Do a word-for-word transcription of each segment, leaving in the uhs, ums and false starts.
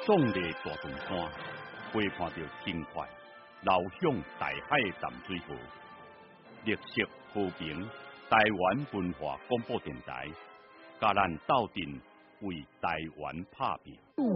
壮丽大屯山，陪伴着轻快流向大海的淡水河。绿色和平，台湾文化广播电台，甲咱斗阵为台湾拍拼。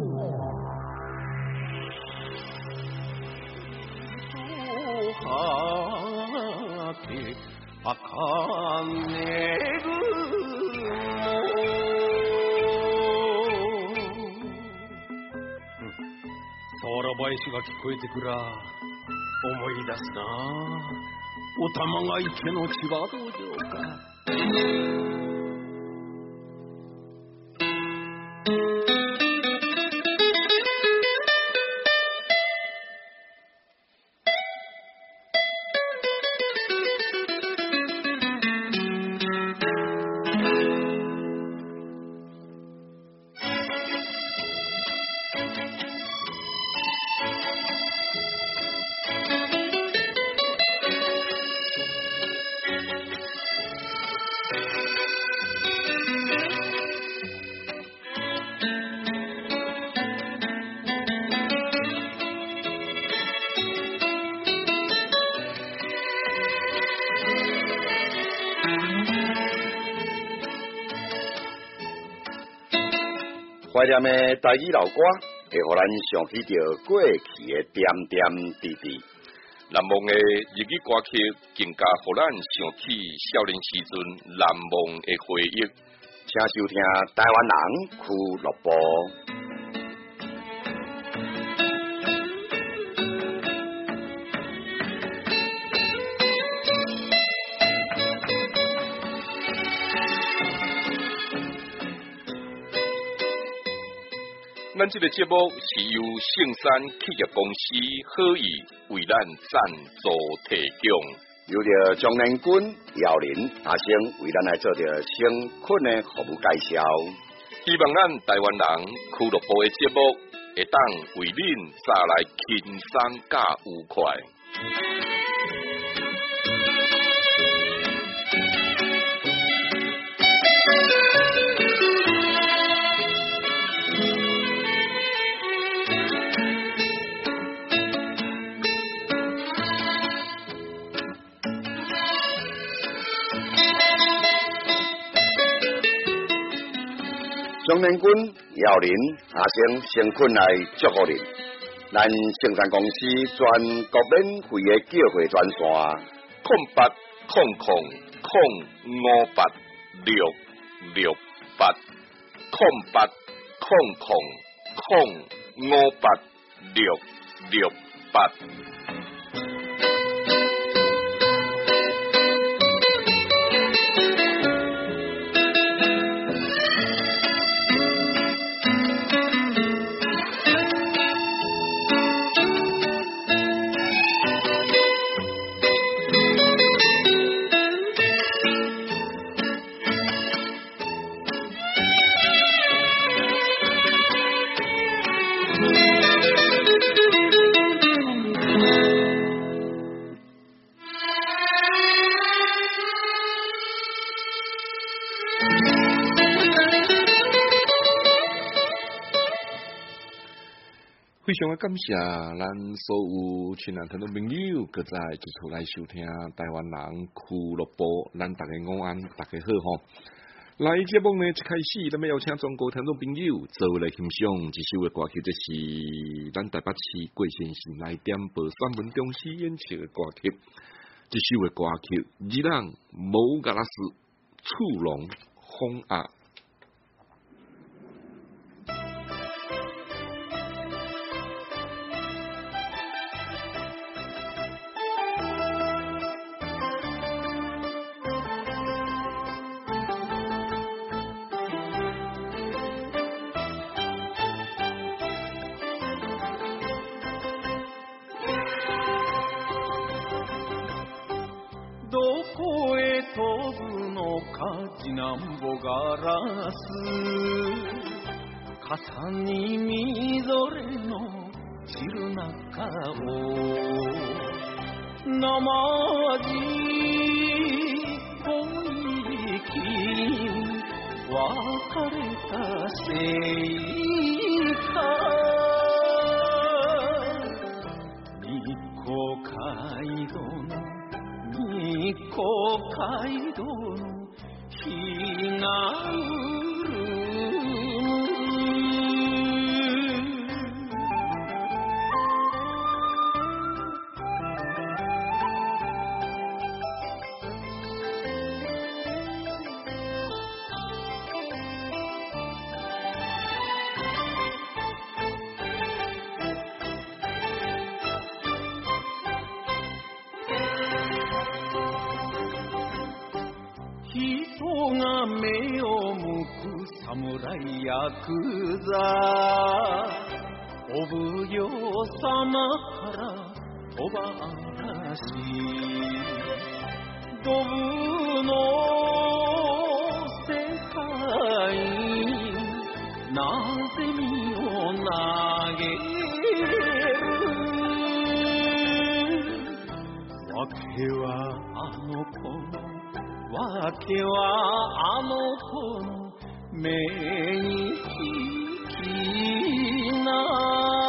空林が聞こえてくら思い出すなお玉が池の千葉道場か怀念的台语老歌，会互咱想起着过去的点点滴滴。 难忘的日语歌曲，更加互咱想起少年时阵难忘的回忆。 请收听台湾人俱乐部。 咱这个节目是由圣山企业公司好意为咱赞助提供， 由着张连军、姚林、阿星为咱来做着生困的服务介绍。 希望咱台湾人俱乐部的节目会当为恁带来轻松加愉快。 张连军、姚林、阿星先困来祝福您。咱圣山公司全国免费的叫货专线： 空八空空空五八六六八，空八空空空五八六六八。 非常的感谢咱所有亲爱听众朋友，搁再一次来收听台湾人俱乐部，咱大家午安，大家好吼。来节目呢，一开始咱们邀请全国听众朋友做来欣赏一首的歌曲，这是咱台北市郭先生来点播三文中西演唱的歌曲。这首的歌曲，日人无格拉斯触龙风啊。 なんぼガラス傘にみぞれの散る中をなまじ恋別れたせいか海道の日がうる人が目を向く侍ヤクザお奉行様から飛ば嵐ドブの世界なぜ身を投げるわけはあの子のわけはあの子の目に引きな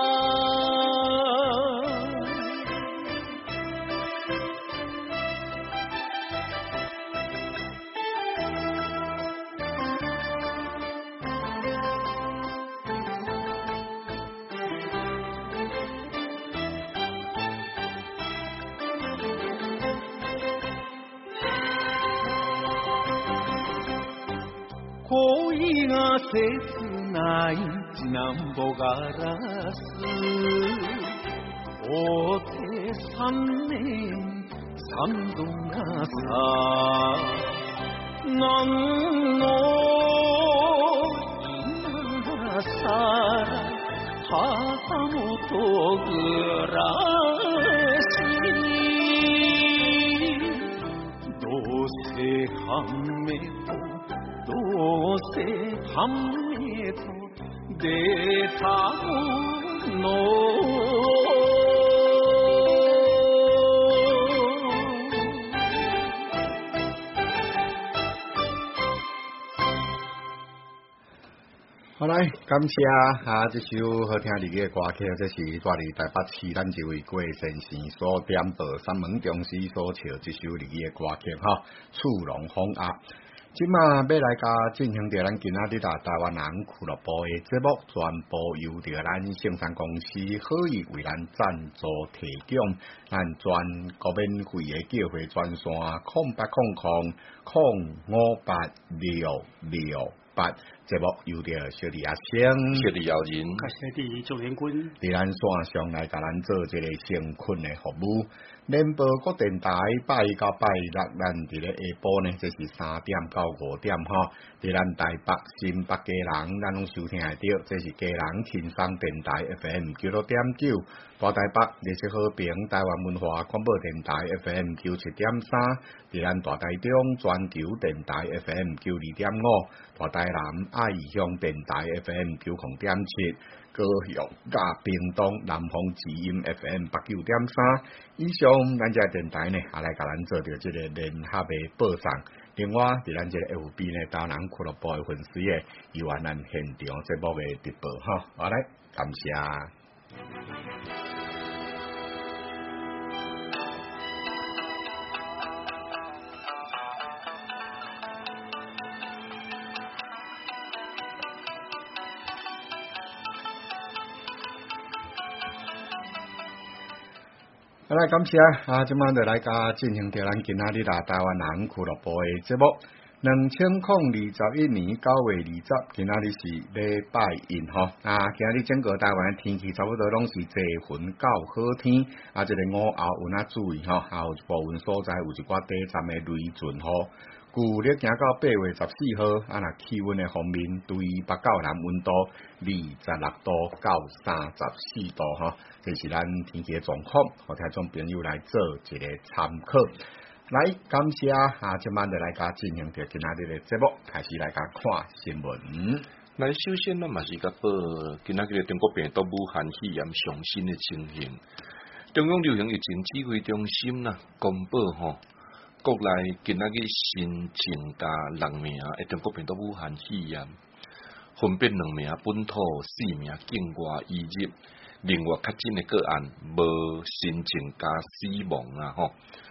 恋が切ない次男坊ガラス大手三年三度がさ何の今さ旗本暮らしどうせ半目とどうせ半目と出たもの好来，感谢啊！这首好听的嘅歌曲，这是住伫台北市咱这位郭先生所点播三门中师所唱这首日语嘅歌曲哈，《触龙风鸭》。即马要来甲进行着咱今仔日啊台湾人俱乐部的节目，全部由着咱盛山公司好意为咱赞助提供，咱全国免费的叫货专线空八空空空五八六六八。节目由着小弟阿星、 小弟姚人、 小弟周元君， 伫咱线上来甲咱做一个先困的服务。联播各电台拜一到拜六，咱伫咧下晡呢，这是三点到五点吼。伫咱台北、新北家人，咱拢收听会到，这是家人轻松电台 F M 九六点九，大台北热色和平台湾文化广播电台 F M 九七点三，伫咱大台中全球电台 F M 九二点五，大台南爱乡电台 F M 九零点七。高雄加屏东南方之音 F M 八九点三，以上咱只电台呢，也来甲咱做着即个联合的播送。另外，伫咱即个 F B 呢，台南俱乐部的粉丝诶，有咱现场节目的直播哈，好来，感谢。好来，感谢啊！即摆就来甲进行着咱今仔日啊台湾人俱乐部的节目。两千零二十一年九月二十，今仔日是礼拜一吼。啊，今仔日整个台湾的天气差不多拢是多云到好天，啊，即、这个午后有哪注意吼，啊，有一部分所在有一寡短暂的雷阵雨。旧历行到八月十四号，啊，若气温的方面，对北到南温度二十六度到三十四度吼，这是咱天气的状况，互听众朋友来做一个参考。来，感谢啊！今晚就来甲进行着今仔日的节目，开始来甲看新闻。 来，首先咱嘛是甲报今仔日的中国病毒武汉肺炎上新的情形。中央流行疫情指挥中心呐公布吼。国内今仔日新增加六名诶中国病毒武汉肺炎，分别两名本土，四名境外移入。另外确诊诶个案无新增加死亡啊吼。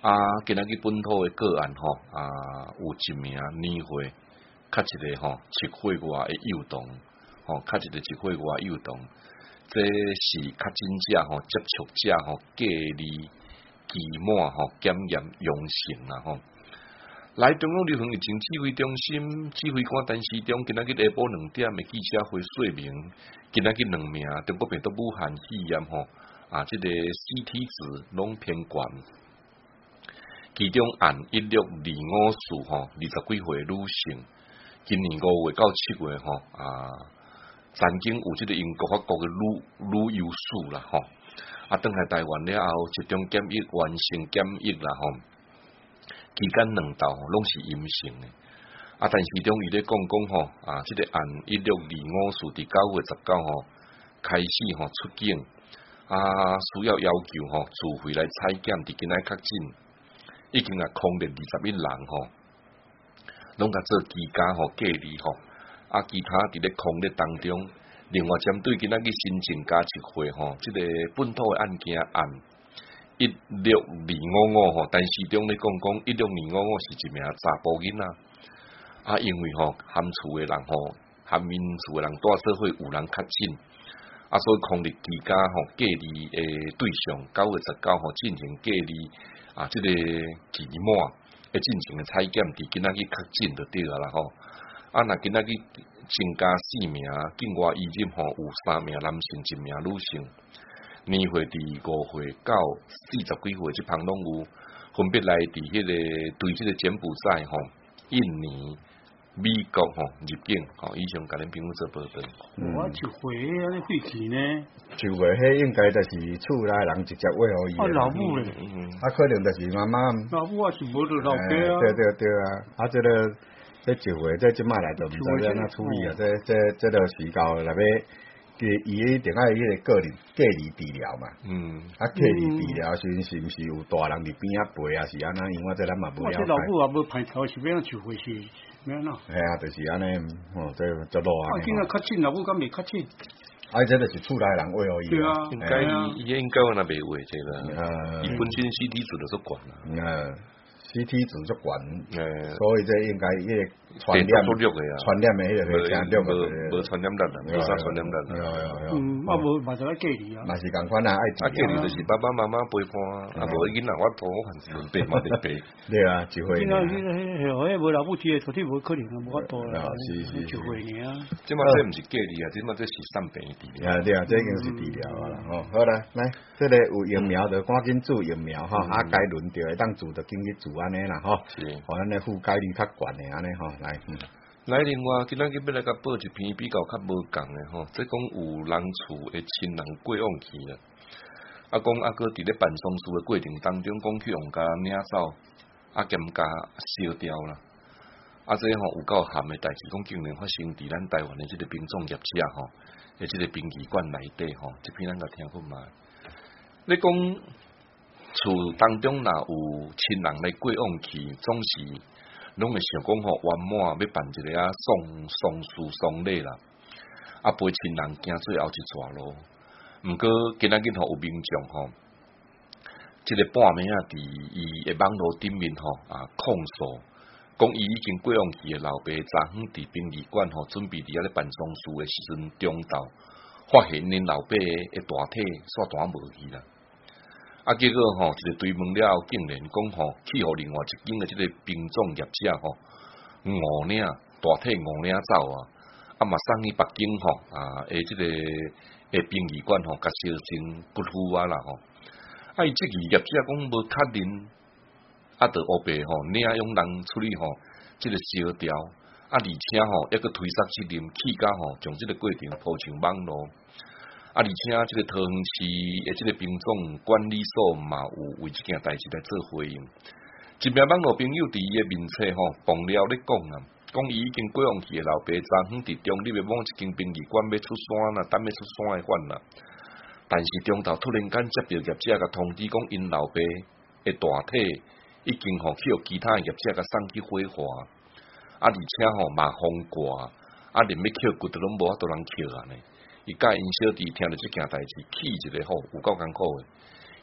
啊，今仔日本土诶个案吼啊，有一名年岁，较一个吼七岁外诶幼童，吼较一个七岁外幼童，这是较真正吼接触者吼隔离期满吼检验阳性啦吼。来中央流行疫情指挥中心指挥官陈时中今仔日下晡两點嘅記者會說明，今仔日兩名中國病毒武漢肺炎吼啊，即、這個 C T 值攏偏懸，其中按一六二五數吼二十幾歲女性，今年五月到七月吼啊，曾經有即個英國法國嘅女女優勢啦吼，啊，轉來台灣了後集中檢疫完成檢疫啦吼。期間兩道攏是陰性嘅，啊，但是中伊咧講講吼，啊，即、這個按一六二五數佇九月十九號開始吼出境，啊，需要要求吼自費來採檢，佇今仔確診已經啊空列二十一人吼，攏甲做居家吼隔離吼，啊，其他佇咧空列當中，另外針對今仔日新增加一回吼，即、這個本土嘅案件案。一六二五五吼，但是中咧講講一六二五五是一名查甫囡仔，啊，因為吼含厝誒人吼，含民厝誒人住社會有人確診，啊，所以抗疫期間吼隔離誒對象九月十九號進行隔離，啊，即、這個期滿會進行誒採檢，佇今仔日確診就對啦啦吼，啊，若今仔日增加四名境外移入吼，有三名男性，一名女性。年歲佇五歲到四十幾歲，即旁攏有分別來佇迄個對即個柬埔寨吼、印尼、美國吼入境，吼以上甲恁朋友做報道。 我一回安尼對去呢？ 一回迄應該就是厝內人直接餵互伊。 啊老母咧， 啊可能就是媽媽。 老母也是無着老爸啊。 對對對啊，啊這個這一回這即擺來就毋知要安怎處理啊，這這這著是到內尾。伊伊一定愛迄個個人隔離治療嘛，嗯，啊隔離治療時是毋是有大人佇邊仔陪啊？是安怎？因為這咱嘛無了解。 我這老母也無排頭，是要安怎就回去，咩喏？係啊，就是安尼，哦，這這路啊。 啊，今仔較緊，老母敢未較緊？ 啊，這就是厝內人餵互伊。 對啊， 應該伊伊應該有那袂話這個，呃，伊本身 C T 值就足懸啦，呃 ，C T 值足懸，誒，所以這應該迄個。傳染傳染嘅迄個會真弱個， 無傳染力啦，無啥傳染力啦。 嗯，啊無嘛就愛隔離啊。 嘛是共款啊，愛啊隔離就是爸爸媽媽陪伴，啊無囡仔我抱我還是兩爸嘛得陪。 對啊，一回。囡仔迄迄迄無老母接，絕對無可能啊，無法度啦。 是是。 一回爾。 即嘛這毋是隔離啊，即嘛這是散病治療。 啊對啊，這已經是治療啊啦。哦，好啦，來，這個有疫苗就趕緊注疫苗吼，啊該輪到會當注就緊去注安尼啦吼。是。互咱的覆蓋率較懸的安尼吼。來，嗯， 來另外，今仔日要來甲報一篇比較較無共的吼，即講有人厝的親人過往去啦，啊講啊擱佇咧辦喪事的過程當中，講去用甲領走，啊兼加燒掉啦，啊這吼有夠鹹的代志，講竟然發生佇咱台灣的即個殯葬業者吼，誒即個殯儀館內底吼，即篇咱甲聽看覓。你講厝當中若有親人來過往去，總是。攏會想講吼，圓滿要辦一個啊喪喪事喪禮啦，啊陪親人行最後一逝路。毋過今仔日吼有民眾吼，即、這個半暝啊，佇伊嘅網絡頂面吼啊控訴，講伊已經過往去嘅老爸昨昏佇殯儀館吼，準備佇遐咧辦喪事嘅時陣中晝，發現恁老爸嘅大體煞斷無去啦。啊！結果吼，一個追問了後，竟然講吼，去互另外一間嘅即個殯葬業者吼，五領大體五領走啊，啊嘛送去北京吼啊，誒即個誒殯儀館吼，甲燒成骨灰啊啦吼。啊，伊即個業者講無確認，啊，着烏白吼，領用人處理吼，即個燒掉，啊，而且吼，抑個推卸責任，去甲吼，將即個過程鋪上網絡。啊！而且即個桃園市誒，即個殯葬管理所嘛有為即件代志來做回應。一名網絡朋友佇伊誒面冊吼，爆料咧講啊，講伊已經過往去誒老爸昨昏佇中壢誒某一間殯儀館要出山啦，等要出山誒款啦。但是中途突然間接到業者甲通知講，因老爸誒大體已經吼去互其他業者甲送去火化，啊！而且吼嘛風掛，啊！連要抾骨都攏無法度人抾安尼。伊甲因小弟聽到即件代志，氣一個吼有夠艱苦誒。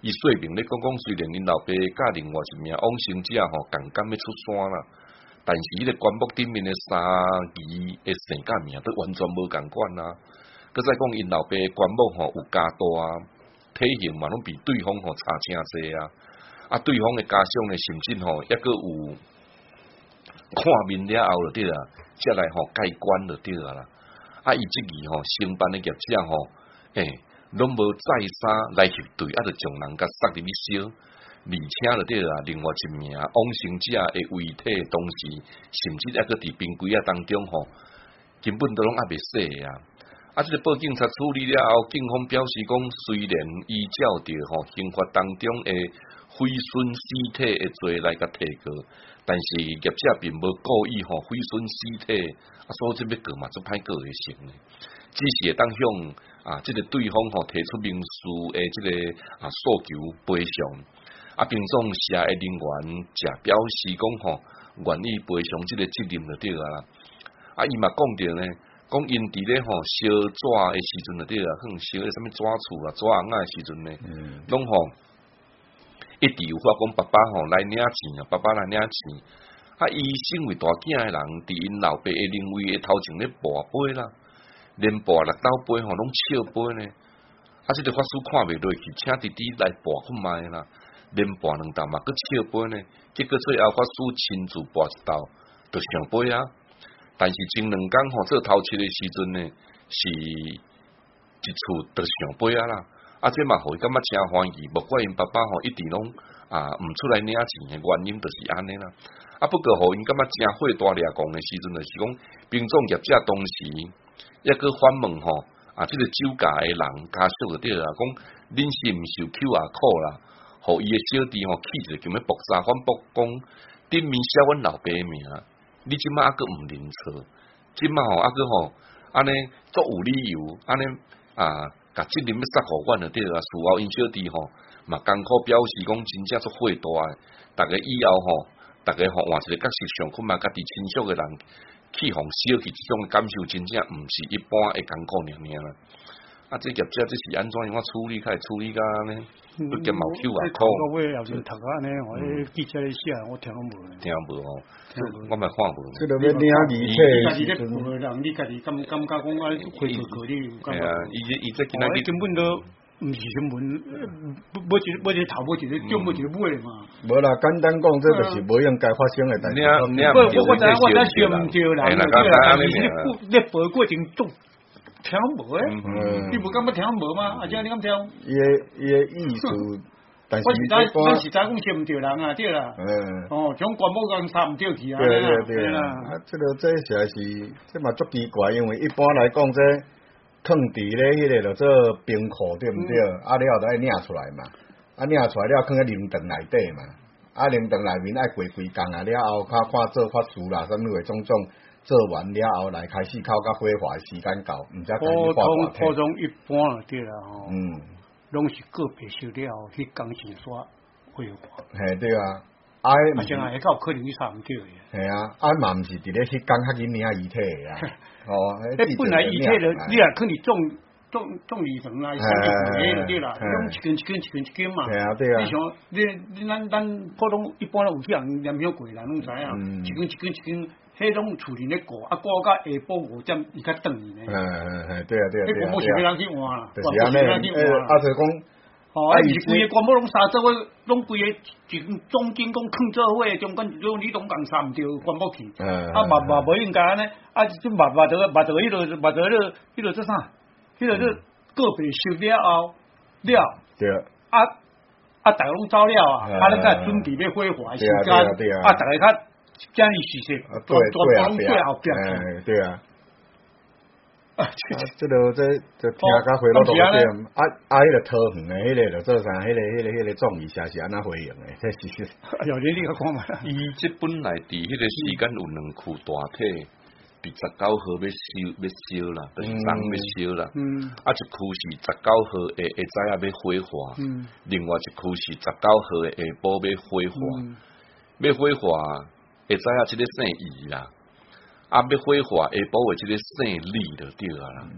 伊说明咧讲讲，虽然因老爸甲另外一名往生者吼共甘要出山啦，但是迄个棺木顶面诶三字诶姓甲名都完全无共款啦。佮再讲因老爸棺木吼有加大，体型嘛拢比对方吼差诚济啊！啊，对方诶家属呢，甚至吼抑佫有看面了后就对啦，则来吼盖棺就对啦。啊，伊即个吼承办诶业者吼，诶、欸。拢无再三来翕对，啊，就将人甲塞入去烧，而且就对啦。另外一名往生者诶遗体，当时甚至抑个伫冰柜啊当中吼，根本都拢还未洗啊！啊，即、這个报警察处理了后，警方表示讲，虽然依照着吼刑法当中诶毁损尸体诶罪来甲提告，但是业者并无故意吼毁损尸体，啊，所以即要告嘛，足歹告会成诶。只是会当向啊，即、這个对方吼提出民事诶，即、這个啊诉求赔偿，啊，并总社诶人员则表示讲吼，愿意赔偿即个责任就对啊啦。啊，伊嘛讲着呢，讲因伫咧吼烧纸诶时阵就对啊，哼烧诶啥物纸厝啊、纸红仔诶时阵呢，拢吼一直有发讲爸爸吼来领钱啊，爸爸来领钱。啊，伊身为大囝诶人，伫因老爸诶认为诶头前咧跋杯啦。连跋六斗杯吼，拢笑杯呢。啊，即、這個法師看袂落去，請弟弟來跋看覓啦。連跋兩斗嘛，佮笑杯呢。結果最後法師親自跋一斗，就上杯啊。但是前兩工吼，做頭七的時陣呢，是一厝就上杯啊啦。啊，這嘛互伊感覺誠歡喜，無怪因爸爸吼一直攏啊毋出來領錢嘅原因，就是安尼啦。啊，不過互因感覺誠火大倆講嘅時陣，就是講兵種業者當時。抑個反問吼，啊，即、這個酒駕誒人家屬就對啦，講恁是毋是有 Q R code 啦，互伊誒小弟吼起一個叫咩搏殺反駁講，頂面寫阮老爸名，你即馬抑個毋認錯，即馬吼抑個吼，安尼足有理由，安尼啊，甲責任要塞互阮就對啦，事後因小弟吼嘛艱苦表示講真正足火大誒，逐個以後吼，逐個吼換一個角色上，看嘛家己親屬誒人。去互燒去，即種感受真正毋是一般會艱苦爾爾啦。啊，即業者即是安怎樣處理，較會處理甲安尼，都兼冇 Q 啊扣。 我後頭讀安尼，我迄記者咧寫，我聽無。聽無吼，我咪看無。 即個要領遺體， 家己咧負責人，你家己感感覺講啊，回頭可你有感覺。 係啊，伊伊即今仔日根本都。毋是新聞，冇一冇一頭，冇一個中，冇一個尾嘛。 無啦，簡單講，這就是無應該發生嘅代志。 我我知我知想唔對人，對啦，但是你你背過程中聽無誒，你無感覺聽無嗎？啊，即係你咁聽。 伊個伊個意思，但是我是知，我是知講想唔對人啊，對啦。哦，將關某人殺唔對去啊。對對對啦。啊， 這個這實在是，這嘛足奇怪，因為一般來講這。放佇咧，迄個就做冰庫對毋對？嗯、啊，了後就愛領出來嘛，啊領出來了，放喺靈堂內底嘛，啊靈堂內面愛過幾工啊，了後較看做法事啦，什麼話種種做完了後來開始烤甲火化時間到，毋知開始化化體。 普通一般就對啦吼， 嗯， 攏是個別收了後去工程刷火化。 係對啊，啊， 啊，將來會較可能去殺毋對嘅。 係啊，啊嘛毋是佇咧迄工較緊領遺體嘅啊。哦， 迄本來遺體就你若可能種種種二層啊，三級嗰啲啦，種一根一根一根一根嘛。 係啊，對啊。 你像你你咱咱普通一般有啲人念曉過啦，攏知影，一根一根一根，迄種厝裡咧過，啊過到下晡五點伊較轉去呢。係係係，對啊對啊。 迄全部是俾人去換啦， 就是安尼。誒，啊就講。 哦，啊，是規個全部攏殺做伙，攏規個一總經講囥做伙，中間就你攏共殺毋着，全部去。啊，嘛嘛無應該安尼，啊，即嘛嘛着嘛着迄落嘛着迄落迄落做啥？迄落做個別收了後了。 對。 啊啊，逐個攏走了啊，啊，咱才準備要火化時間，啊，逐個較建議事實，全全攏最後變去。 對啊。啊，即個這這聽甲回落都點，啊啊，迄個桃園誒，迄個就做啥？迄個迄個迄個創意社是安怎回應誒？這是。 有你你個講嘛？ 伊即本來佇迄個時間有兩區大體，佇十九號要燒要燒啦，就是人要燒啦。嗯。啊，一區是十九號誒下早啊要火化，嗯。另外一區是十九號誒下晡要火化，要火化下早啊，即個姓儀啦。啊！要火化下晡誒，即個姓李就對啊啦。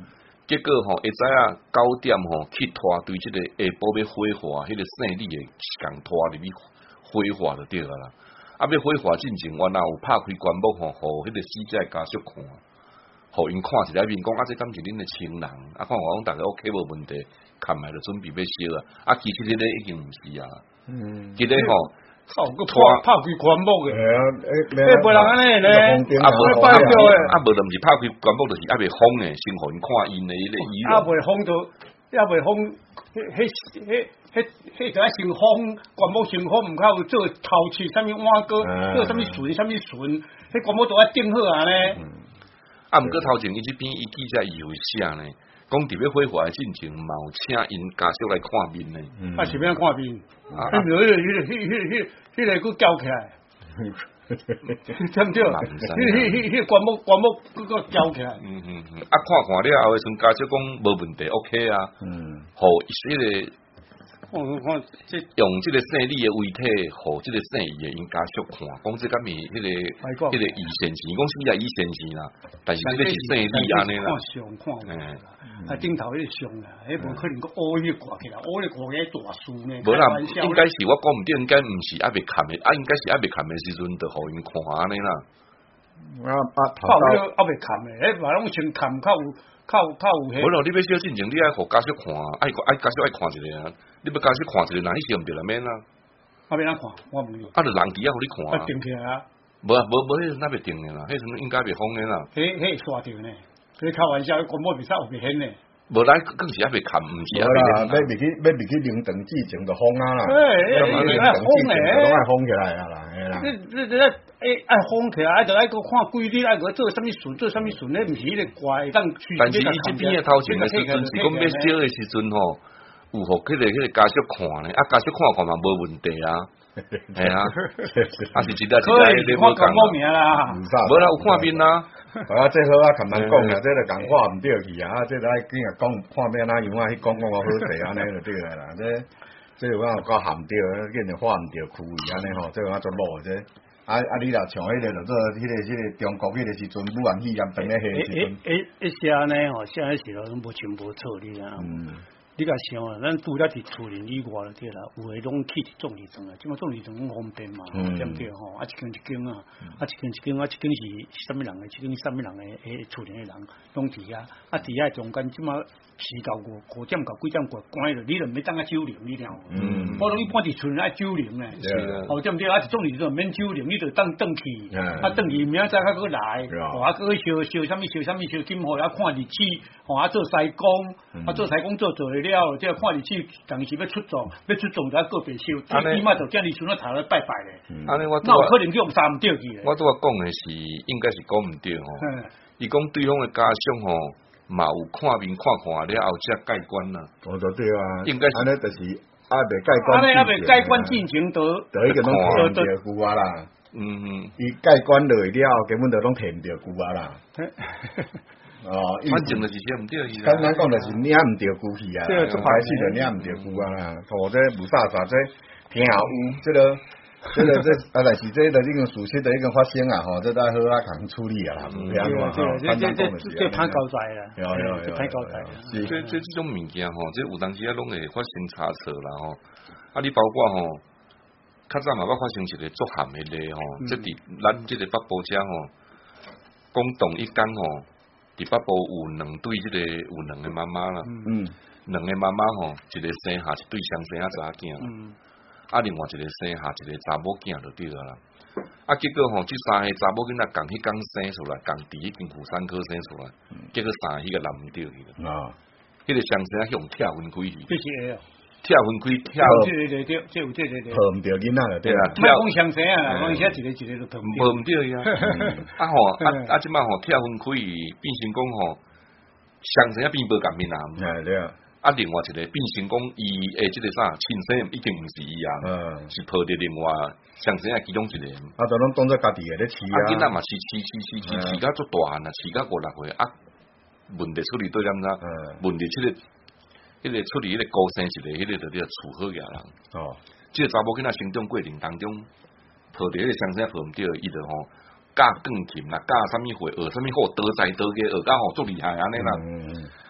結果吼，會知影九點吼去拖對即個下晡要火化，迄個勝利嘅時間拖入去火化就對啦。啊，要火化進前，原來有拍開棺木吼，互迄個死者嘅家屬看，互因看一下面講，啊，這敢是恁嘅親人，啊，看我講大家 OK 無問題，冚埋就準備要燒啊。啊，其實迄個已經毋是啊。嗯。記得吼。 靠，個拖拍開棺木嘅，誒誒， 無人安尼咧， 啊無拜咗嘅，啊無就毋是拍開棺木，就是還未封嘅，先互因看因嘅迄個遺容。啊未封就，啊未封，迄迄迄迄迄就愛先封棺木先封，毋較有做頭次，啥物碗糕，做啥物筍，啥物筍，迄棺木都愛釘好啊咧。啊，毋過頭前伊即邊伊記者伊有寫呢，講特別火化進前，嘛有請因家屬來看面呢。啊，是要看面。啊！迄個、迄個、迄個、迄個、迄個，佫翹起來，對唔對？迄、迄、迄、迄棺木、棺木佫佫翹起來。嗯嗯嗯。啊，看看了後，陣家屬講無問題 ，OK 啊。嗯。互迄個，我看即用即個勝利嘅遺體，互即個勝利嘅因家屬看，講即敢是迄個、迄個遺先錢，講是也遺先錢啦。但是即個是勝利安尼啦。看相看。啊，頂頭迄個上啦，迄無可能個烏迄掛起來，烏迄掛起來大樹呢。無啦，應該是我講毋對，應該毋是還未砍的，啊，應該是還未砍的時陣，就互因看安尼啦。啊啊，頭到還未砍的，迄嘛攏先砍，較有較有較有迄。無咯，你要燒進前，你愛互家屬看，愛愛家屬愛看一個啊，你要家屬看一個，若迄時毋對啦免啦。啊，免哪看？我問你。啊，就人佇遐互你看啊。定起來啊。無啊，無無，迄陣哪未定的啦，迄陣應該未封的啦。迄迄刷掉呢？佢開玩笑，棺木未使有未顯呢。無咱更是還未砍，毋是啊。啦，要未去要未去靈堂之前就封啊啦。誒誒，愛封誒，攏愛封起來啊啦，係啦。你你你誒愛封起來，就愛個看規律，愛個做啥物順，做啥物順咧，毋是迄個怪當去。但是伊即邊嘅頭前嘅時陣，是講要燒嘅時陣吼，有互迄個迄個家屬看咧，啊家屬看看嘛無問題啊。係啊，啊是一個一個你無講啦，無啦有看面啦。啊，這好啊，琴日講啊，這個講話唔對去啊，這個愛今日講看咩哪樣啊，去講講我好勢安尼就對啦啦，這這有講夠含掉，見着話唔對區域安尼吼，這個我做路這，啊啊你若像迄個就做迄個迄個中國迄個時陣，武漢肺炎病咧迄個時陣，誒誒誒，寫呢吼，寫迄時候攏無全無錯哩啊。你甲想啊，咱除了佇厝裡以外就對啦，有誒攏去佇種理莊啊，即馬種理莊攏方便嘛，對毋對吼？啊一間一間啊，啊一間一間啊，一間是啥物人誒，一間是啥物人誒？誒厝裡誒人攏佇遐，啊佇遐中間即馬時到五五點到幾點過關了，你著毋免當啊酒啉，你聽。嗯。我攏一般佇厝裡愛酒啉咧，哦對毋對？啊一種理莊毋免酒啉，你著當轉去，啊轉去明仔載較佫來，哦啊佫燒燒啥物燒啥物燒金火，啊看日子，哦啊做西工，啊做西工做做了。了，即係看日子，當時要出狀，要出狀就喺個別燒，最起碼就將你孫仔頭嚟拜拜咧。安尼我，那有可能用三唔對去咧。我拄仔講嘅是，應該是講唔對吼。伊講對方嘅家屬吼，嘛有看面看看了後才蓋棺啦。我就對啊。應該是。安尼就是阿未蓋棺。安尼阿未蓋棺進前都，就已經攏填唔着句啊啦。嗯嗯。伊蓋棺落了，根本就攏填唔着句啊啦。哦，反正就是寫唔對去啦。簡單講就是領唔着句去啊，一開始就領唔着句啊啦。或者無啥啥，這聽有，這個，這個這啊，但是這個已經事實就已經發生啊，吼，這都好啊，通處理啊啦，唔聽話。這這這這歹交代啦，有有有，歹交代。這這這種物件吼，這有當時啊，攏會發生差錯啦吼。啊，你包括吼，較早嘛捌發生一個足鹹的例吼，即佇咱即個北部遮吼，講同一間吼。佇北部有兩對，即個有兩個媽媽啦，嗯，兩個媽媽吼，一個生下一對雙生仔查囝，嗯，啊，另外一個生下一個查某囝就對啦，啊，結果吼，即三個查某囝仔共迄工生出來，共佇迄間婦產科生出來，結果三個迄個男唔對去啦，啊，迄個雙生仔向跳分開去，這是個哦。跳分開跳，對對對，這有這這這，抱唔着囡仔就對啦。跳講雙生啊，講一下一個一個就抱唔抱唔着呀。啊吼，啊啊，即擺吼跳分開，變成講吼雙生啊變無共面男。係對啊。啊，另外一個變成講伊誒，即個啥親生已經唔是伊啊，是抱着另外雙生啊其中一個。啊，就攏當作家己誒咧飼啊。啊，囡仔嘛飼飼飼飼飼飼甲足大漢啊，飼甲五六歲啊，問題處理對點呾？問題出嚟。迄個處理迄個高生一個，迄個就叫處好嘢人。哦，即個查某囡仔成長過程當中，抱着迄個雙生抱唔着，伊就吼教更甜啦，教啥物會，學啥物好，多才多藝，學甲吼足厲害安尼啦。嗯嗯。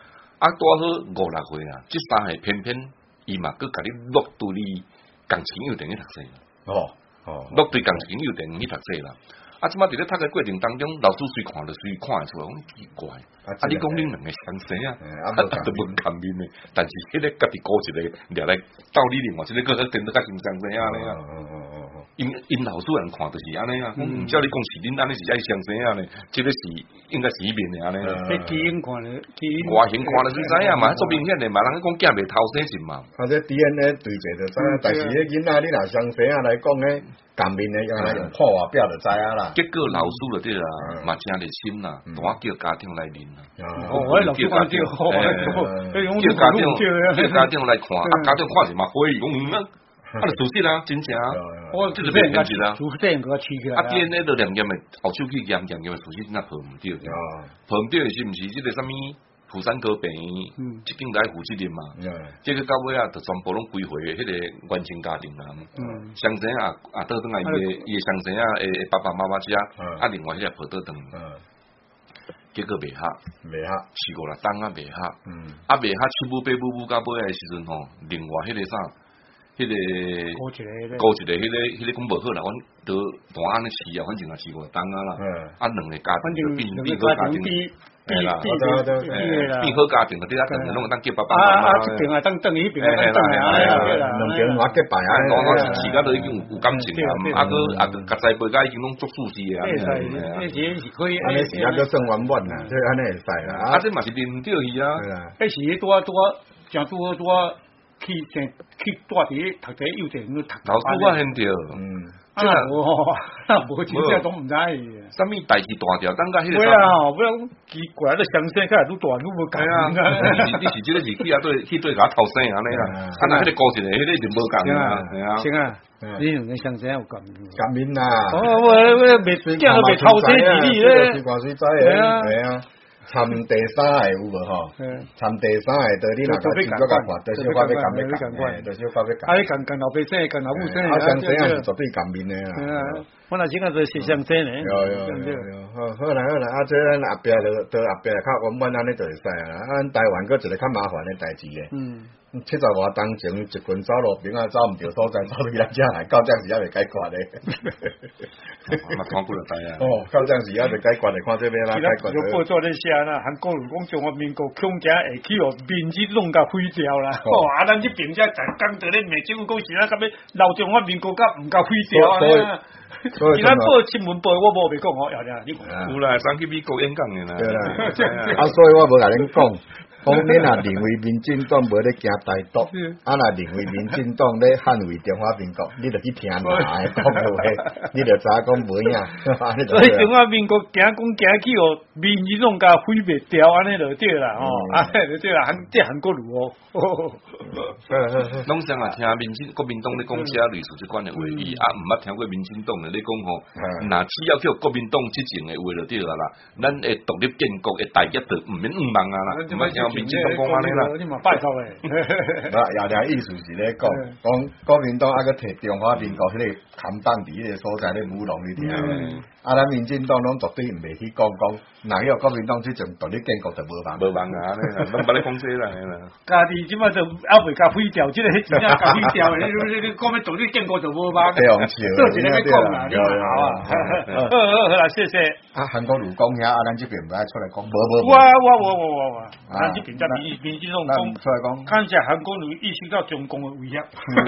啊，拄好五六歲啊，即三歲偏偏伊嘛，佮甲你落對你工程有電去讀冊啦。 哦哦， 落對工程有電去讀冊啦。啊，即馬佇咧讀嘅過程當中，老師隨看就隨看會出來，講奇怪。啊，你講恁兩個相生啊，啊，都無共面嘅，但是迄個家己顧一個，掠來道理另外一個個個變得較像相生啊咧啊。因因老師人看就是安尼啊，唔照你講是恁安尼是愛相生啊咧，即個是應該是迄面嘅安尼。 你基因看咧，基因外形看就是知影嘛，做明顯嘅嘛，人講囝袂偷生是嘛。 啊，這 D N A 對者就知影，但是迄囡仔你若相生啊來講咧，共面嘅用來用破外表就知影啦。 結果老師就對啦，嘛真熱心啦，大叫家長來認啦。 哦，我老師講對， 叫家長叫家長來看，啊家長看是嘛歡喜，講嗯啊。啊，就事實啦，真正啊，我即係變騙子啦。 主線個起起來。 啊 ，D N A 都驗驗嘅，後手去驗驗驗嘅，事實真係判唔掉。判唔掉是唔是？即個什麼婦產科病院，即間來負責任嘛。即個到尾啊，就全部攏歸回迄個原生家庭啦。相生啊啊，倒轉來伊嘅伊嘅相生啊，誒爸爸媽媽家，啊另外迄個抱倒轉。結果未合， 未合， 試過啦，當啊未合。啊未合，七母八母母到尾嘅時陣吼，另外迄個啥？迄個高一個，高一個，迄個迄個講無好啦，阮都單安尼試啊，反正也試過當啊啦。啊，兩個家庭變變好家庭，係啦，變好家庭，嗰啲啊，可能攏會當叫爸爸媽媽。啊，這邊啊，當當呢邊啊，當啊， 兩邊我結拜啊， 我我時時間都已經有感情啦，啊個啊個家仔輩家已經攏足舒適嘅啊。 呢啲是可以， 安尼時間都算圓滿啦，即係安尼會使啦。 啊，這嘛是連掉去啊。 迄時拄啊拄啊，正拄好拄啊。去正去帶佇讀第幼稚園讀。 老師我聽到，嗯， 啊無，啊無真正都毋知。 啥物代誌大條，等甲迄個。 對啊，不要奇怪，你相生起來愈大愈無共啊。 你是你是即個是去啊對去對甲偷生安尼啦，啊那迄個故事咧，迄個就無共啊，係啊。 是啊，你兩個相生有共。 共面啦。 哦，我我未驚都未偷生弟弟咧。 是關水仔嘅，係啊。參第三個有無吼？參第三個，對你若個經過甲看，對小可要共要共，對小可要共。 啊，你共共老爸生，共老母生， 啊，相生也是絕對共面的啦。 我若時間就是相生咧。 有有有有，好好啦好啦，啊，即咱後壁就到後壁較圓滿安尼就會使啊。啊，台灣閣一個較麻煩的代誌嘅。嗯。七十外當前一群走路邊啊走毋着所在，走去咱遮來，到這時也未解決咧。 嘛看過了大啊。 哦，到這時也未解決咧，看這邊啦解決。 有報紙咧寫啦，韓國如講中華民國恐驚會去哦，面子攏甲毀掉啦。哦，啊，咱這邊遮在講到咧，美政府講是咱甲要留中華民國甲毋甲毀掉啊。所以，其他報新聞報我無袂講哦，有啦，你有啦，上去美國演講嘅啦。 對啦，啊，所以我無甲恁講。講你若認為民進黨無咧行台獨，啊若認為民進黨咧捍衛中華民國，你著去聽哪個講話，你著知影講無影。 所以中華民國行講行去哦，民進黨甲毀滅掉，安尼就對啦，吼，安尼就對啦，韓即韓國瑜哦。 攏想啊，聽民進國民黨咧講寫類似即款嘅話語，啊毋捌聽過民進黨嘅咧講吼，若只要叫國民黨執政嘅話就對啦啦，咱會獨立建國嘅大業就毋免毋忙啊啦，毋捌聽。民進黨講安尼啦， 你嘛拜託誒。 嗱，也條意思是咧講，講國民黨啊個摕中華民國迄個看板佇迄個所在咧舞弄你聽。啊，咱民進黨攏絕對毋袂去講講，若叫國民黨即陣獨立建國就無忙。 無忙啊，攏捌咧講這啦，係啦。 家己即擺就還未甲毀掉，即個迄真正甲毀掉誒，你你講咩獨立建國就無忙。 對，用笑。 做一個咧講啦，你好啊。好好好啦，謝謝。 啊，韓國瑜講遐，啊，咱這邊唔愛出來講，無無無。 我我我我我我。這邊在民民進黨講， 出來講， 看下韓國瑜意識到中共的威脅。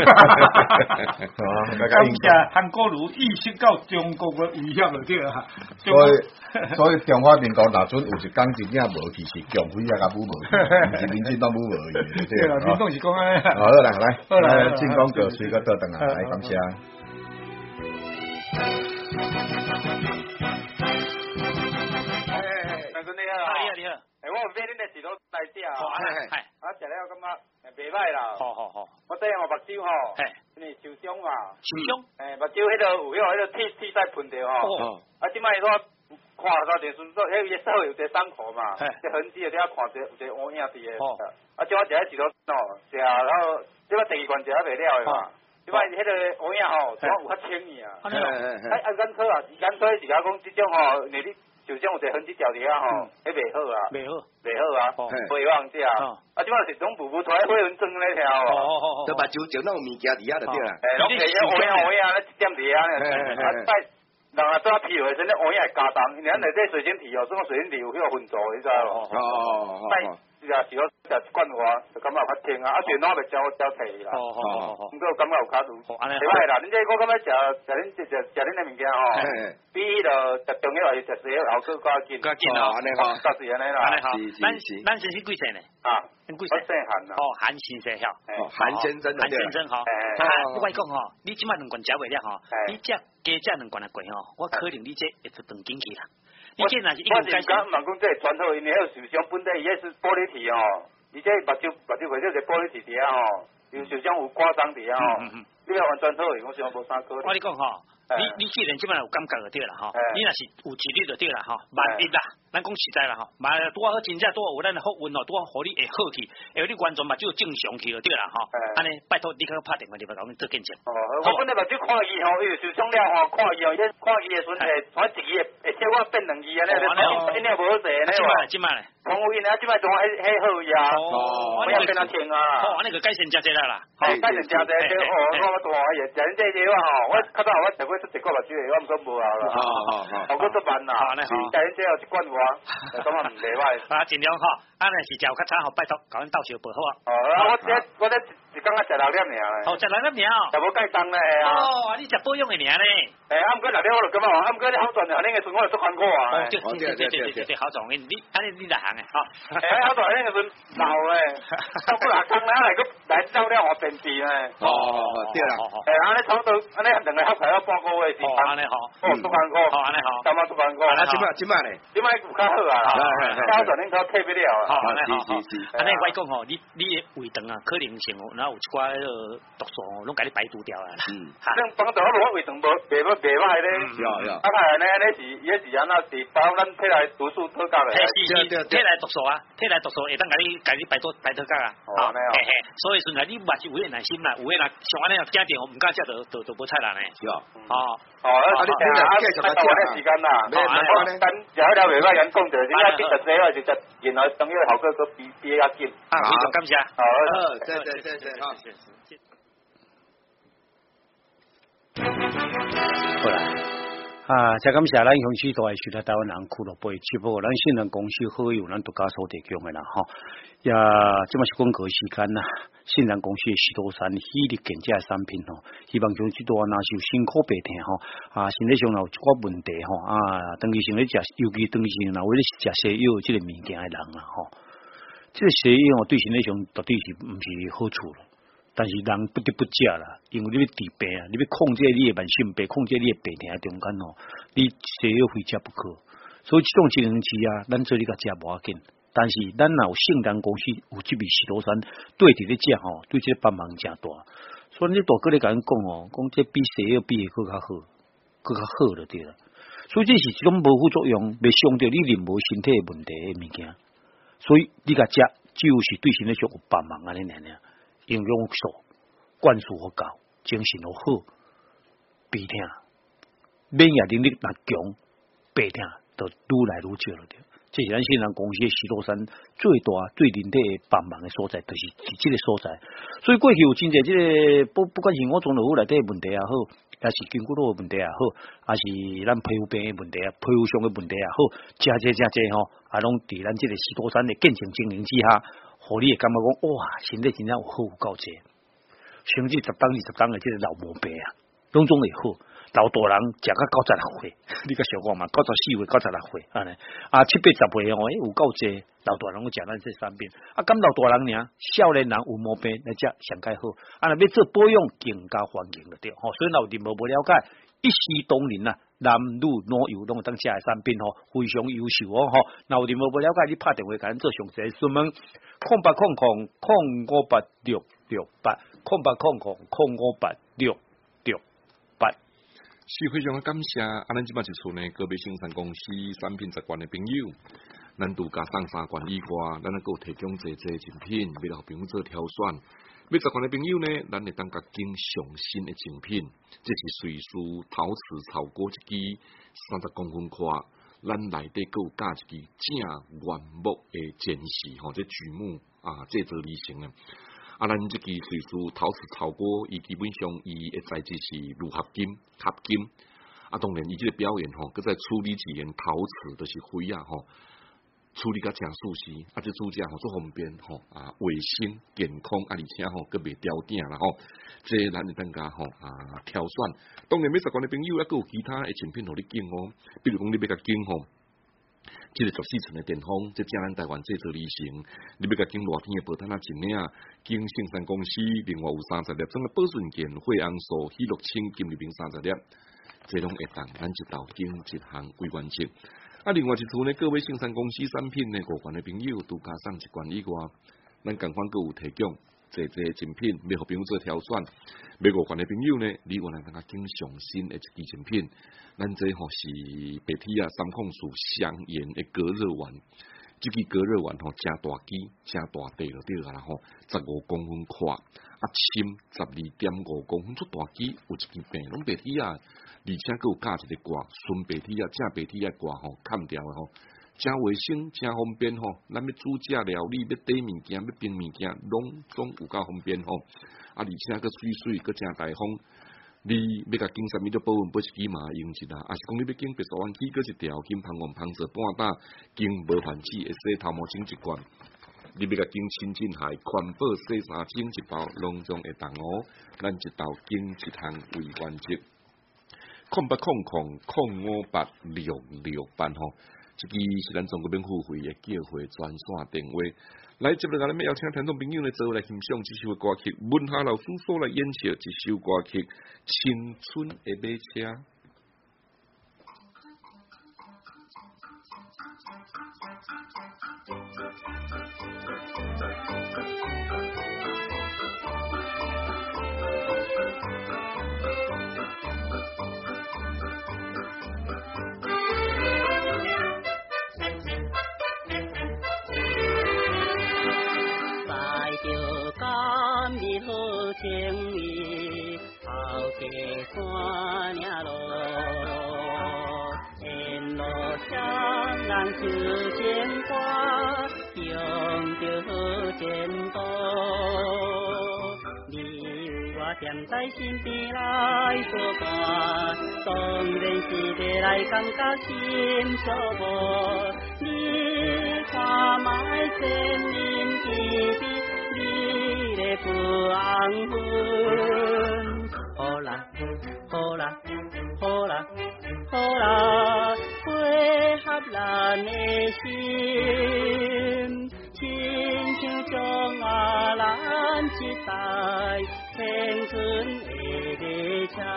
看下韓國瑜意識到中國的威脅就對啦。 所以所以中華民國若准有一講真正無去是共匪啊，甲武無去，毋是民進黨武無去。 對啦，民黨是講安尼。 好啦，來來進攻個水個倒轉來，來感謝。 我有買恁個士多來食啊，啊食了我感覺袂歹啦。好好好，我這樣目睭吼，因為受傷嘛。受傷？誒，目睭迄個有迄個迄個鐵鐵在噴着吼。啊，即擺我看到電視說，迄個手有一個傷口嘛，這痕跡在遐看着有一個烏影佇個。啊，即擺食迄士多喏，食然後即擺第二罐食還袂了的嘛。即擺迄個烏影吼，怎有較輕爾啊？啊，啊，眼科啊，眼科是甲講即種吼，你你。 就像有一個分子條條啊吼，迄袂好啊， 袂好， 袂好啊，袂往食啊，啊，即擺是種步步出來火雲裝咧條哦， 就目睭就那種物件佇遐就對啦， 誒，攏摕遐烏呀烏呀咧一點佇遐咧，啊，擺人啊做皮的時陣咧烏呀會加重，因為咱內底水晶體哦，這種水晶體有迄個混濁，你知無？哦哦哦。是啊，是我食一罐話，就感覺較甜啊，啊，全攏袂照照摕啦。哦哦哦。毋過感覺有較愈，袂歹啦。恁這我感覺食食恁食食食恁的物件吼，比迄個食中藥還是食西藥效果較緊。較緊哦，安尼吼，確實安尼啦。安尼吼，咱咱先是幾歲呢？啊，幾歲？我姓韓啊。哦，韓先生嚇。哦，韓先生。韓先生吼。啊，我講吼，你即擺兩罐食袂了吼，你食加食兩罐啊貴吼，我可能你這會出斷經期啦。我我是講，唔係講即係傳好，因為迄個受傷本體伊迄是玻璃體哦，而且目睭目睭或者是玻璃體底下吼，有受傷有刮傷底下吼，你要完全好，我想無啥可能。我你講吼，你你既然即擺有感覺就對啦吼，你若是有自律就對啦吼，萬一啦，咱講實在啦吼，萬拄好真正拄好有咱的福運哦，拄好互你會好去，會你完全目睭正常去就對啦吼，安尼拜託你較拍電話入來甲阮做見證。哦，我本來目睭看伊吼，伊受傷了吼，看伊吼，迄看伊的身體，從一支會會小可變兩支安尼，一定無好勢安尼。即擺咧，即擺咧，同有因啊，即擺仲迄迄好伊啊，我要變啊聽啊。好，安尼個改善真濟啦啦。好，改善真濟，哦，我我大個嘢，食恁這個我吼，我較早我食過出一個目睭的，我毋過無效啦。好好好，效果足慢啦。安尼好，食恁這有一罐我，咁啊唔袂歹。啊，盡量吼，安尼是食有較差吼，拜託，甲阮鬥小報好啊。哦，我這我這一工啊食六粒爾咧。哦，食六粒爾。就無介重咧啊。哦，你食保養的爾咧。誒，啊，毋過六粒我就感覺，啊，毋過你好賺啊，恁個陣我係足艱苦啊。哦，對對對對對對，好賺，你安尼你來行誒，吼。誒，好賺，恁個陣老誒，到過六工咧，來個來走了我便秘咧。哦，對啦。誒，安尼差不多，安尼兩個合起來半個月時間。安尼好。哦，足艱苦。哦，安尼好。感覺足艱苦。啊，即擺即擺咧？即擺有較好啊。較賺恁較退不了啊。好，安尼好。安尼我講吼，你你的胃腸啊，可能性哦，然後有一寡迄個毒素哦，攏甲你排除掉啊。嗯。哈。像幫到我胃腸無袂無袂歹咧。有有。啊，係呢，呢是伊是安那是包咱體內毒素脱角嘅。係是是，體內毒素啊，體內毒素會當甲你甲你排脱排脱角啊。哦，安尼哦。嘿嘿，所以說啊，你嘛是有個耐心啦，有個啦，像安尼啊，驚電話唔敢食，就就就無菜啦呢。是哦。哦。哦，啊，你聽啊，繼續講啊，時間啦。咩咩咩？等有了袂歹人講着，你一啲特色啊，就就然後等於效果個比比較緊。啊，非常感謝。好，謝謝謝謝，好。好啦，啊，真感謝咱鄉市都係受到台灣人俱樂部，只不過咱信任公司好友，咱獨家所提供嘅啦，吼。也即嘛是廣告時間啦，信任公司嘅許多產體力健這產品吼，希望鄉市都若是有辛苦白疼吼，啊，身體上若有一寡問題吼，啊，長期性咧食，尤其長期性若為咧食西藥即個物件嘅人啦，吼，即個西藥對身體上絕對是毋是好處咯。但是人不得不食啦，因為你要治病啊，你要控制你嘅慢性病，控制你嘅病痛中間吼，你西藥非食不可。所以這種情形之下，咱做你甲食無要緊。但是咱若有聖丹公司有這味史多山對佇咧食吼，對這個幫忙誠大。所以你大哥咧甲咱講哦，講這比西藥比佫較好，佫較好就對啦。所以這是一種無副作用，未傷到你任何身體問題嘅物件。所以你甲食，只有是對身體上有幫忙安尼爾爾。營養素、灌輸好高，精神好好，鼻疼、免疫能力若強，白疼就愈來愈少了。這是咱信任公司嘅史多山最大、最人體幫忙嘅所在，就是是這個所在。所以過去有真濟這個不不管是我種老虎內底嘅問題也好，還是筋骨路嘅問題也好，還是咱皮膚病嘅問題啊、皮膚上嘅問題也好，真濟真濟吼，啊，攏佇咱這個史多山嘅見證經營之下。互你會感覺講哇，身體真正有好有夠濟，甚至十當二十當嘅即個老毛病啊，攏總會好。老大人食到九十六歲，你個想講嘛？九十四歲、九十六歲，安尼啊七八十歲哦，有夠濟。老大人我食咱這產品，啊咁老大人呢，少年人有毛病來食上蓋好。啊，若要做保養，更加環境就對。吼，所以老啲無無了解，一視同仁啊。男女老幼攏有當食嘅產品吼，非常優秀哦吼。若有啲無無了解，你拍電話甲咱做詳細詢問，空八空空空五八六六八，空八空空空五八六六八。 是非常嘅感謝，啊，咱即擺就厝呢，個別生產公司產品習慣嘅朋友，咱獨家送三罐以外，咱還佫有提供濟濟精品，為了朋友做挑選。要習慣嘅朋友呢，咱會當甲經上新嘅精品，這是瑞士陶瓷炒鍋一支，三十公分寬， 咱内底佫有加一支正原木诶剪锡吼，这榉木啊制作而成诶。啊，咱即支瑞士陶瓷炒锅，伊基本上伊诶材质是铝合金、合金。啊，当然伊即个表演吼，佮在处理一件陶瓷，就是灰啊吼，处理甲诚舒适。啊，这主家吼做方便吼，啊卫生健康，啊而且吼佮袂掉顶啦吼。这咱会当甲吼啊挑选。当然，美术馆的朋友啊，佮有其他诶产品互你拣哦，比如讲你要甲拣吼。即个十四寸的电风，即正咱台湾制作而成。你要甲经热天的保单啊一领，经圣山公司另外有三十粒装的保顺健、惠昂素、喜乐清、金利平三十粒，这拢会当咱一道经一项为完成。啊，另外一处呢，各位圣山公司产品呢，五元的朋友都加送一罐以外，咱共款各有提供。这这精品，要互朋友做挑选。买五款的朋友呢，你原来当甲经上新的一支精品，咱这吼是白体啊三控素香盐的隔热丸，这支隔热丸吼真大支、真大地就对啦吼，十五公分宽，啊深十二点五公分，出大支，有一支柄拢白体啊，而且佫有加一个挂，纯白体啊，正白体啊挂吼，砍掉的吼。真卫生，真方便吼！咱要煮食料理，要底物件，要冰物件，拢总有够方便吼。啊，而且佫水水，佫真大方。你要甲经啥物都保温保一支嘛，用一啦。啊是讲你要经白沙湾起佫一条，经芳苑芳泽半打，经无凡子会洗头毛巾一罐。你要甲经清净海环保洗衫精一包，拢总会当哦。咱一道经一项为完成。空八空空空五八六六八吼。这支是咱中国免付费的叫货专线电话，来接落来，咱要邀请听众朋友来做来欣赏这首歌曲，文夏老师所来演唱这首歌曲《青春的马车》。 情义后街山岭路，沿路上人唱情歌，用着好前途。你有我踮在身边来作伴，当然是得来感觉心所无。你看卖千年之笔。你的不安分，好啦好啦好啦好啦，配合咱的心，亲像将啊咱一代青春的列车。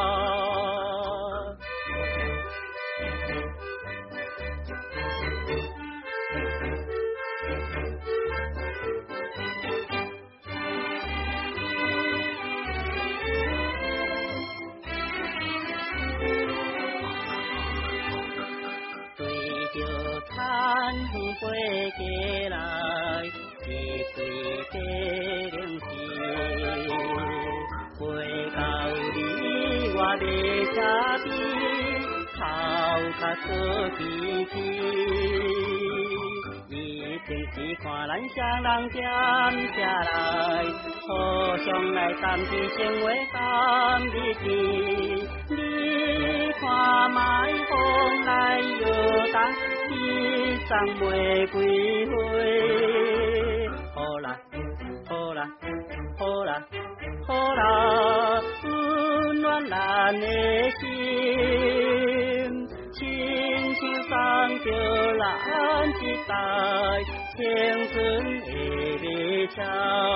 看飞过来，一对白龙旗，飞到你我马车边，头壳做鼻涕。一定是看咱双人点下来，互相来谈起生活甘日子。你看卖风来摇动。一丛玫瑰花，好啦好啦好啦好啦，温暖咱的心，亲像送着咱一代青春的列车。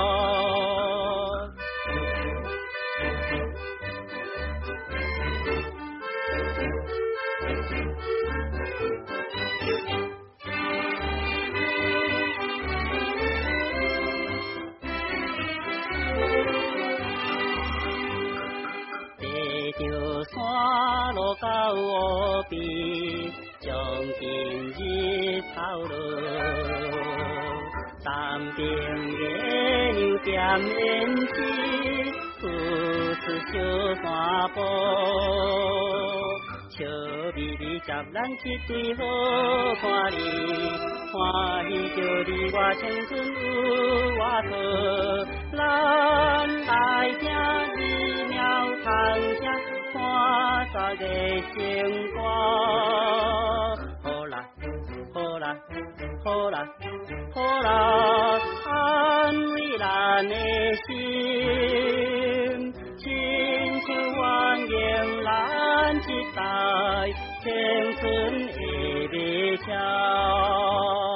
山路到湖边，将今日头路，三边月亮点胭脂，扶持小山坡， 笑眯眯接咱一对好伴侣，欢喜着你我青春有我好，咱来听二苗谈声欢乐的情歌，好啦好啦好啦好啦，安慰咱的心，亲像鸳鸯咱一代青春的美笑。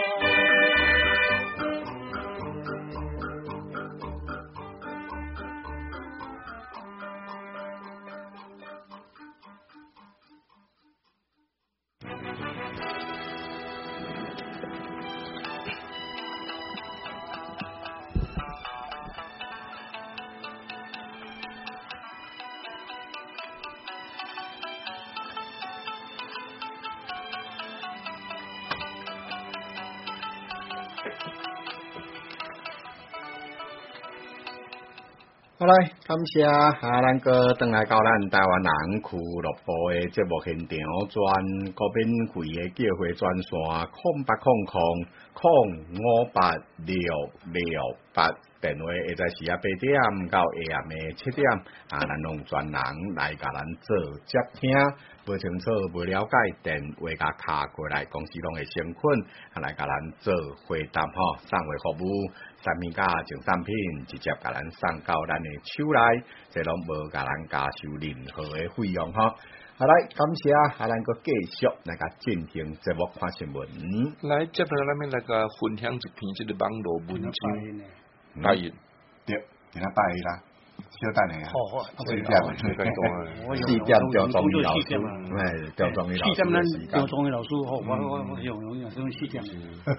好来，感谢啊，咱个转来到咱台湾人俱乐部的节目现场，转国宾会的叫回专线空八空空空五八六六八，电话会在时啊八點到下暗的七點，啊，咱用專人來甲咱做接聽，不清楚不了解，電話甲卡過來，公司攏會先困，啊來甲咱做回答吼，送貨服務。產品甲淨產品直接甲咱送到咱的手內，這攏無甲咱加收任何的費用吼。好來，感謝啊，咱個繼續來甲進行節目看新聞。 來，接下來咱們來個分享一篇即個網絡文章。拜一， 對，今仔拜一啦，小等下啊，四點，四點叫莊宇老師，誒，叫莊宇老師。四點咱叫莊宇老師，好，我我我用用用用四點。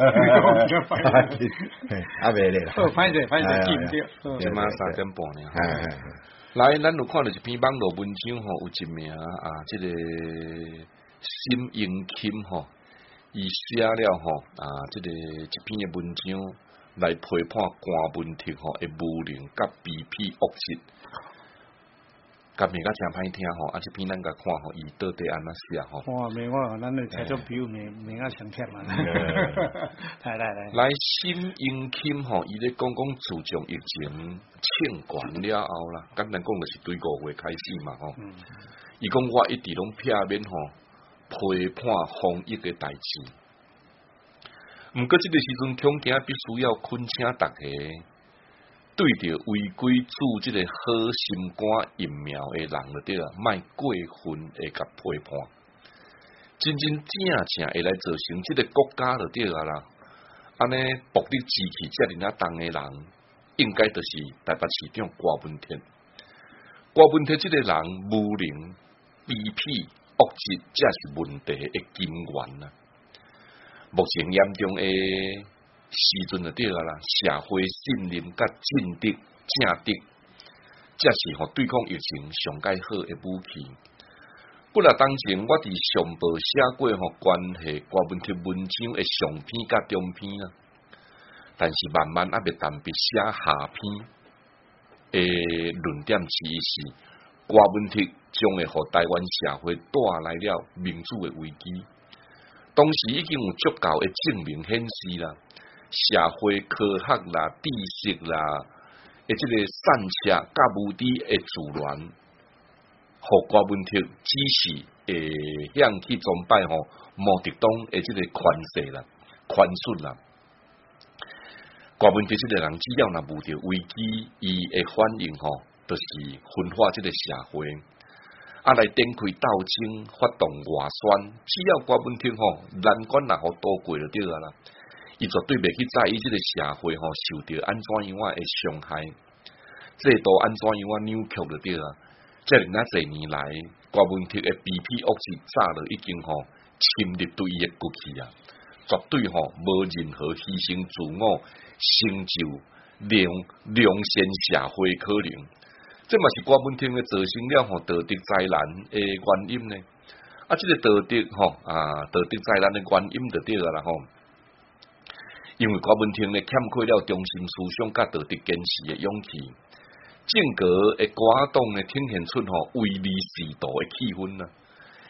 啊，袂咧啦。好，反正反正記唔掉。 今晚三點半呢。來，咱有看到一篇網絡文章吼，有一名啊，即個沈英琴吼，伊寫了吼啊，即個一篇嘅文章。來批判關文鐵吼嘅無能甲卑鄙惡質，甲名甲真歹聽吼，啊！這篇咱甲看吼，伊到底安怎寫吼？ 哇！名我咱嚟睇咗表名名啊上貼嘛。來來來， 來沈英琴吼，伊咧講講自從疫情清關了後啦，簡單講就是對五月開始嘛吼。伊講我一直攏片面吼批判防疫嘅代志。毋過，即個時陣，恐驚必須要懇請大家對着違規注即個好心肝疫苗嘅人就對啦，莫過分會甲批判，真真正正會來造成即個國家就對啊啦。安尼暴力支持遮爾啊重嘅人，應該就是台北市長郭文鐵。郭文鐵即個人無能、卑鄙、惡質，才是問題嘅根源啊！目前嚴重誒時陣就對啊啦，社會信任甲正德正德，才是吼對抗疫情上解好誒武器。本來當前我佇上報寫過吼關係郭文鐵文章誒上篇甲中篇啊，但是慢慢啊未特別寫下篇誒論點之一是郭文鐵將會互台灣社會帶來了民主誒危機。當時已經有足夠嘅證明顯示啦，社會科學啦、知識啦，誒，即個散車甲無知嘅自亂，互郭文鐵只是會向去崇拜吼毛澤東誒，即個權勢啦、權術啦。郭文鐵即個人只要若遇到危機，伊嘅反應吼，就是分化即個社會。啊！來展開鬥爭，發動外宣，只要郭文鐵吼難關若好渡過就對啊啦。伊絕對袂去在意即個社會吼受到安怎樣啊嘅傷害，制度安怎樣啊扭曲就對啊。即係那儕年來，郭文鐵嘅卑鄙惡質早就已經吼侵入對伊嘅骨氣啊，絕對吼無任何犧牲自我、成就良良善社會可能。這嘛是郭文鐵嘅造成了吼道德災難嘅原因呢？啊，即、這個道德吼啊道德災難嘅原因就對啦吼，因為郭文鐵呢欠缺了中心思想甲道德堅持嘅勇氣，政閣嘅寡黨呢呈現出吼唯利是圖嘅氣氛啦，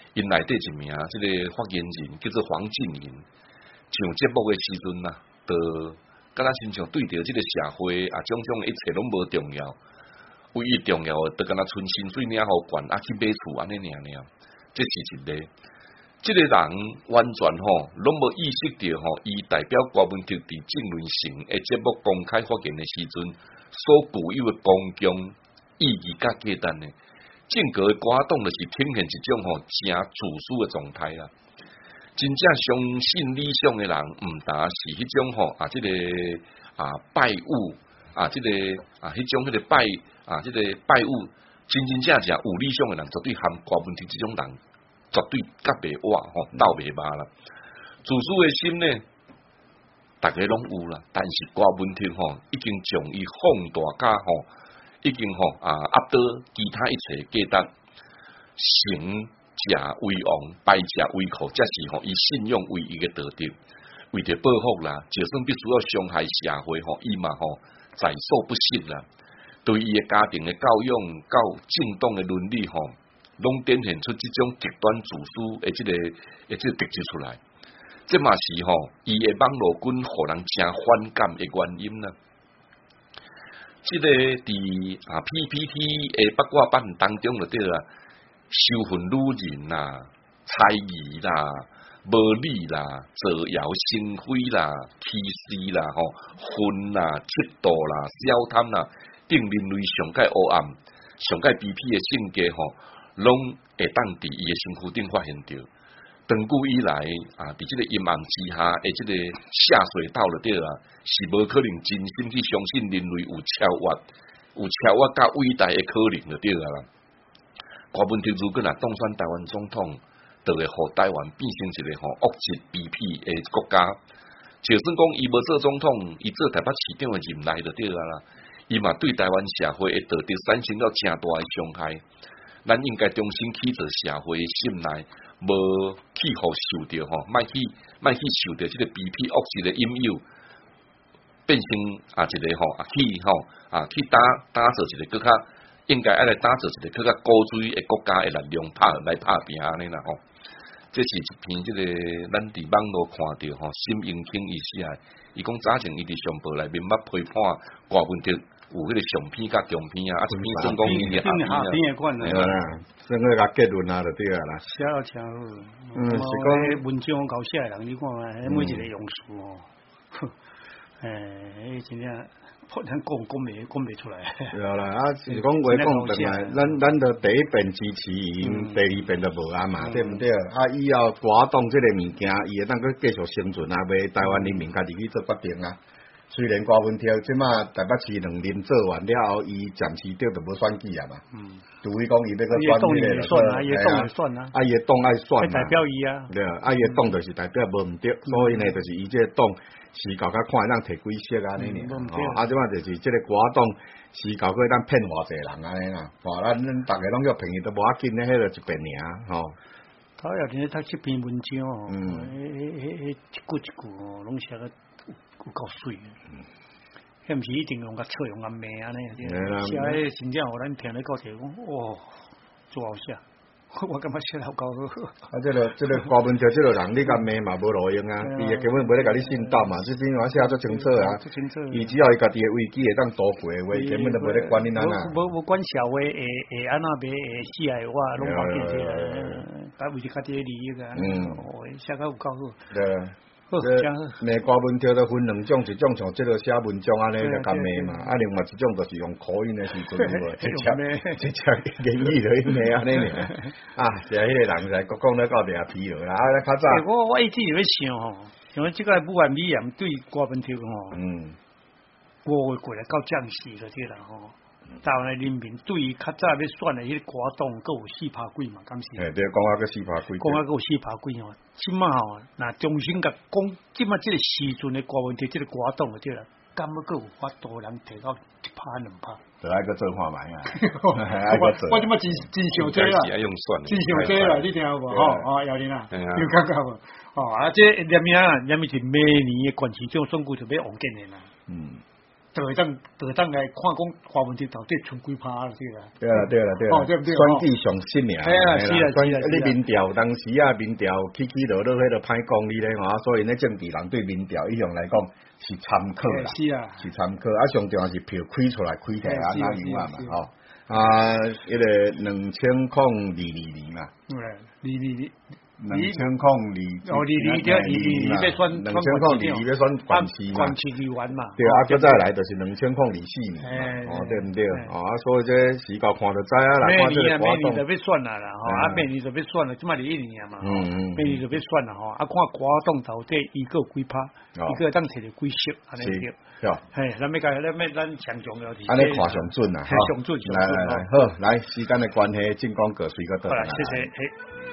因内底一名即个发言人叫做黄静莹，上节目诶时阵呐，都敢若亲像对着即个社会啊，种种一切拢无重要，唯一重要诶，都敢若存薪水领好管啊去买厝安尼尔尔，这是一个。即、這個人完全吼，攏無意識到吼，伊代表郭文哲佇政論城誒節目公開發言誒時陣，所具有誒公共意義甲價值呢？政閣誒歌黨就是呈現一種吼正自私誒狀態啦。真正相信理想誒人，毋但是迄種吼啊，即、這個啊拜物啊，即、這個啊迄種迄個拜啊，即、這個拜物真真正正有理想誒人，絕對含郭文哲即種人。絕對甲袂活吼，鬥袂麻啦。自私嘅心呢，大家攏有啦。但是郭文哲吼，已經將伊放大甲吼，已經吼啊壓倒其他一切價值，成者為王，敗者為寇，這是吼伊信仰唯一嘅道德。為着報復啦，就算必須要傷害社會吼，伊嘛吼在所不惜啦。對伊嘅家庭嘅教養，到正當嘅倫理吼。攏展現出即種極端自私誒，即個誒，即個特質出來，這嘛是吼，伊誒網絡軍互人誠反感誒原因啦。即、這個佇啊 P P T 誒八卦版當中就對啦，羞憤女人啦、猜疑啦、無理啦、造謠生非啦、歧視啦、吼、昏啦、嫉妒啦、小貪啦，定人類上界黑暗、上界卑鄙誒性格吼。攏會當佇伊嘅身軀頂發現着，長久以來啊，佇即個陰暗之下，誒，即個下水道了對啊，是無可能真心去相信人類有超越、有超越甲偉大嘅可能了對啊啦。郭文哲如果若當選台灣總統，就會互台灣變成一個吼惡質卑鄙嘅國家。就算講伊無做總統，伊做台北市長嘅任內就對啊啦，伊嘛對台灣社會嘅道德產生了誠大嘅傷害。咱應該重新起造社會心內，無去互受着吼，莫去莫去受着即個卑鄙惡質嘅引誘，變成啊一個吼啊去吼啊去打打造一個更較應該愛來打造一個更較高水嘅國家嘅力量拍來拍拼安尼啦吼。這是一篇即個咱佇網絡看到吼，心英傾意思啊，伊講早前伊佇上報內面捌批判郭文哲。有迄個上片甲中片啊，啊一片算講伊嘅下片啊， 係啦，算個甲結論啊，就對啊啦。 寫了誠好，嗯，是講文章搞寫人，你看嘛，每一個用詞哦，誒，真正咱講講袂講袂出來。 對啦，啊是講話講轉來，咱咱就第一遍支持伊，第二遍就無啊嘛，對唔對？啊，以後活動即個物件，伊會當佢繼續生存啊，為台灣人民家己去做決定啊。雖然郭文哲即馬台北市兩年做完了後，伊暫時對就無選舉啊嘛。嗯。除非講伊要個選舉咧， 算啊，伊黨會選啊。 啊，伊黨愛選嘛。 代表伊啊。 對啊，啊，伊黨就是代表無毋對，所以呢，就是伊即個黨是搞甲看會當摕幾色安尼爾。哦，啊，即馬就是即個國黨是搞佢當騙偌濟人安尼啦。哦，咱咱逐個攏叫朋友都無要緊咧，迄個一邊爾。吼。 他要聽他這篇文章哦，嗯，迄迄迄一句一句哦，攏寫個。有夠水，迄毋是一定用甲錯用甲罵安尼，寫迄真正互咱聽咧到時講，哇，做好寫，我感覺寫得好夠好。 啊，即個即個郭文哲即個人，你甲罵嘛無路用啊，伊根本袂咧甲你信道嘛，即陣我寫足清楚啊，伊只要伊家己嘅危機會當躲過嘅話，根本就袂咧管你哪哪。 無無管社會會會安怎賣會死害我，攏講見者，家為着家己嘅利益啊，哦，寫得有夠好。 對。罵郭文哲都分兩種，一種像即個寫文章安尼就咁罵嘛，啊另外一種就是用口音嘅時陣，直接直接言語嚟罵安尼爾，啊，就係迄個人就係講咧到地下皮了啦，啊，較早。 我我一直喺想吼，像即個武漢肺炎對郭文哲吼，嗯，五月過來到降息嗰啲啦吼。台灣人民對於較早要選的迄個歌黨，佫有四拍幾嘛，敢是？ 誒，對，講啊個四拍幾， 講啊佫有四拍幾吼。即馬吼，若重新甲講，即馬即個時陣的郭文哲，即個歌黨就對啦，敢要佫有法度人提到一拍兩拍？ 就愛個做看賣啊！ 我即馬真真想這啦，真想這啦，你聽有無？吼，哦，姚玲啊，有感覺無？哦，啊，這連名啊，連名是明年嘅縣市長選舉就要王建聯啦。嗯。 就会当就会当来看讲华文题到底剩几趴对啦。 对啦对啦对啦，选举上新尔， 哎呀是啊是啊， 你民调当时啊民调起起落落迄个歹讲理咧吼，所以呢政治人对民调一向来讲是参考啦， 是啊， 是参考，啊上重要是票开出来开起来啊那样嘛吼，啊迄个两千零二二年嘛， 嗯，二二二。 两千零二， 哦，二二二二二要选， 两千零二二要选县市嘛， 县市议员嘛， 对啊，再再来就是两千零二四年，哦对唔对？哦啊，所以这时间看就知啊，来看这个活动， 明年就要选啦啦，吼，啊明年就要选啦，即摆是一年嘛，嗯嗯，明年就要选啦吼，啊看活动到底伊个几趴，伊个当摕着几色，安尼对，嘿，咱要甲咱要咱上重要题， 安尼看上准啦， 上准上准， 来来来，好，来时间的关系，进广告随个倒来， 谢谢，嘿。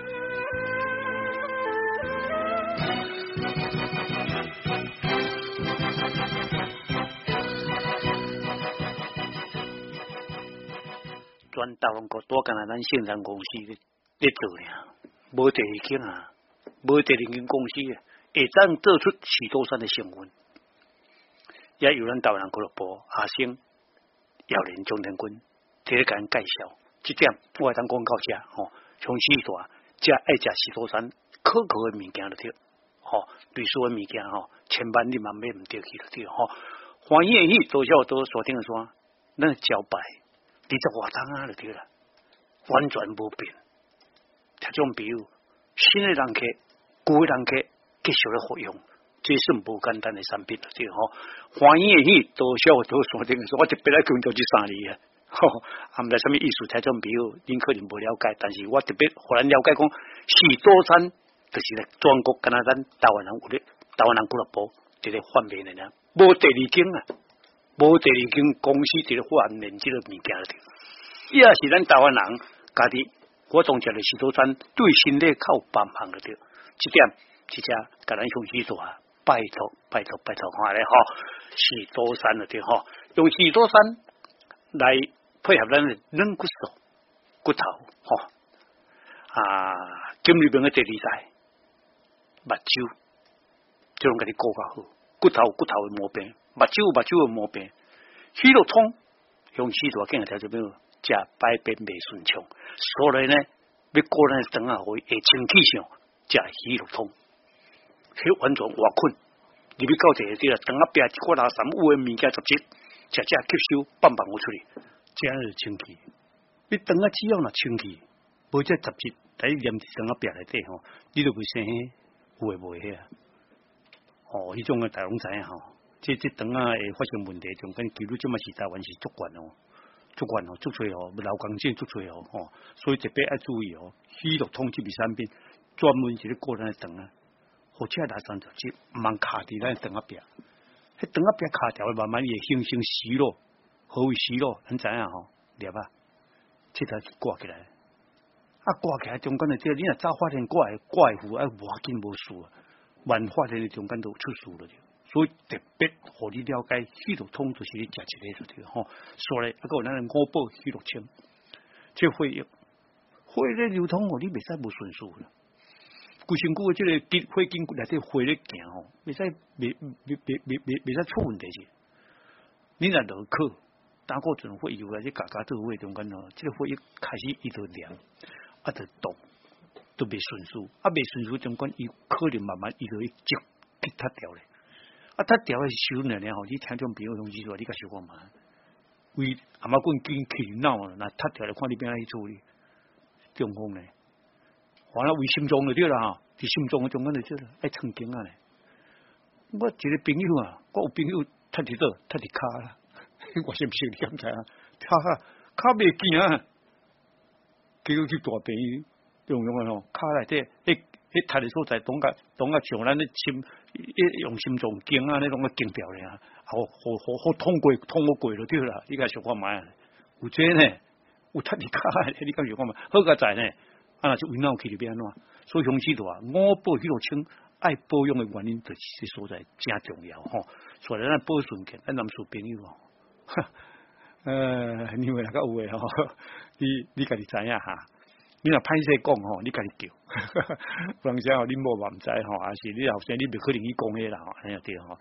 全台湾国多干那咱生产公司咧咧做俩，无第二间啊，无第二间公司啊，会当做出许多山的新闻，也有咱台湾人俱乐部阿星、姚连、钟天军，伫咧甲咱介绍，即点我会当讲到遮吼，从许大遮爱食许多山可可的物件就对，吼，类似的物件吼，千万你嘛买唔得去就对吼，欢喜的喜，多少多锁定说，那招牌。二十外趟啊，就对啦，完全无变。这种比如新的人客、旧的人客继续咧服用，这是无简单的产品了，对吼。欢喜的喜，多少多锁定说，我特别来强调这三字啊，吼，啊毋知什么意思？这种比如恁可能无了解，但是我特别互咱了解讲，许多山就是咧全国敢若咱台湾人有咧，台湾人俱乐部伫咧贩卖的呢，无第二间啊。无第二间公司伫咧贩卖即个物件了，也是咱台湾人家己活动食的许多山对身体较帮忙了，对，即点即只甲咱向许多啊，拜托拜托拜托看咧吼，许多山了对吼，用许多山来配合咱的软骨素、骨头吼啊，今日边个第二代目睭，就用甲你顾较好，骨头骨头的毛病。目睭目睭的毛病，许多痛，用许多经条就比如食排便未顺畅，所以呢，要过咱肠啊会会清气上食许多痛，迄完全活困，入去到这个地啦，肠啊边一块垃圾有的物件杂质，食食吸收放放我出去，这样是清气。你肠啊只要若清气，无这杂质在黏伫肠啊边内底吼，你就会生有诶无诶啊？哦，迄种诶大拢知影吼。这这肠啊会发生问题，中间几率即嘛是台湾是足悬哦，足悬哦，足多哦，劳工证足多哦，吼，所以特别要注意哦。许多通这类产品专门是咧过咱的肠啊，或者来三杂质，唔通卡伫咱肠啊边，迄肠啊边卡条，慢慢会形成息肉，何为息肉？咱知影吼，对吧？这条是挂起来，啊挂起来中间的这，你若早发现挂的挂的符啊，无要紧无事啊，晚发现的中间都出事了。所以特别互你了解，许多通就是你食一个就对吼。所以啊，个咱的五宝许多清，这血液血液流通哦，你袂使无顺序啦。规身躯的这个筋血筋内底血咧行吼，袂使袂袂袂袂袂袂使出问题去。你若落去打过阵血油啊，这加加做血中间哦，这个血液开始伊就凉，啊就动，都袂顺序，啊袂顺序中间伊可能慢慢伊就会积去塌掉咧。啊，他调的时阵呢，吼，你听种朋友同志说，你甲小看嘛，为阿妈棍紧气闹了，那他调来看你边来去处理，中风呢，完了为心脏就对啦，吼，伫心脏的中间就对啦，爱曾经啊咧，我一个朋友啊，我有朋友踢伫倒，踢伫骹啦，我信不信你敢知啊？骹骹袂见啊，结果去大病用用啊吼，骹内底迄。迄踢的所在，当个当个像咱咧心，用心脏经啊，那种个经掉咧啊，好好好好通过通过过就对啦。你甲想看卖，有这呢，有踢你骹，你甲想看卖，好个在呢，啊那是为脑去里边安怎？所以雄起大五宝迄落清爱保养的原因，就是所在真重要吼。所以咱保顺健，咱男士朋友吼，呃，因为那个有诶吼，你你家己知影哈。你若歹势讲吼，你家己叫，有当时吼你某嘛毋知吼，还是你后生你袂可能去讲迄啦吼，安尼对吼。啊，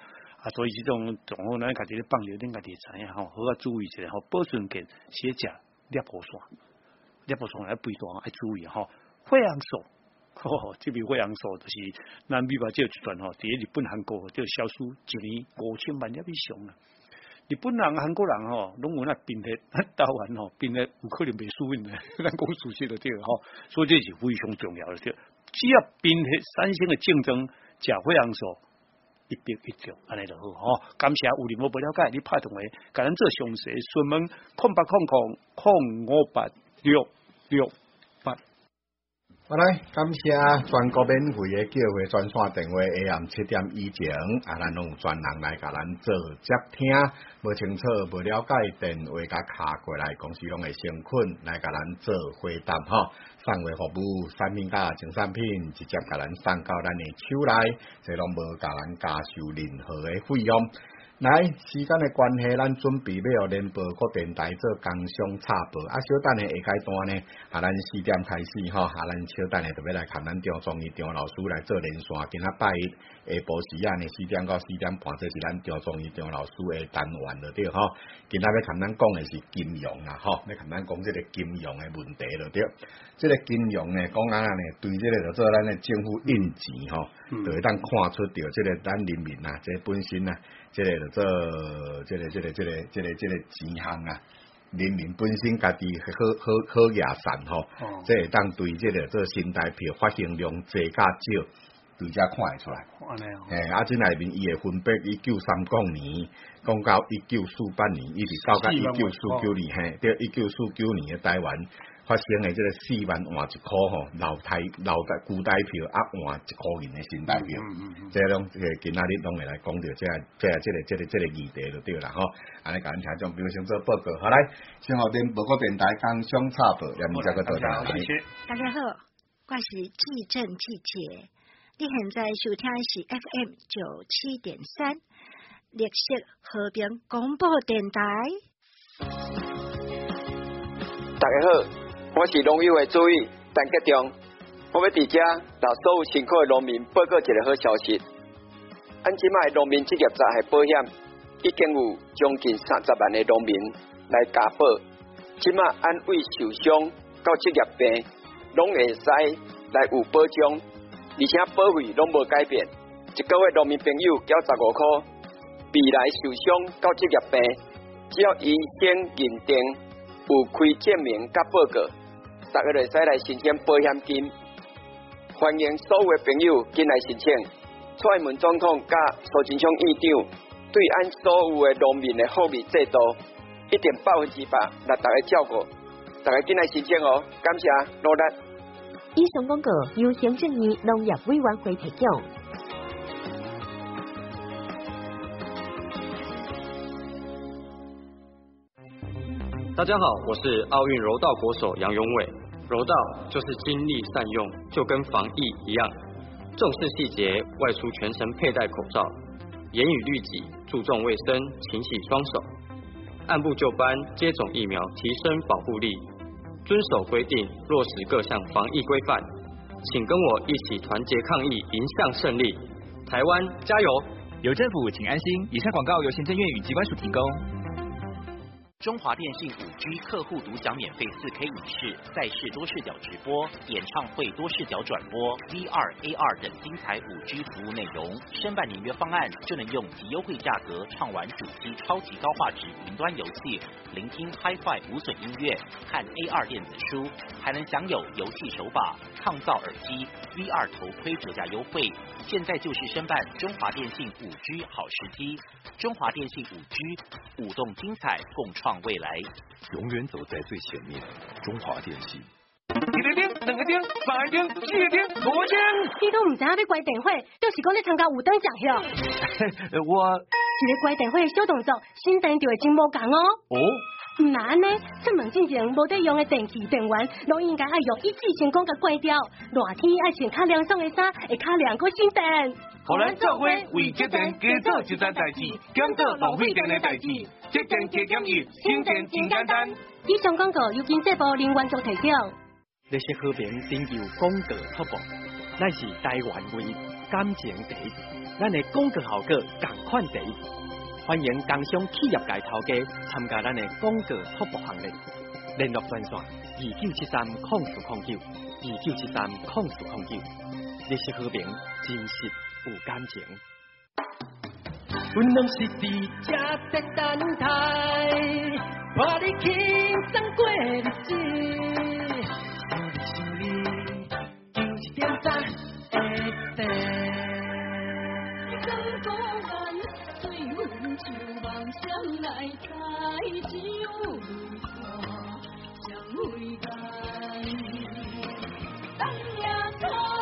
啊，所以这种状况咱家己咧放尿，恁家己知影吼，好啊注意一下吼。保存健写食裂破线，裂破线来肥大爱注意吼。血红素，吼、哦，这边血红素就是咱美国这一段吼，伫日本、韩国就消失一年五千万粒以上啊。日本人、韩国人吼，拢有那贫血，台湾吼贫血有可能袂输因的，咱讲事实就对了吼。所以这是非常重要的，对。只要贫血产生的竞争，食血红素一笔一条，安尼就好吼。感谢有任何不了解，你拍电话，甲咱做详细询问，空八空空空五八六六八。 好来，感谢全国免费的叫货专线电话，下暗七点以前，啊，咱拢有专人来甲咱做接听，无清楚、无了解，电话甲卡过来，公司拢会先困来甲咱做回答吼。送货服务、产品甲精产品，直接甲咱送到咱的手内，这拢无甲咱加收任何的费用。来，时间的关系，咱准备要互联播各电台做工商插播，啊，小等的下阶段呢，啊，咱四点开始吼，啊，咱小等的特别来看咱张忠义张老师来做连线，今仔拜一下晡时啊呢，四点到四点半，这是咱张忠义张老师的单元了对吼。今仔要看咱讲的是金融啊吼，要看咱讲这个金融的问题了对。这个金融呢，讲安尼呢，对这个就做咱的政府印钱吼，就会当看出着这个咱人民啊，这本身啊。这个就做，这个、这个、这个、这个、这个钱项啊，人民本身家己好好好野善吼，哦、这会当对这个做新台票发行量侪甲少，对遮看会出来。诶、哦，啊，这内面伊会分别一九三九年，讲到一九四八年，一直到到一九四九年，嘿，对，一九四九年嘅台湾。发生的这个四万换一箍吼，老台老台旧台票啊换一箍银的新台票，嗯嗯嗯、这种这个今仔日拢会来讲到这这这个这个这个议题就对啦吼。安尼甲咱听众朋友先做报告，好来，先互联播各电台工商插播，连名这个多大？ 大家好，我是季正季姐，你现在收听的是 F M 九七点三，绿色和平广播电台。 大家好。我是农友的主委陈吉中，我要伫遮甲所有辛苦的农民报告一个好消息。咱即卖农民职业灾害保险已经有将近三十万的农民来加保，即卖按为受伤到职业病，拢会使来有保障，而且保费拢无改变。一个月农民朋友缴十五块，未来受伤到职业病，只要医生认定有开证明甲报告。大家就使来申请保险金，欢迎所有的朋友进来申请。蔡英文总统甲苏贞昌院长对咱所有的农民的福利制度，一定百分之百来大家照顾。大家进来申请哦，感谢努力。 以上广告由行政院农业委员会提供。 大家好，我是奥运柔道国手杨永伟。柔道就是精力善用，就跟防疫一样，重视细节，外出全程佩戴口罩，严以律己，注重卫生，勤洗双手，按部就班接种疫苗，提升保护力，遵守规定，落实各项防疫规范。请跟我一起团结抗疫，迎向胜利。台湾加油！ 有政府，请安心。以上广告由行政院与机关署提供。 中华电信 五 G 客户独享免费 四 K 影视、赛事多视角直播、演唱会多视角转播、V R A R 等精彩 五 G 服务内容。申办年约方案就能用极优惠价格畅玩主机超级高画质云端游戏，聆听 Hi-Fi 无损音乐，看 A R 电子书，还能享有游戏手把、抗噪耳机、V R 头盔折价优惠。现在就是申办中华电信 五 G 好时机。中华电信 五 G， 舞动精彩，共创未来， 永远走在最前面。中华电信。 一个点，两个点，三个点，四个点，五个点。 你都唔知影要关电话，就是讲你参加有灯奖项。 我一个关电话的小动作，心电就会真无共哦。 哦。 唔然安尼，出门进前无得用的电器电源，拢应该爱用一次性管甲关掉。热天爱穿较凉爽的衫，会较凉过省电。 互咱做伙为节电加做一件代志，减做浪费电的代志，节电加减一，省电真简单。 以上广告由经济部能源局提供。 绿色和平拯救广告突破，咱是台湾唯感情第一。 咱的广告效果同款第一。欢迎工商企业界头家参加咱的广告突破行列，联络专线二九七三空四空九，二九七三空四空九。日式和平，真实有感情。 阮拢是伫这在等待，看你轻松过日子，想你想你，就一点赞会得。光孤单，对阮像梦想来猜，只有泪花相会间，冬夜空。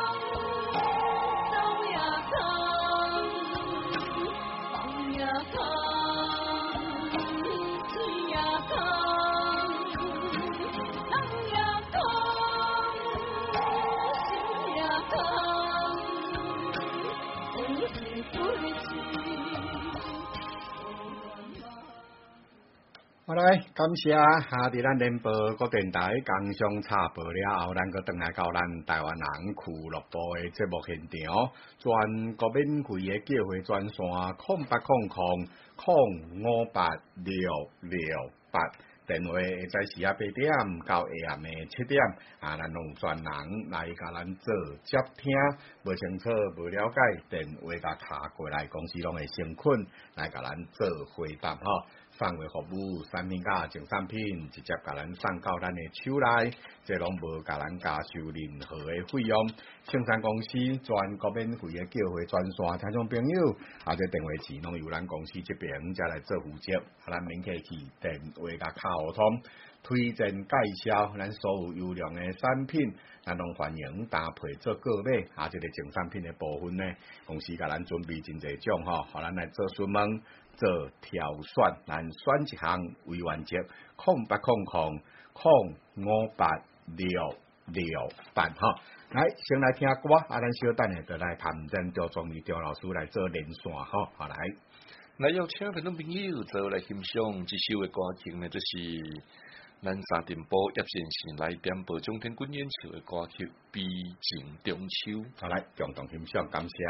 好来，感谢哈！伫咱联播各电台工商插播了后，咱搁转来到咱台湾人俱乐部的节目现场，全国免费的叫货专线空八空空空五八六六八，电话会在时啊八点到下暗的七点，啊，咱用专人来甲咱做接听，无清楚、无了解，电话甲卡过来，公司拢会先困来甲咱做回答吼。范围服务、产品甲净产品，直接甲咱送到咱的手内，这拢无甲咱加收任何的费用。生产公司全国免费的叫货专线，听众朋友，啊，这电话钱拢由咱公司这边才来做负责，啊，咱免客气，电话甲卡互通，推荐介绍咱所有优良的产品，咱拢欢迎搭配做购买，啊，这个净产品的部分呢，公司甲咱准备真侪种吼，互咱来做询问。做挑选，咱选一项为原则，空八空空空五八六六八哈。来，先来听歌，啊，咱小等下就来谈真赵庄理赵老师来做连线哈，好来。 来邀请听众朋友做来欣赏这首的歌曲呢，就是咱沙尘暴叶先生来点播中天滚演唱的歌曲《悲情中秋》。 好来，共同欣赏，感谢。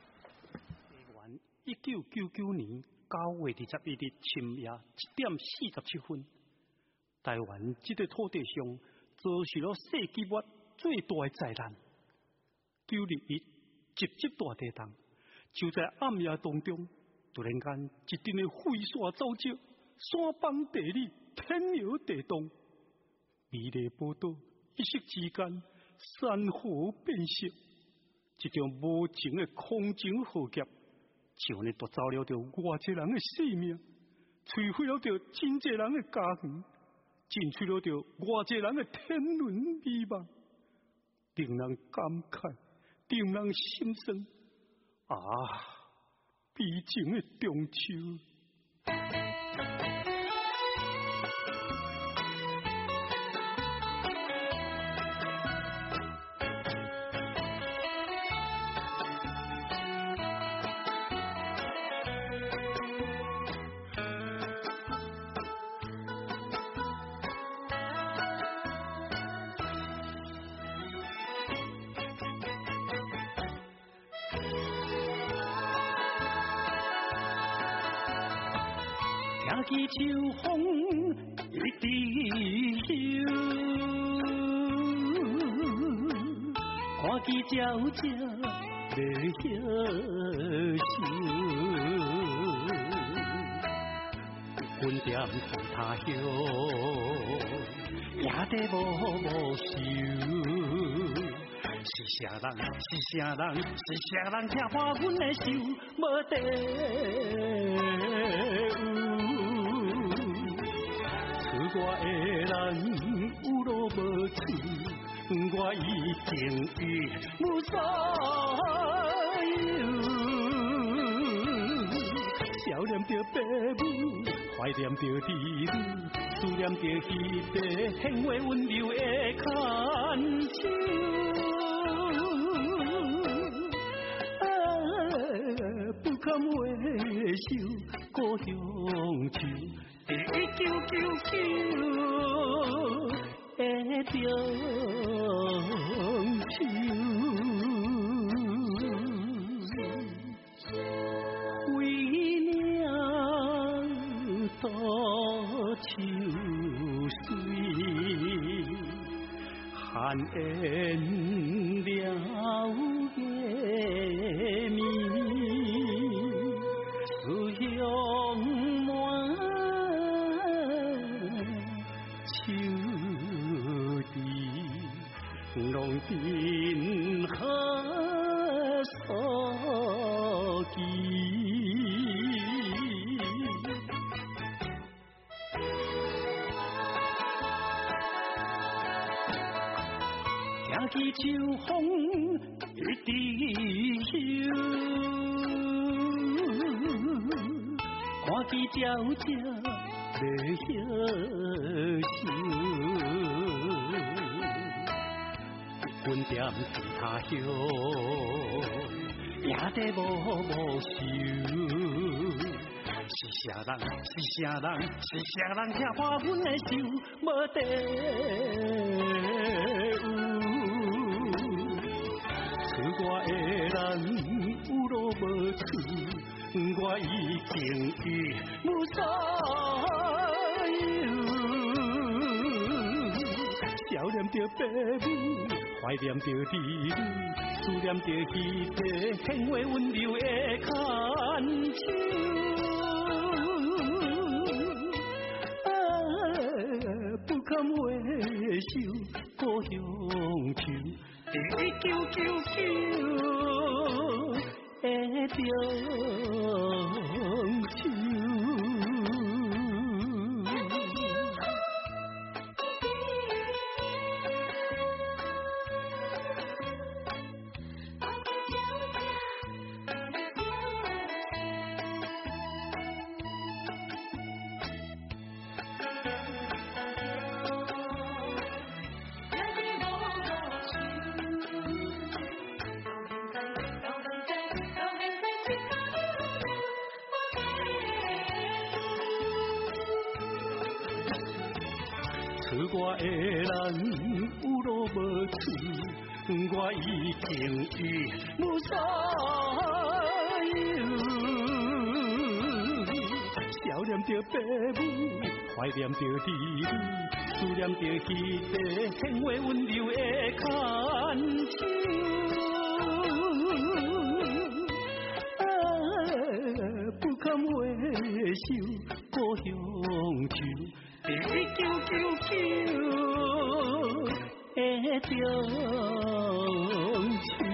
一九九九年。九月二十一日深夜一点四十七分，台湾这个土地上遭受了世纪末最大的灾难。九二一直接大地震，就在暗夜当中，突然间一阵的飞沙走石，山崩地裂，天摇地动。美丽宝岛一夕之间山河变色，一场无情的空前浩劫。就呢夺走了着偌济人的性命，摧毁了着真济人的家园，震碎了着偌济人的天伦美梦，令人感慨，令人心酸。啊，悲情的中秋。听见秋风一滴休，看见鸟只在休息，阮踮在他乡，也得无无想。是啥人？是啥人？是啥人听破阮的愁？无地有，厝外的人有路无厝，我已经一无所有。想念着爸母，怀念着儿女，思念着彼个鲜活温柔的牵手。不堪回首，故乡愁，第一九九九的中秋。 烟了夜暝，思乡满秋地，浪尽何所寄。听起秋风一滴袖，看起鸟只在遐想，阮踮地下乡，也在无无想。是啥人？是啥人？是啥人听破阮的愁？无地有，厝外的人有路无厝，我已经一无所有。想念着爸母，怀念着儿女，思念着彼个鲜花温柔的牵手。不堪回首，故乡愁，一九九九的中秋。厝外的人有路无厝，我已经一无所有。想念着爸母，怀念着儿女，思念着彼个鲜花温柔的牵手。不堪回首，故乡愁。一九九九的中秋。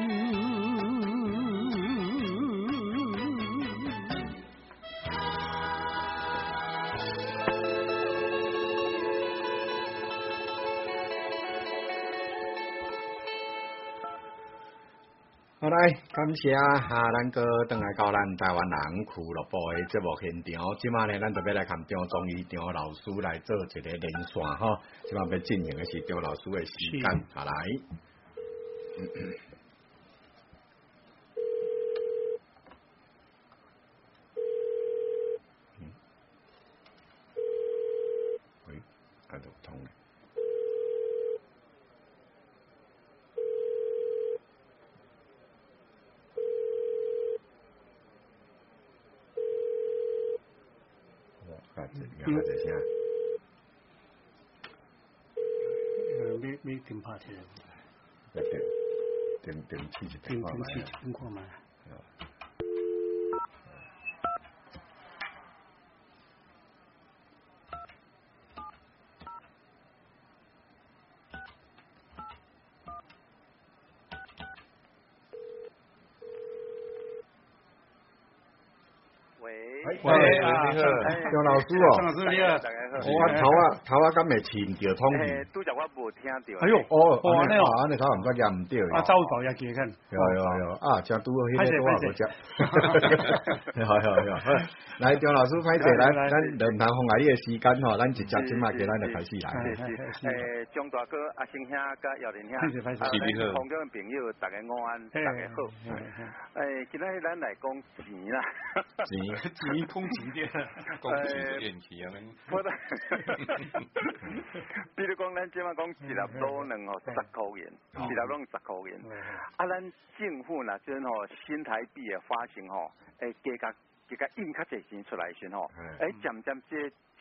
好来，感谢啊！咱哥转来到咱台湾人俱乐部的节目现场，即马呢，咱就要来看张忠义张老师来做一个连线哈。即马要进行的是张老师的时间，好来。嗯嗯嗯，喂，啊，就通了。啊，这原来这些。 呃，没没电话去。 电电电器是电话嘛？ 电器电话嘛。 喂，你好，张老师哦， 张老师你好， 我头啊头啊，敢未听着通气？拄则我无听到。 哎呦， 哦，哦，你好，你头唔该唔对。 啊，走走也记紧。 有有有，啊，正拄好迄个拄啊无只。有有有，来张老师，歹势，咱咱论坛放下你嘅时间吼，咱直接即马叫咱就开始来。 是是，诶，张大哥、阿星兄、甲姚玲兄， 是你好， 空中嘅朋友，大家午安，大家好。诶，今日咱来讲钱啦。 钱钱空钱啲， 讲钱就怨气啊！ 我比如讲，咱即马讲一粒卤卵吼，十块元，一粒拢十块元。啊，咱政府若阵吼新台币嘅发行吼，诶，加甲加甲印较侪钱出来时吼，诶，渐渐即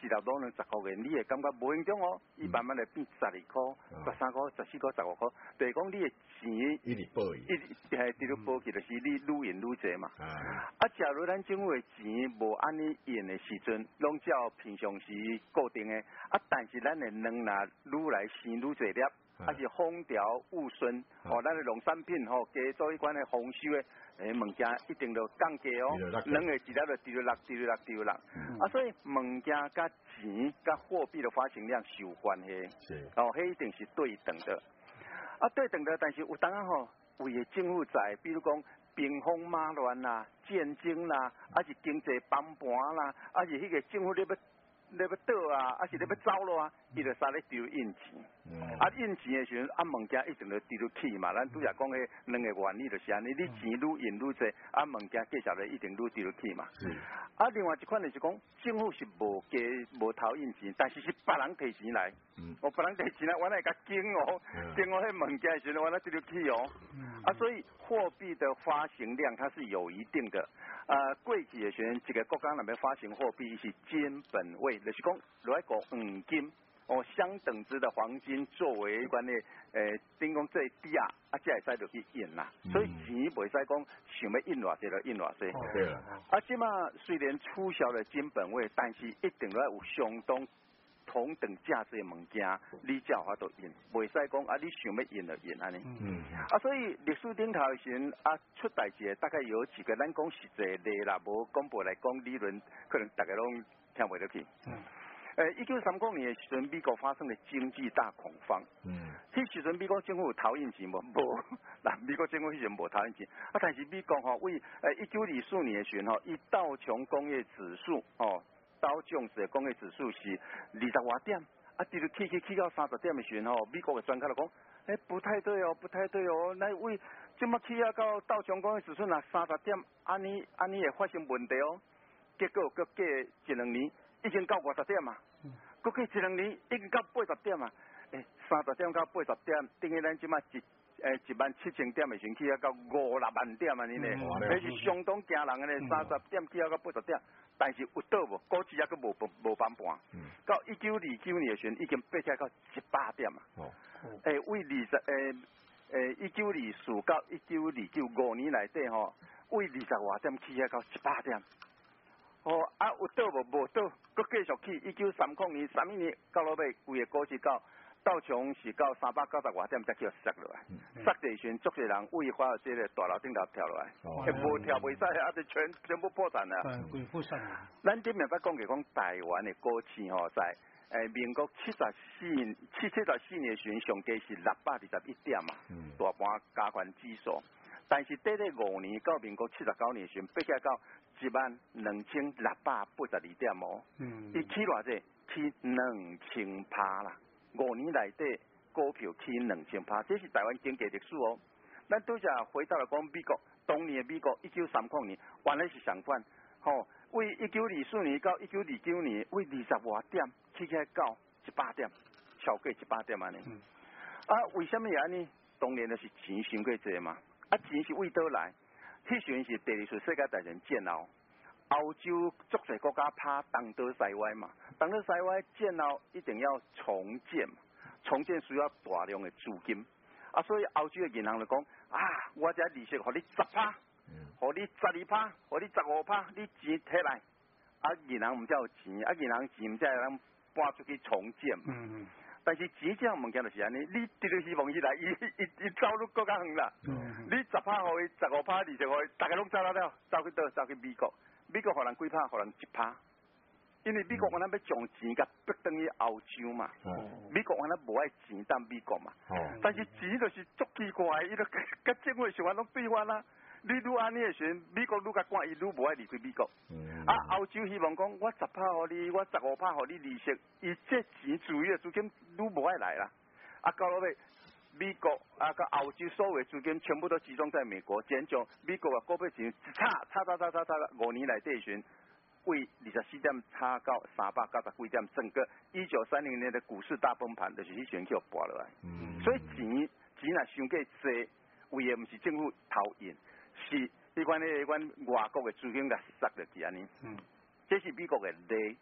四十都能十块元，你会感觉无影响哦，伊慢慢来变十二块、十三块、十四块、十五块，就是讲你的钱一直报伊， 一直系一直报起，就是你愈用愈济嘛。啊，假如咱政府的钱无安尼用的时阵，拢照平常时固定的，啊，但是咱的粮若愈来生愈济粒。啊是风调雨顺，哦，咱的农产品吼，加做一款的丰收的，诶，物件一定就降价哦，两个一粒就跌落落，跌落落，跌落落。啊，所以物件甲钱甲货币的发行量是有关系，哦，迄一定是对等的。啊，对等的，但是有当啊吼，为了政府在，比如讲兵荒马乱啦、战争啦，啊是经济崩盘啦，啊是迄个政府咧要。你要倒啊，还是你要走咯啊？伊就三咧丢印钱，嗯、啊印钱的时阵，啊物件一定就丢落去嘛。咱拄则讲迄两个原理就是安尼，你钱愈印愈济，啊物件继续咧一定愈丢落去嘛。啊，另外一款就是讲，政府是无加无投印钱，但是是别人摕钱来，嗯、哦别人摕钱来，我来甲惊哦，惊哦迄物件的时阵，我来丢落去哦。嗯、啊，所以货币的发行量它是有一定的。呃，过去的时阵，一个国家若要发行货币是金本位，就是讲落来个黄金哦，相等值的黄金作为一款的诶，等于讲最低啊，啊，才会使落去印啦。嗯、所以钱袂使讲想要印偌济就印偌济。 对啦。 啊，即马虽然取消了金本位，但是一定要有相当同等价值的物件，你才有法度印，袂使讲啊，你想要印就印安尼。嗯。啊，所以历史顶头时阵啊，出代志大概有几个，咱讲实际例啦，无公布来讲理论，可能大家拢听袂落去。嗯。诶，一九三九年的时阵，美国发生了经济大恐慌。嗯。迄时阵美国政府有投印钱无？无。嗱，美国政府迄时无投印钱，啊，但是美国吼为诶一九二四年的时阵吼，伊道琼工业指数哦。道琼斯的工业指数是二十外点，啊，直直起起起到三十点的时候，美国的专家就讲，诶、欸，不太对哦，不太对哦，那为即么起啊到道琼工业指数若三十点，安尼安尼会发生问题哦。结果搁过一两年已经到五十点嘛，搁过一两年已经到八十点嘛，诶、欸，三十点到八十点，等于咱即马一。诶，一万七千点的时起啊，到五六万点啊，你呢？那是相当惊人的呢。三十点起啊，到八十点，但是有倒无，股市还佫无无翻盘。到一九二九年的时已经爬起来到一百点嘛。哦。诶，为二十诶诶一九二四到一九二九五年内底吼，为二十外点起啊到一百点。哦，啊有倒无？无倒，佫继续起。一九三零年、三一年到落尾，规个股市到。道琼是到三百九十外点才叫杀落来，杀地旋足侪人为华尔街的大楼顶头跳落来，无跳袂使，啊，就全全部破产了。 嗯，破产了。 咱顶面捌讲嘅讲台湾的股市吼，在诶民国七十四七七十四年时上低是六百二十一点嘛，大盘加权指数，但是短短五年到民国七十九年时，爬起来到一万两千六百八十二点哦，嗯，伊起偌济？起两千趴啦。五年内底股票起两千趴，这是台湾经济历史哦。咱拄则回到了讲美国，当年的美国一九三零年原来是相反，吼、哦，为一九二四年到一九二九年为二十外点起起来到一百点，超过一百点安尼。嗯、啊，为什么安尼？当年的是钱伤过济嘛，啊钱是为倒来？迄时阵是第二次世界大战战后。欧洲足侪国家拍东倒西歪嘛，东倒西歪战后一定要重建嘛，重建需要大量的资金，啊，所以欧洲的银行就讲啊，我这利息互你十趴，互你十二趴，互你十五趴，你钱摕来，啊，银行唔才有钱，啊，银行钱唔才会咱搬出去重建嘛。嗯嗯。但是钱这样物件就是安尼，你直直希望伊来，伊伊伊走路更加远啦。嗯。你十趴互伊，十五趴利息互伊，大家拢走了了，走去倒，走去美国。美国互人几趴，互人一趴，因为美国我咱要将钱甲逼等于欧洲嘛，嗯、美国我咱无爱钱当美国嘛，嗯、但是钱就是足奇怪，伊都甲政府想法拢对翻啦。你愈安尼的时阵，美国愈甲赶，伊愈无爱离开美国。嗯、啊，欧洲希望讲，我十趴互你，我十五趴互你利息，伊这钱注意的资金愈无爱来啦。啊，到落尾。美国啊，甲欧洲所有的资金全部都集中在美国，简将美国的股票钱差差差差差差五年来底时，为二十四点差到三百九十几点，整个一九三零年的股市大崩盘，就是迄选叫拔落来。嗯，所以钱钱若伤过济，为的毋是政府投印，是迄款迄款外国的资金甲塞落去安尼。嗯，这是美国的例。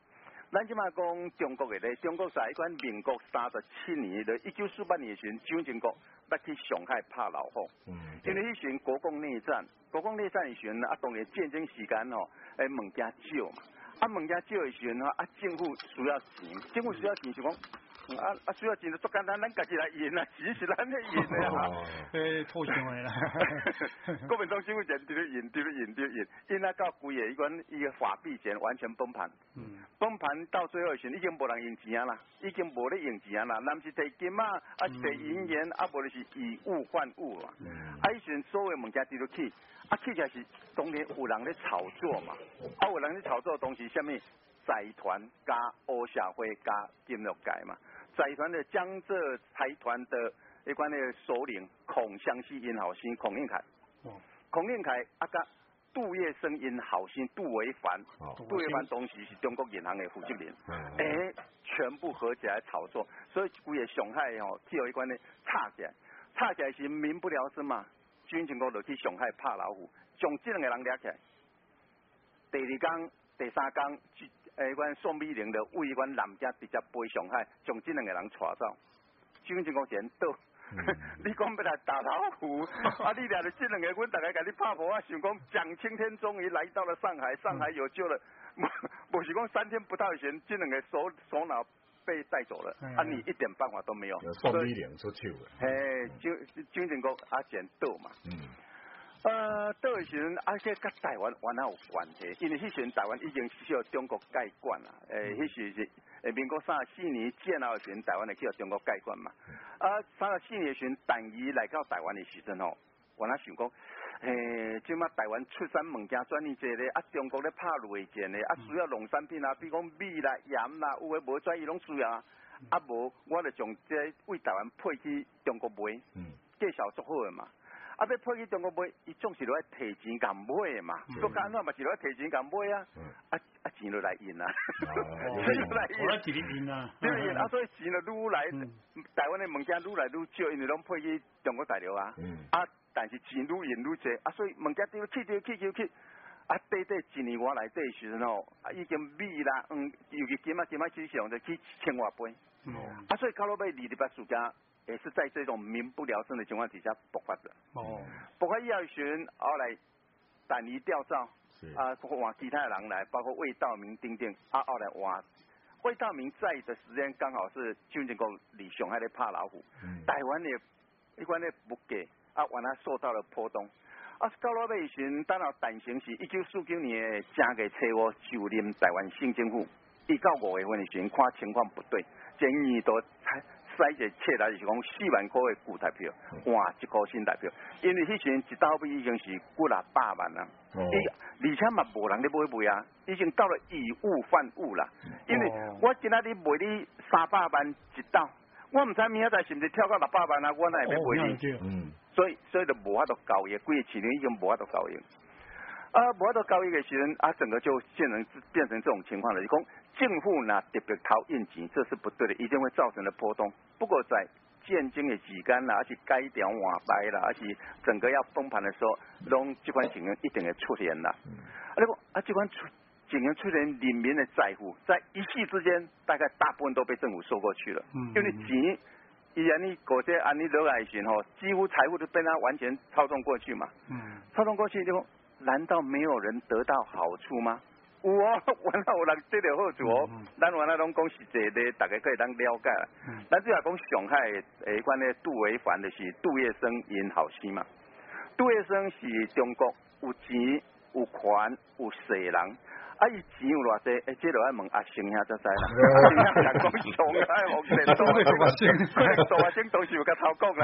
咱即马讲中国嘅咧，中国在迄款民国三十七年咧，一九四八年时，蒋经国捌去上海拍老虎。嗯。因为迄时国共内战，国共内战的时阵啊，当然战争时间吼，诶物件少嘛，啊物件少的时阵啊，政府需要钱，政府需要钱是讲。啊啊！需要钱就足简单，咱家己来印啊，钱是咱咧印的啊。 诶，套上的啦。 国民党政府钱伫咧印，伫咧印，伫咧印，印啊到规个伊款伊个法币钱完全崩盘。嗯。崩盘到最后时阵，已经无人用钱啊啦，已经无咧用钱啊啦，咱是摕金啊，啊是摕银元，啊无就是以物换物嘛。嗯。啊，以前所有物件伫落去，啊起来是当然有人咧炒作嘛，啊有人咧炒作的东西，什么财团加黑社会加金融界嘛。财团的江浙财团的一款的首领孔祥熙因后生孔令凯，哦、孔令凯啊甲杜月笙因后生杜维凡，哦、杜维凡当时是中国银行的负责人，诶、嗯欸，全部合起来炒作，所以规个上海吼，只有一款的插起来，插起来是民不聊生嘛，蒋经国就去上海拍老虎，将这两个人抓起来，第二天、第三天。诶，阮宋美龄就为阮南家直接飞上海，将这两个人带走。蒋经国前倒，你讲要来打老虎，啊，你掠着这两个，阮大家甲你拍婆啊，想讲蒋清天终于来到了上海，上海有救了。无是讲三天不到前，这两个首首脑被带走了，啊，你一点办法都没有。 宋美龄出手了。 嘿，蒋蒋经国啊前倒嘛。嗯。呃，倒的时阵，而且甲台湾完全有关系，因为迄时台湾已经需要中国介管啦。诶、欸，迄时是诶，民国三十四年建后的时阵，台湾就需要中国介管嘛。啊，三十四年的时阵，等于来到台湾的时阵吼，我那想讲，诶，即马台湾出产物件转移济咧，啊，中国咧拍内战咧，啊，需要农产品啊，比如讲米啦、盐啦，有诶无转移拢需要啊。啊无，我就将这为台湾配去中国卖，嗯，介绍足好诶嘛。啊！要配去中国买，伊总是落来提钱甲买的嘛，国家安怎嘛是落来提钱甲买啊？啊啊钱落来印啊，钱落来印， 我一日印啊， 对印啊，所以钱就愈来，台湾的物件愈来愈少，因为拢配去中国大陆啊。啊，但是钱愈印愈济，啊，所以物件丢去丢去丢去，啊，短短一年外来底时阵吼，啊已经米啦，嗯，尤其金啊金啊，其实上就去千外杯。啊，所以到落尾二十八暑假。也是在这种民不聊生的情况底下爆发的。哦，爆发以后时，后来胆移调查，啊，换其他的人来，包括魏道明等等，啊，后来换魏道明在的时间刚好是蒋经国离上海咧拍老虎，嗯、台湾的一款的物价啊，原来受到了波动。啊，到落尾时，等到诞生是一九四九年的正月初五就任台湾新政府，一到五月份的时，看情况不对，建议都采。使一个册来就是讲四万块的旧台票，换一个新台票，因为迄时一刀币已经是几啊百万啦，哦、而且嘛无人咧买卖啊，已经到了以物换物啦。因为我今仔日卖你三百万一刀，我唔知明仔载是毋是跳到六百万啊，我哪会要卖你？哦、嗯，所以所以就无法度交易，规个市场已经无法度交易。啊，无法度交易的时阵啊，整个就变成变成这种情况了，就讲。政府呢特别掏印钱，这是不对的，一定会造成的波动。不过在战争的期间啦，而且改条换牌啦，而且整个要崩盘的时候，拢这款情形一定会出现啦。啊，你讲啊，这款出情形出现人民的财富，在一夕之间，大概大部分都被政府收过去了。嗯、因为钱，伊安尼嗰些安尼落来时吼，几乎财富都被他完全操纵过去嘛。嗯，操纵过去就难道没有人得到好处吗？有哦，原来有人得到好处哦。嗯、咱原来拢讲实际咧，大家可以当了解啦。嗯、咱主要讲上海诶，关咧杜维凡的是杜月笙因后生嘛。杜月笙是中国有钱、有权、有势人。啊，伊钱有偌济？诶，这就爱问阿星兄才知啦。阿星兄人讲上海目前大学大学生都是有甲偷讲啦。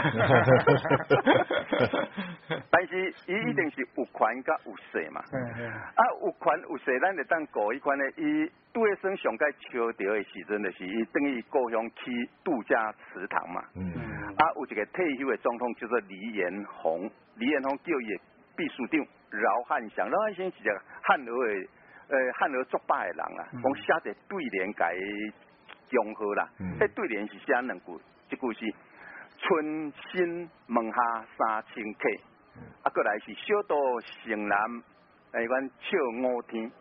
但是伊一定是有权甲有势嘛。啊，有权有势，咱就当过一款咧。伊杜月笙上届招着的时阵，就是伊等于故乡去度假祠堂嘛。嗯。啊，有一个退休的总统叫做黎元洪，黎元洪叫伊秘书长饶汉祥，饶汉祥是一个汉俄的。呃，汉俄作罢的人啦，讲、嗯、写一个对联改融合啦。迄、嗯、对联是写两句，一句是春心门下三千客，嗯、啊，过来是小岛城南，诶，阮笑五天。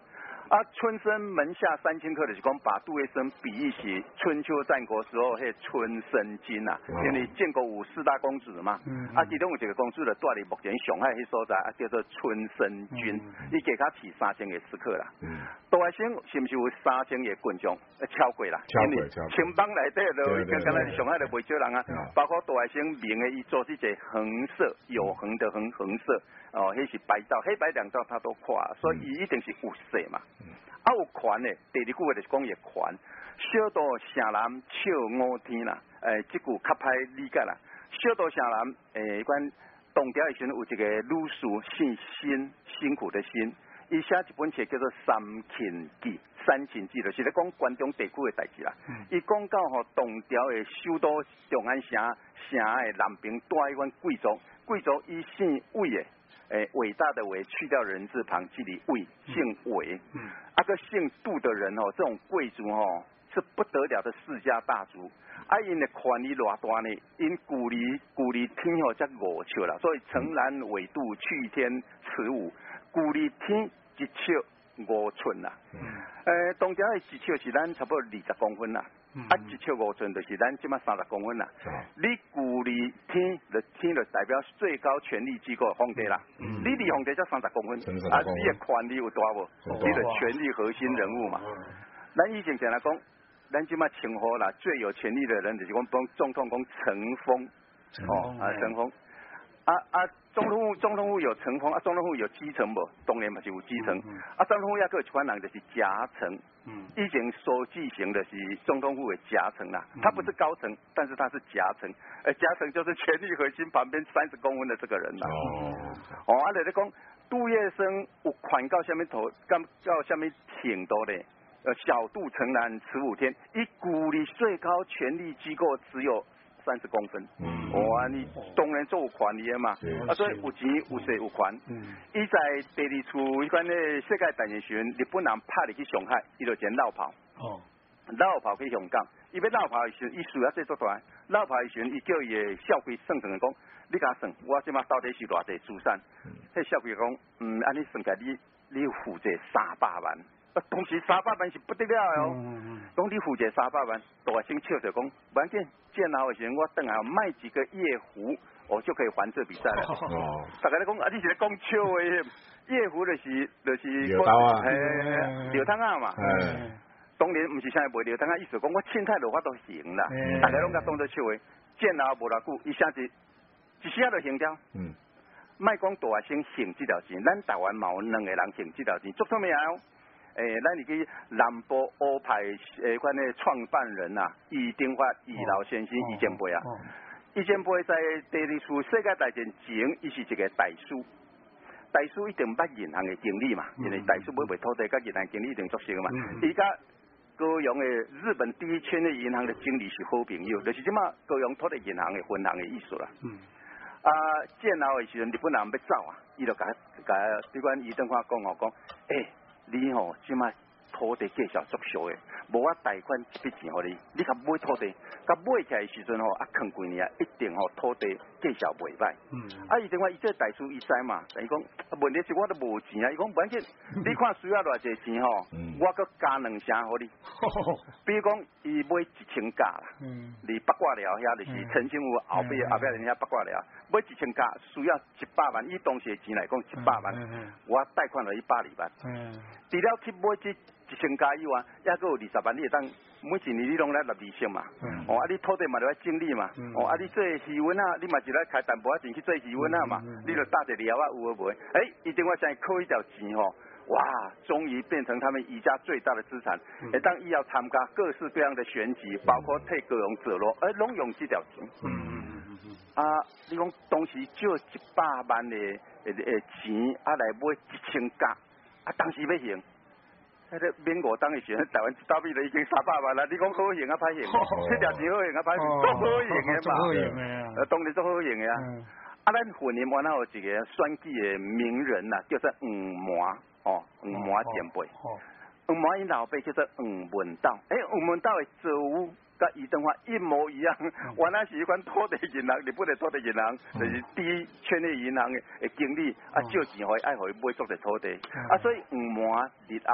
啊，春生门下三清客就是讲把杜月笙比喻是春秋战国时候迄春申君啊，因为建国有四大公子嘛，嗯、啊，其中有一个公子就住伫目前上海迄所在，啊叫做春申君，伊加加饲三千个食客啦。杜月笙是毋是有三千个群众？超过啦，因为青帮内底就跟刚才上海就袂少人啊，包括杜月笙名的伊做是一个横色，有横的横横色。哦，迄是白道，黑白两道他都看，所以伊一定是有势嘛。啊有权的，第二句话就是讲伊权。小道城南笑五天啦，诶，即句较歹理解啦。小道城南，诶，款唐朝以前有一个女士姓辛，辛苦的辛，伊写一本册叫做《三秦记》，三秦记就是咧讲关中地区的代志啦。伊讲到吼唐朝的首都长安城，城的南边带一款贵族，贵族伊姓魏的。诶，伟大的伟去掉人字旁，这里魏姓韦，嗯，啊个姓杜的人哦，这种贵族哦是不得了的世家大族，啊因的权力偌大呢，因鼓励鼓励天哦才五笑啦，所以城南纬度去天此五，鼓励天一尺五寸啦，嗯，诶，当朝的一尺是咱差不多二十公分啦。啊，一尺五寸就是咱即马三十公分啦。你鼓励天，就天就代表最高权力机构皇帝啦。你离皇帝才三十公分，啊，你的权力有大无？你的权力核心人物嘛。咱以前常来讲，咱即马称呼啦，最有权力的人就是讲帮总统讲成风，哦啊成风。啊啊，总统府总统府有成风，啊总统府有基层无？当然嘛是有基层。啊总统府也个有一款人就是夹层。嗯，以前所进行的是总统府的夹层啦，它不是高层，但是它是夹层，呃，夹层就是权力核心旁边三十公分的这个人啦。哦，哦，啊，你讲杜月笙有权到下面头，到到下面挺多的，呃，小杜城南十五天，一鼓励最高权力机构只有三十公分。嗯，哇，你当然做有权力的嘛，啊，所以有钱有势有权。嗯，伊在第二处，伊款咧世界大战时，日本人拍入去上海，伊就捡绕跑。哦，绕跑去香港，伊要绕跑的时，伊需要制作大。绕跑的时，伊叫伊的校规算算讲，你甲算，我即马到底是偌济资产？迄校规讲，嗯，安尼算起来，你你有负债三百万。啊，当时三百万是不得了的哦。嗯嗯。讲你负债三百万，杜月笙笑着讲，不要紧，见后的时候我等下卖几个夜壶，我就可以还这笔债了。哦。大家咧讲，啊，你是咧讲笑的，夜壶就是就是柳刀啊， 诶，柳汤啊嘛。嗯。当然唔是啥卖柳汤啊，意思讲我凊彩落法都行啦。嗯。大家拢甲当做笑的，见后无偌久，伊写一一时啊就行掉。嗯。卖讲杜月笙行这条钱，咱台湾嘛有两个人行这条钱，做什么啊？诶，咱入去南部欧派诶，款诶创办人啊，易丁发易老先生易建培啊，易建培在第二次世界大战前，伊是一个大叔，大叔一定捌银行嘅经理嘛，因为大叔买卖土地，甲银行经理一定熟悉嘛。伊甲高雄嘅日本第一圈嘅银行嘅经理是好朋友，就是即马高雄土地银行嘅分行嘅意思啦。嗯。啊，建后嘅时阵，日本人要走啊，伊就甲甲即款易丁发讲哦，讲诶。你吼即卖土地介绍足俗的，无我贷款一笔钱互你，你甲买土地，甲买起来的时阵吼，啊，坑几年啊，一定吼土地介绍袂歹。嗯。啊，伊电话伊这大叔伊知嘛，但伊讲问题是我都无钱啊，伊讲反正你看需要偌济钱吼，我搁加两成互你。比如讲，伊买一千架啦，离八卦寮遐就是陈清武后壁后壁人遐八卦寮，买一千架需要一百万，以当时的钱来讲一百万，我贷款了一百二万。嗯。除了去买这一千家以外，还佫有二十万，你会当每一年你拢来纳利息嘛？嗯、哦，啊，你土地嘛就要整理嘛？嗯、哦，啊，你做渔温啊，你嘛是来开淡薄仔钱去做渔温啊嘛？嗯嗯、你就搭着料啊，有无无？哎、欸，一定我现在扣一条钱吼，哇，终于变成他们宜家最大的资产。哎、嗯，当伊要参加各式各样的选举，包括替高雄做路，而拢用这条钱。嗯嗯嗯嗯。啊，你讲当时借一百万的诶诶钱，啊来买一千架。啊，当时要行，迄个民国当时选台湾一大笔就已经三百万啦。你讲好行啊，歹行？这条钱好行啊，歹行？都好行的嘛。好行的啊。呃，当然都好行的啊。啊，咱云林湾有一个选举的名人呐，叫做黄麻哦，黄麻前辈。黄麻因老爸叫做黄文道，诶，黄文道的作物甲伊等话一模一样。原来是一款土地银行，日本的土地银行，就是第一圈的银行的经理啊，借钱互伊爱互伊买足个土地啊，所以黄麻日后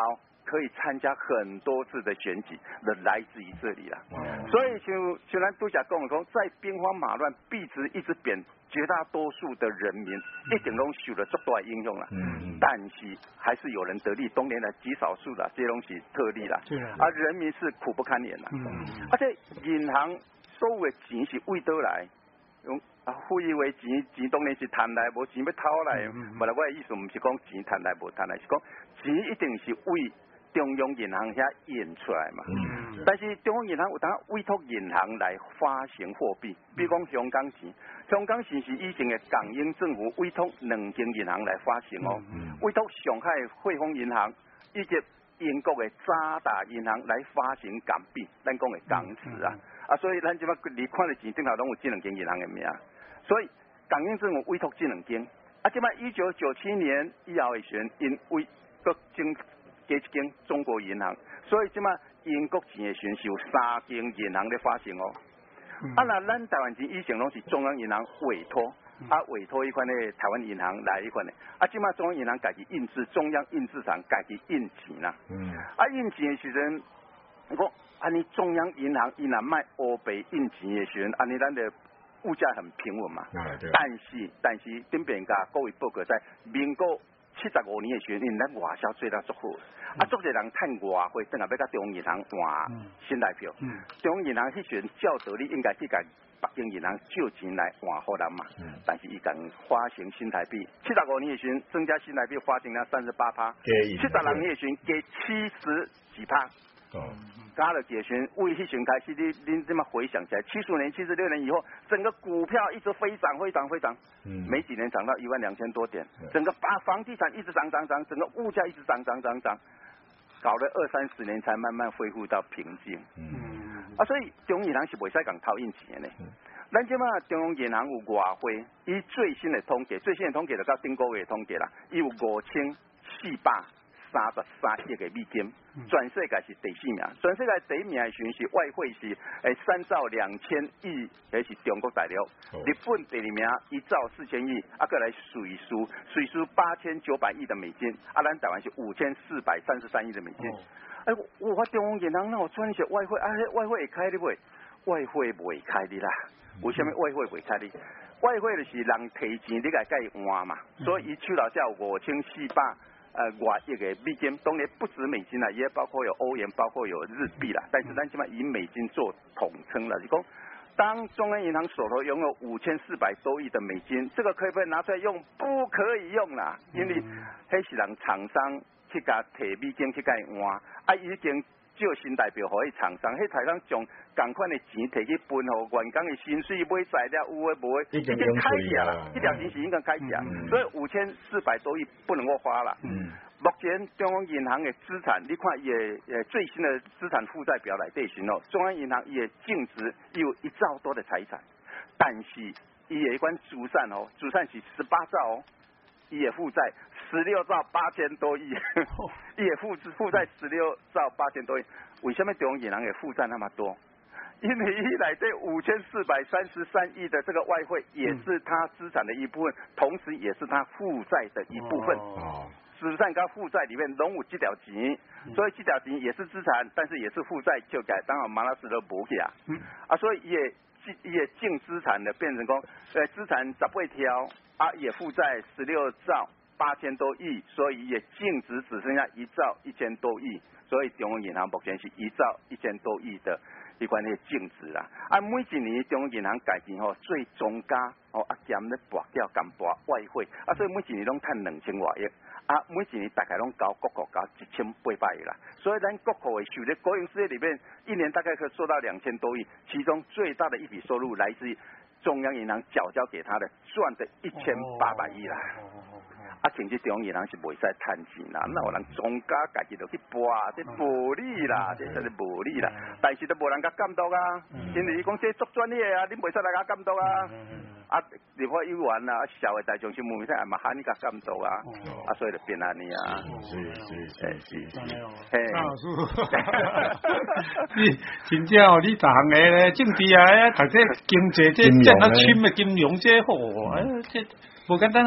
可以参加很多次的选举的来自于这里了。所以像像咱都讲讲讲，在兵荒马乱、币值一直贬，绝大多数的人民一定都受了足大的影响了。嗯，但是还是有人得利，当然了，极少数啦，这东西特例啦。啊，人民是苦不堪言啦。嗯，而且银行所有的钱是为倒来？用啊，富裕为钱，钱当然是赚来，无钱要偷来。无啦，我的意思唔是讲钱赚来无赚来，是讲钱一定是为中央银行遐印出来嘛。嗯、但是中央银行有当委托银行来发行货币，比如讲香港钱，香港钱是以前的港英政府委托两间银行来发行哦，嗯、委托上海汇丰银行以及英国的渣打银行来发行港币，咱讲的港纸啊。嗯啊，所以咱即摆你看的钱顶头拢有这两间银行的名，所以港英政府委托这两间。啊，即摆一九九七年以后的时，因为各增加一间中国银行，所以即摆英国钱的时是有三间银行咧发行哦。嗯、啊，那咱台湾钱以前拢是中央银行委托，啊委托一款咧台湾银行来一款咧，啊即摆中央银行家己印制，中央印制厂家己印钱啦。嗯。啊，印钱的时阵，我讲。安尼中央银行伊若卖欧北印钱的时阵，安尼咱的物价很平稳嘛。嗯、但是但是顶边甲各位报告在民国七十五年的时阵，因咱外销做得足好，啊，足侪人趁外汇，等下要甲中央银行换新台票。嗯、中央银行迄时阵照道理应该去甲北京银行借钱来换互人嘛。嗯、但是伊共发行新台币，七十五年的时阵增加新台币发行了三十八趴，七十六年的时阵加七十几趴。哦，加了解询，为迄时开始，你你这么回想起来，七十年、七十六年以后，整个股票一直飞涨、飞涨、飞涨，嗯，没几年涨到一万两千多点，整个把房地产一直涨涨涨，整个物价一直涨涨涨涨，搞了二三十年才慢慢恢复到平静。嗯，啊，所以中央银行是袂使讲偷印钱的。嗯，咱即马中央银行有外汇，伊最新的统计，最新的统计就到顶个月统计啦，伊有五千四百。三十三亿的美金，全世界是第四名。全世界第一名的时是外汇是诶三兆两千亿，迄是中国大陆。哦、日本第二名一兆四千亿，啊，过来瑞士，瑞士八千九百亿的美金，啊，咱台湾是五千四百三十三亿的美金。哎、哦，我我中央银行那我转些外汇，啊，外汇会开的袂？外汇袂开的啦。为什么外汇袂开的？外汇就是人提钱，你来甲伊换嘛，所以伊手头才有五千四百。呃，外亿嘅美金，当然不止美金啦，也包括有欧元，包括有日币啦。但是咱起码以美金做统称了，就讲当中央银行手头拥有五千四百多亿的美金，这个可以不可以拿出来用？不可以用啦，因为迄是人厂商去甲摕美金去甲伊换，啊已经借新台币互迄厂商，迄厂商将同款的钱摕去分互员工的薪水、买材料有诶无诶，已经开价啦，一条钱是应该开价，嗯、所以五千四百多亿不能够花了。嗯、目前中央银行的资产，你看伊诶最新的资产负债表来对询哦，中央银行伊诶净值有一兆多的财产，但是伊诶一款资产哦，资产是十八兆哦。伊也负债十六兆八千多亿，伊也负负债十六兆八千多亿。为什么中央银行也负债那么多？因为一来这五千四百三十三亿的这个外汇，也是它资产的一部分，同时也是它负债的一部分。哦，资产跟负债里面拢有这条钱，所以这条钱也是资产，但是也是负债，就改当然马拉斯都补起啊。嗯、啊，所以也也净资产的变成讲，呃，资产十八条。啊，也负债十六兆八千多亿，所以也净值只剩下一兆一千多亿，所以中央银行目前是一兆一千多亿的一款那个净值啦。啊，每一年中央银行家己吼最终加哦啊兼咧博掉兼博外汇，啊所以每一年拢赚两千外亿，啊每一年大概拢交国库交一千八百亿啦。所以咱国库的收入，国营事业里面一年大概可以收到两千多亿，其中最大的一笔收入来自于中央银行缴交给他的赚的一千八百亿啦，啊，甚至中央银行是袂使趁钱啦，那有人庄家家己就去博，这无理啦，这真是无理啦。但是都无人甲监督啊，因为伊讲这做专业啊，恁袂使来甲监督啊。啊，立法委员啊，小的大众新闻台嘛喊你甲监督啊，啊，所以就变安尼啊。是是是是是。嘿，老师，你真正哦，你逐项个咧政治啊，读这经济这这啊深的金融这好，哎，这无简单啊。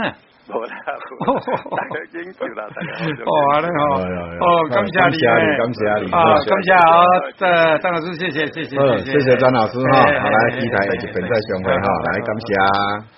无啦，大家敬酒啦，大家。 哦，好嘞哦，哦，感谢你， 感谢你， 啊，感谢啊，这张老师，谢谢，谢谢，谢谢，谢谢张老师哈，好来，期待下一本再相会哈，来，感谢。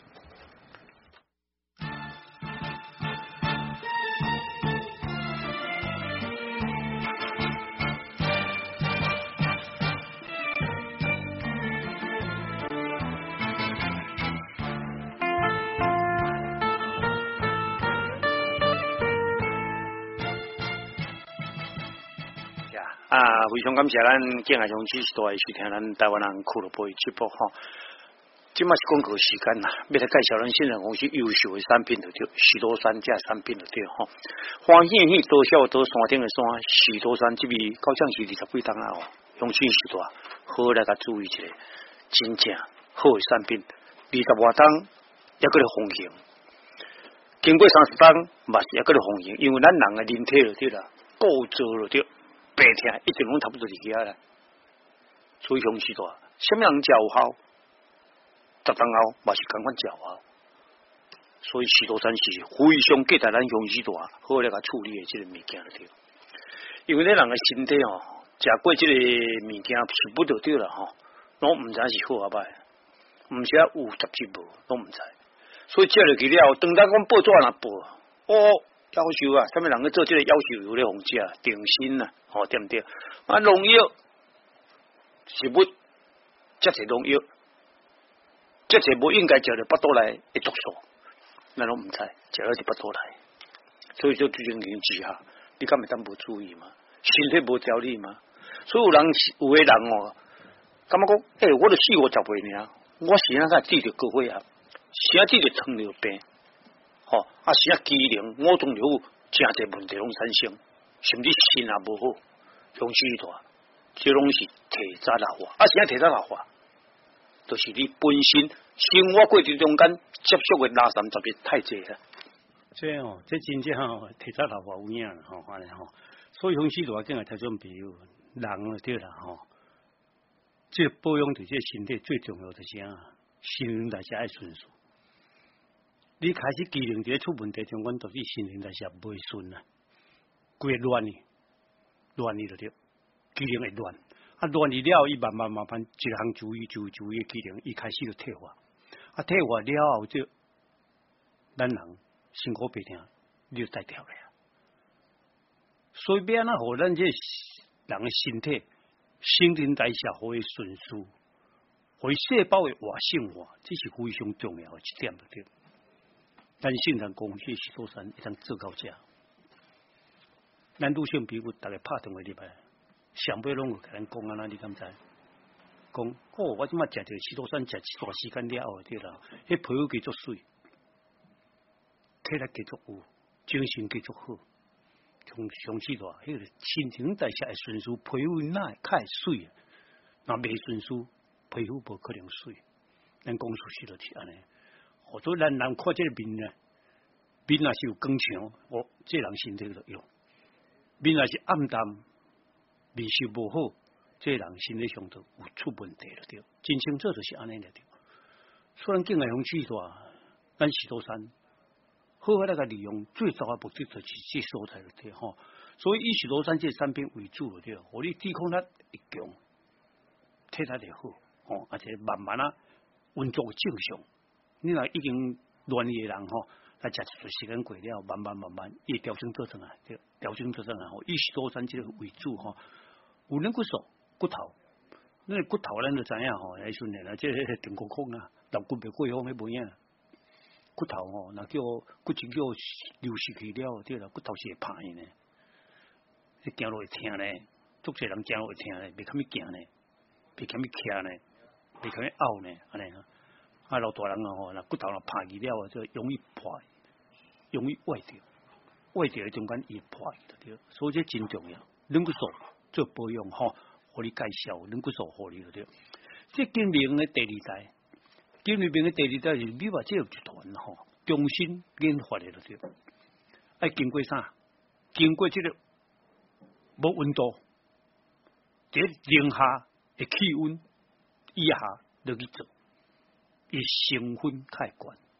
啊，非常感谢咱敬爱乡支持大收听咱台湾人俱乐部的直播哈。即马是广告时间啦，要来介绍咱现场公司优秀的产品就对，许多山这产品就对哈。欢喜喜多少多山顶的山，许多山这边高降是二十几档啊哦，乡亲时代好来甲注意一下，真正好的产品，二十外档也搁咧风行，经过三十档嘛是也搁咧风行，因为咱人的人体就对啦，构造就对。白天一直拢差不多是起来，所以乡时代，什么人叫好，十当后嘛是共款叫好，所以许多山是非常记得咱乡时代好来甲处理的这个物件了对，因为咱人的身体哦，食过这个物件是不得对了吼，拢唔知是好啊歹，唔是有十之无，拢唔知，所以接落去了，当咱讲报纸若报，哦。要求啊，什么人去做这个要求有咧红食定心啊，吼对不对？啊，农药是不这些农药，这些不应该食了巴肚来的毒素，咱拢唔知，食了是巴肚来，所以说最近年之下，你敢会当无注意嘛？身体无调理嘛？所以有人有的人哦，感觉讲，诶、欸，我都四五十岁尔，我是那个治着高血压，是啊治着糖尿病。吼、哦，啊是啊，机能五种药物真侪问题拢产生，甚至心也无好，乡时代，这拢是提早老化，啊是啊提早老化，就是你本身生活过程中间接触的垃圾特别太侪啦。 这哦，这真正吼提早老化有影啦吼，安尼吼，所以乡时代今日听种朋友，人对啦吼，这个保养对这个身体最重要就是啥，新陈代谢爱顺序。你开始机能伫咧出问题，中间导致新陈代谢袂顺啊，规乱去，乱去就对，机能会乱，啊乱去了，伊慢慢慢慢一项注意注意注意机能，伊开始就退化，啊退化了后就，咱人辛苦白听，你就带掉了呀。所以要安怎互咱这人的身体新陈代谢可以顺序，互细胞的活性化，这是非常重要的一点，对。咱生产公司许多山一张做到这，咱女性朋友大家拍电话入来，上尾拢有甲咱讲安那，你敢知？讲哦，我即马食着许多山食一段时间了后对啦，迄皮肤继续水，体力继续有，精神继续好，从上时代迄个新陈代谢的顺序，皮肤哪会较水啊？若未顺序，皮肤无可能水。咱讲出去就是安尼。或者咱人看这个面呢，面若是有光强，哦，这人身体就用；面若是暗淡，面色无好，这人身体上就有出问题了对。真清楚就是安尼了对。虽然境内乡时代，咱许多山好好那个利用，最早的目的就是这所在了对吼。所以以许多山这产品为主了对，互你抵抗力会强，体力就好，哦，而且慢慢啊运作正常。你若已经乱的人吼，来食一段时间过了，慢慢慢慢，伊调整做上来，调整做上来吼，以许多山这个为主吼，有恁骨素、骨头，那骨头咱就知影吼，来训练啦，这个定骨孔啊，头骨袂过风迄无影。骨头吼，若叫骨质叫流失去了，对啦，骨头是会歹呢，你行路会疼呢，足侪人行路会疼呢，袂堪去行呢，袂堪去徛呢，袂堪去拗呢，安尼啊。啊，老大人啊吼，那骨头若歹去了，就容易破，容易歪掉，歪掉的中间伊破去对，所以这真重要。软骨素做保养吼，互你介绍软骨素互你对。这经明的第二代，经明的第二代是你话这有一团吼，重新研发的对。爱经过啥？经过这个无温度，这零下的气温以下落去做。伊成分太悬，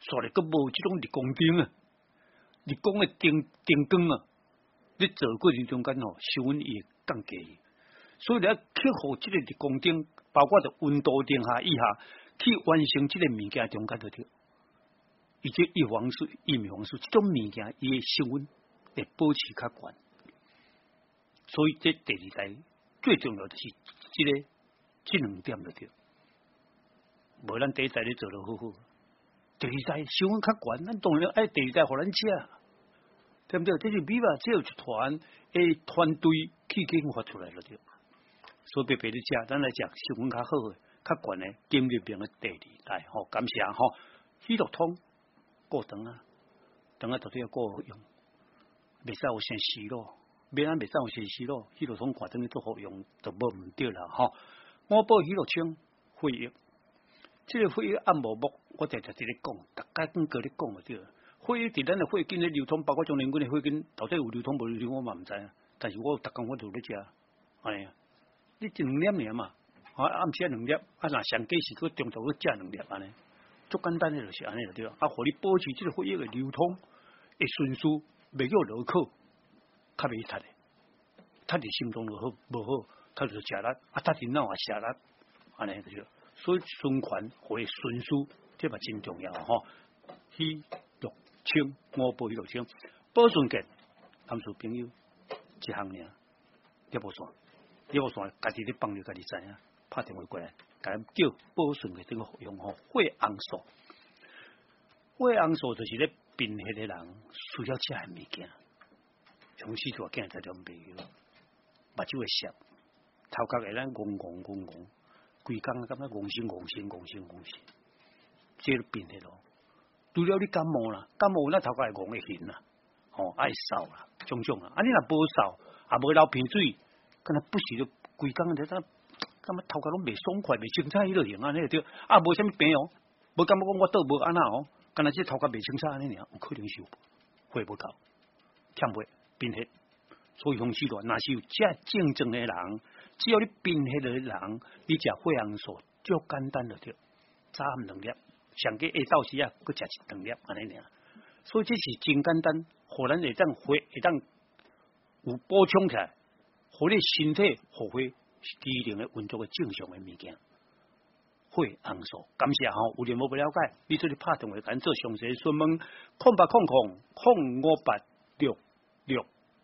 煞咧，佮无即种日光灯啊，日光嘅灯灯光啊，你做过程中间吼，收温也降低，所以咧克服即个日光灯，包括着温度零下以下，去完成即个物件中间就对。而且叶黄素、叶黄素即种物件，伊嘅收温会保持较悬，所以这第二代最重要就是即、這个即两点就对。无咱第一代咧做得好好，第二代收温较悬，咱当然爱第二代互咱食，对不对？这是米吧，只有一团诶团队去研发出来了对。所以白白咧食，咱来食收温较好诶、较悬诶，经历病诶第二代，吼，感谢吼，喜乐通过长啊，长啊到底要过用，袂使有先死咯，免咱袂使有先死咯，喜乐通看等于做好用就无毋对啦，吼。我报喜乐清会议。这个会议按无目，我常常伫咧讲，大家跟个咧讲就对。会议伫咱的会金咧流通，包括中联军的会金，到底有流通无流通我嘛毋知啊。但是我逐工我都咧食，安尼啊，你一两粒尔嘛，啊暗时两粒，啊若上计时佮中昼佮食两粒安尼，足简单的就是安尼就对。啊，互你保持这个会议的流通会顺序，袂叫落口，较袂塌的，塌伫心中就好，无好，他就食力，啊塌伫脑也食力，安尼就对。所以循环会顺序，这嘛真重要吼。喜乐清，我报喜乐清，保顺健，他做朋友一项尔，叶无线，叶无线，家己咧放你家己知影，拍电话过来，甲咱叫保顺健这个用吼，血红素，血红素就是咧贫血的人需要食的物件，从细大囝才种袂个，目睭会涩，头壳会咱戆戆戆戆。规工感觉戆心戆心戆心戆心，这个病的咯。除了你感冒啦，感冒咱头壳会戆会痕啦，吼爱扫啦，种种啦。啊，你若无扫，也无流鼻水，敢若不时就规工在那，感觉头壳拢袂爽快，袂清楚，伊就行安尼就对。啊，无啥物病哦，无感觉讲我倒无安那哦，敢若这头壳袂清楚安尼尔，有可能是血不够，欠血贫血。所以，红西多，若是有这症状的人，只要你贫血的人，你食血红素就简单了对，早暗两粒，上计下昼时啊，佮食一两粒安尼尔。所以这是真简单，互咱会当血会当有补充起来，互你身体互血是低量的运作的正常的物件。血红素，感谢吼，有任何不了解，你做你拍电话咱做详细询问，空八空空空五八六六。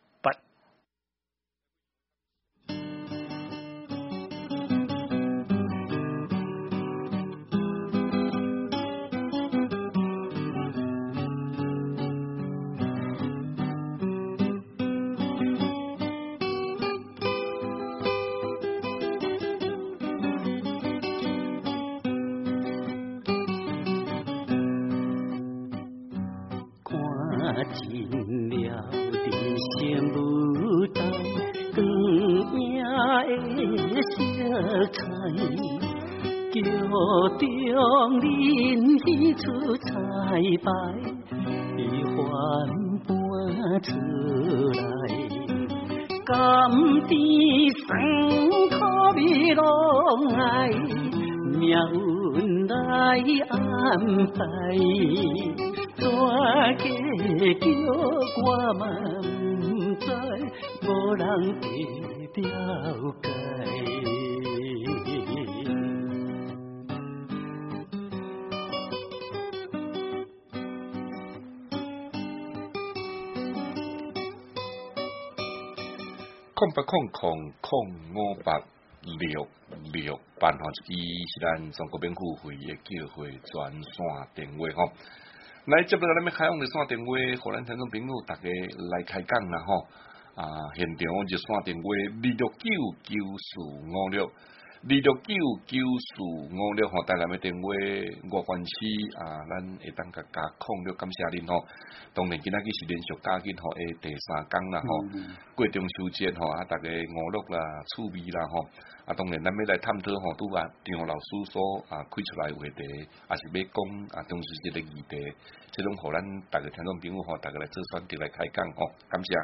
进了人生舞台，光影的色彩，桥中人现出彩排，缓搬出来，甘甜酸苦味拢爱，命运来安排。怎计叫我嘛不知，无人会了解。 空八空空空五八六六八吼，一支是咱中国免付费的叫会专线电话吼。来接落来，咱要开放热线电话，互咱听众朋友大家来开讲啦吼！啊，现场热线电话二六九九四五六，二六九九四五六吼，台南的电话外关市啊，咱会当甲加控了，感谢恁吼。当然今仔日是连续加紧吼的第三天啦吼，过中秋节吼啊，大家娱乐啦、趣味啦吼。啊，当然咱要来探讨吼，拄啊张老师所啊开出来话题，也是要讲啊中秋节的议题，即种互咱大家听众朋友吼，大家来做选择来开讲吼，感谢。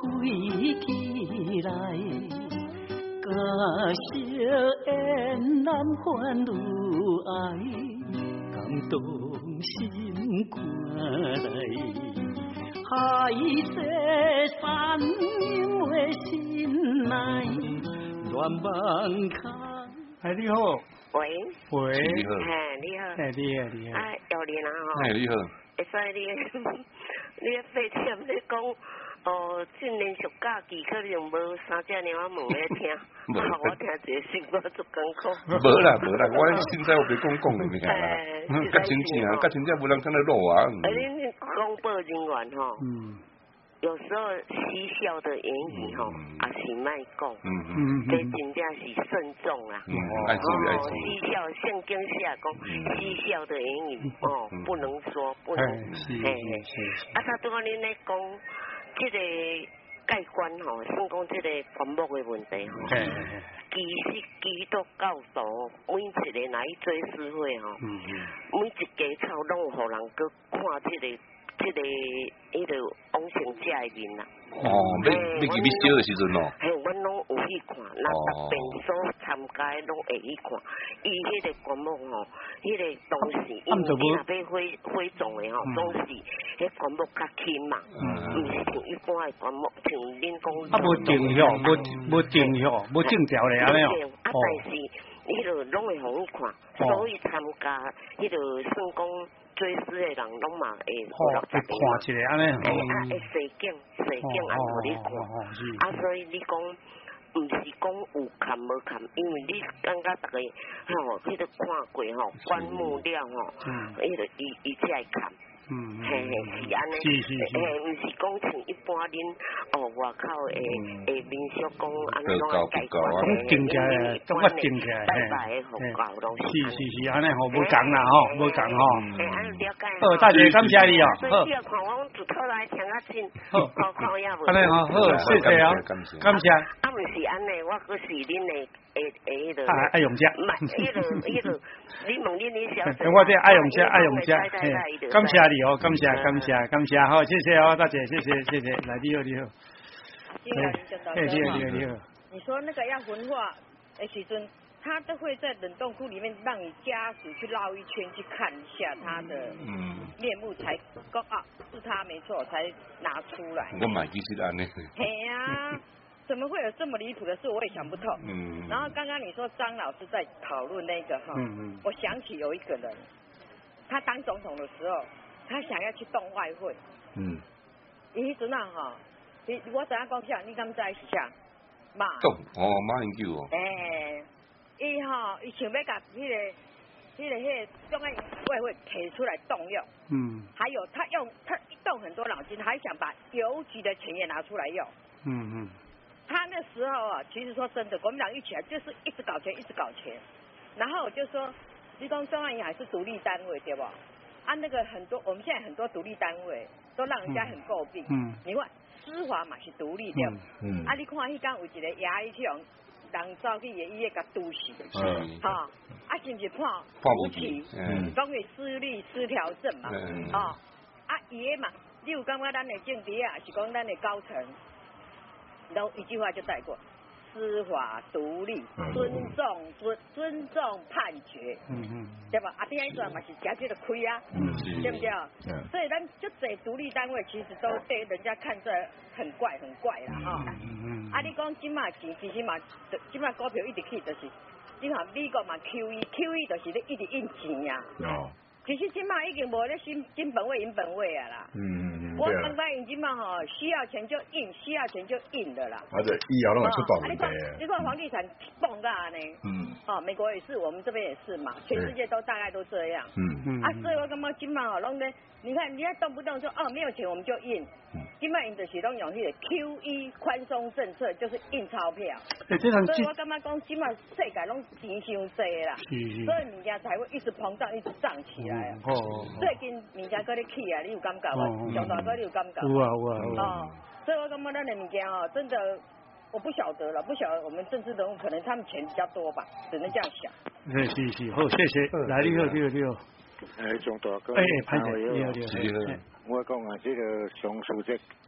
起来，假设缘难还如爱，感动心肝来，海誓山因为心内乱茫空。 哎，你好。 喂。 喂。 你好。哎，你好。 哎，你好，你好。 哎，有你啦吼。 哎，你好。 会使你，你费欠你讲。哦，这连续假期可能无三只鸟仔问咧听，啊，我听一个新闻足艰苦。 无啦无啦，我现在我别讲讲了咩啦，较真正啊，较真正无人看得落啊。 而恁广播人员吼，嗯，有时候嬉笑的言语吼，也是卖讲，嗯嗯，这真正是慎重啦。嗯， 爱注意爱注意。 嬉笑圣经下讲，嬉笑的言语哦，不能说，不能，嘿嘿，啊，他拄仔恁咧讲。这个盖棺吼，先讲这个棺木的问题吼。其实基督教徒每一个来做师会吼，每一家草拢有互人去看这个这个迄个往生者的面啦。 哦，要要入去烧的时阵哦。 嘿，阮拢有去看，那逐边所参加拢会去看。伊迄个棺木吼，迄个东西，因为你若要火火葬的吼，总是迄棺木较轻嘛，毋是像一般的棺木，像恁讲。 啊，无正向，无无正向，无正条的安尼哦。 啊，但是迄个拢会互伊看，所以参加迄个算讲。做事的人拢嘛会哦，会看一下安尼。 哎，啊，会细景，细景安互你看。啊，所以你讲，毋是讲有看无看，因为你感觉逐个吼，迄个看过吼，棺木了吼，迄个伊伊才会看。嗯，嘿嘿，是安尼，诶，毋是讲像一般恁哦，外口诶诶民俗讲安怎解决诶， 定起来，总啊定起来， 拜拜诶佛教拢是是是，安尼吼，无共啦吼，无共吼。 诶，安尼了解。 好，大姐感谢你哦。 好。所以看我自讨来听较真， 好， 看看也无。 安尼吼，好，谢谢啊，感谢。 啊，毋是安尼，我佫是恁诶诶诶迄个。 啊，爱用者。 唔系，迄个迄个，你问恁你小姐。 我这爱用者，爱用者。感谢你哦，感谢感谢感谢，好，谢谢哦，大姐，谢谢谢谢，来你好你好。 你好， 你好你好你好。 你说那个要焚化的时阵，他都会在冷冻库里面让你家属去绕一圈去看一下他的面目，才讲啊是他没错，才拿出来。 我买其实安尼。 嘿呀，怎么会有这么离谱的事？我也想不透。嗯。然后刚刚你说张老师在讨论那个哈，嗯嗯，我想起有一个人，他当总统的时候，他想要去动外汇。嗯。伊迄阵啊哈，你我知影讲啥，你敢知是啥？马。 动哦，马英九哦。 诶，伊吼，伊想要甲迄个、迄个、迄个中央外汇提出来动用。嗯。还有他用他动很多脑筋，还想把邮局的钱也拿出来用。嗯嗯。他那时候啊，其实说真的，国民党一起来就是一直搞钱，一直搞钱。然后我就说，其中中央银行是独立单位，对不？啊，那个很多我们现在很多独立单位都让人家很诟病。嗯。你看司法嘛是独立对不？嗯。啊，你看迄天有一个衙役去用人走去伊伊个甲堵死。嗯。哈，啊是毋是判判无期？ 嗯。讲为私立失调症嘛。嗯。哦，啊伊个嘛，你有感觉咱的政敌啊，是讲咱的高层，然后一句话就带过。司法独立，尊重尊尊重判决，嗯嗯，对吧？啊，边一段嘛是解决的亏啊，嗯，对不对？嗯，所以咱就这独立单位其实都被人家看着很怪很怪啦，哈，嗯嗯，啊，你讲今嘛钱其实嘛，今嘛股票一直去就是，你看美国嘛 Q E，Q E 就是咧一直印钱呀，哦，其实今嘛已经无咧新金本位银本位啊啦，嗯嗯。我刚刚已经嘛吼，需要钱就印，需要钱就印的啦。 而且以后拢会出大问题。 你看房地产蹦噶呢？嗯。哦，美国也是，我们这边也是嘛，全世界都大概都这样。嗯嗯。啊，所以我感觉今嘛吼，拢咧，你看，你看动不动说哦，没有钱我们就印。今嘛印就是拢用迄个 Q E 宽松政策，就是印钞票。所以我感觉讲今嘛世界拢钱伤多啦，所以物件才会一直膨胀，一直涨起来。哦。最近物件搁咧起啊，你有感觉无？小大哥你有感觉？ 有啊有啊有啊。 哦，所以我感觉咱的物件哦，真的我不晓得了，不晓得我们政治人物可能他们钱比较多吧，只能这样想。 是是是，好，谢谢。来，你好，你好，你好。 诶，张大哥。 诶，潘姐，你好，你好。 我讲啊，这个上述这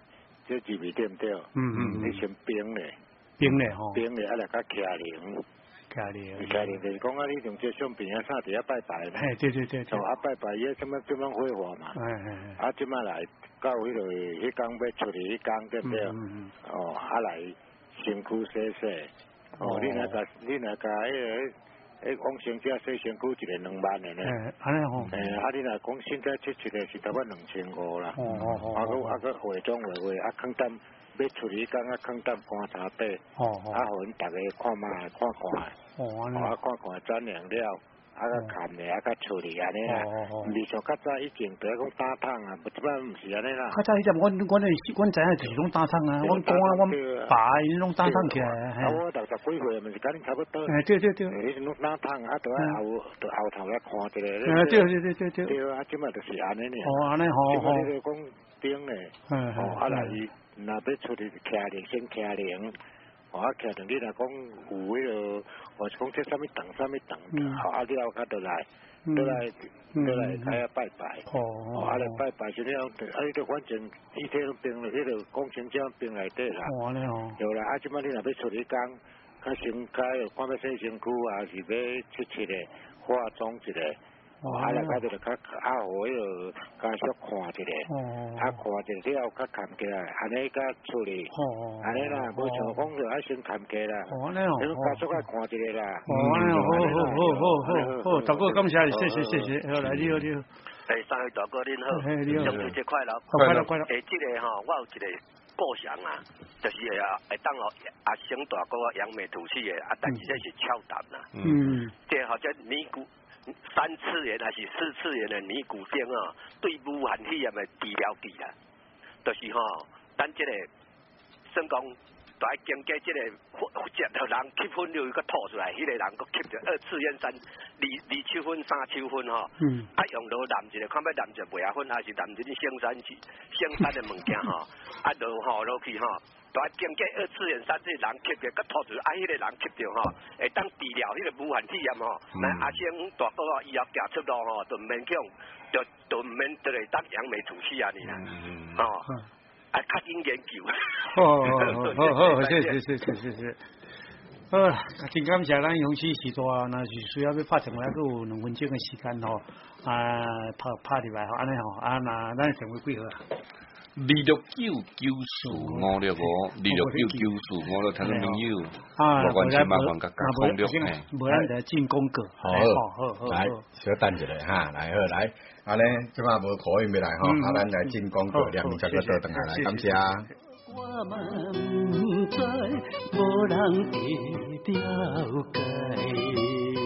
这字味对唔对？ 嗯嗯你先冰咧， 冰咧吼， 冰咧啊来甲徛灵， 徛灵， 徛灵就是讲啊，你用这相片啊啥伫遐拜拜咧， 哎对对对， 哦啊拜拜伊什么什么火化嘛， 哎哎啊即摆来到迄个迄工要出去迄工对不对？ 嗯嗯哦啊来身躯洗洗，哦你若甲你若甲迄个。诶，往生者洗身躯一个两万的呢。 诶，安尼吼。 诶，啊，你若讲现在出一个是差不多两千五啦。 哦哦哦。 啊，佮啊佮化妆化化，啊，肯等要出去讲啊，肯等观察底。 哦哦。 啊，互因逐个看卖看看。 哦，安尼。 啊，看看转量了。啊，甲看咧，啊，甲处理安尼啦。哦哦。毋是像较早以前，比如讲打汤啊，即摆毋是安尼啦。 较早迄阵，阮阮诶，阮知影就是拢打汤啊，阮公啊，阮爸因拢打汤起来。 啊，我六十几岁，毋是甲恁差不多。 诶，对对对。 迄阵拢打汤啊，着爱后，着后头来看一个。 诶，对对对对对。 对啊，即摆就是安尼呢。 哦，安尼好好。 即摆你讲顶咧，哦，啊来，若要出去徛零，先徛零。哦，啊，徛零，你若讲有迄个，或是讲这啥物档，啥物档，啊了，啊倒来。都来，都来睇下拜拜。哦，啊来拜拜就了，啊你都反正肢体拢冰了，迄个工程车冰内底啦。 哦，安尼哦。 对啦，啊，即摆你若要出去讲，较先开，看要洗身躯啊，是要切切的化妆一个。哦，啊来甲就较啊，互迄个家属看一个。哦。啊，看一个了，较看起来，安尼甲处理。哦。安尼啦，无像讲着啊先看起来。哦，安尼哦。你讲家属爱看一个啦。 哦，安尼哦，好好好好好好，大哥感谢你，谢谢谢谢，好来你好你好。 诶，三位大哥恁好，中秋节快乐， 快乐快乐。 诶，即个吼，我有一个故乡啊，就是会啊，会当哦阿星大哥扬眉吐气的，啊，但是这是俏谈啦。嗯。这或者尼古三次元还是四次元的尼古丁啊，对武汉肺炎的治疗剂啦，就是吼，咱这个算讲。就爱经过这个接互人吸粉了，佮吐出来，迄、那个人佮吸着二次元三二二手粉、三手粉吼。嗯。啊，用落淋一个，看要淋一麦芽粉，还是淋一啲生产去生产的物件吼。啊，落吼落去吼，就爱经过二次元三次人吸着，佮吐出来，啊，迄、那个人吸着吼，会当治疗迄个武汉肺炎吼。咱、嗯、阿星大哥啊，以后行出路吼，就毋免讲，就就毋免得来当扬眉吐气啊，你啦。嗯。哦。嗯啊，较紧研究。 好好好好，谢谢谢谢谢谢。好，真感谢咱勇士时代，若是需要要拍电话，都有两分钟的时间吼，啊，拍拍入来吼，安尼吼，啊，那咱成为几号啊？ 二六九九四五六五，二六九九四五六，听众朋友， 啊， 关心麻烦甲甲控着， 无咱来进攻个， 好好好，来，小等一下哈，来好来，啊咧，即马无可以未来吼，啊，咱来进攻个，两名再个倒转来，来，感谢。我们在无人会了解。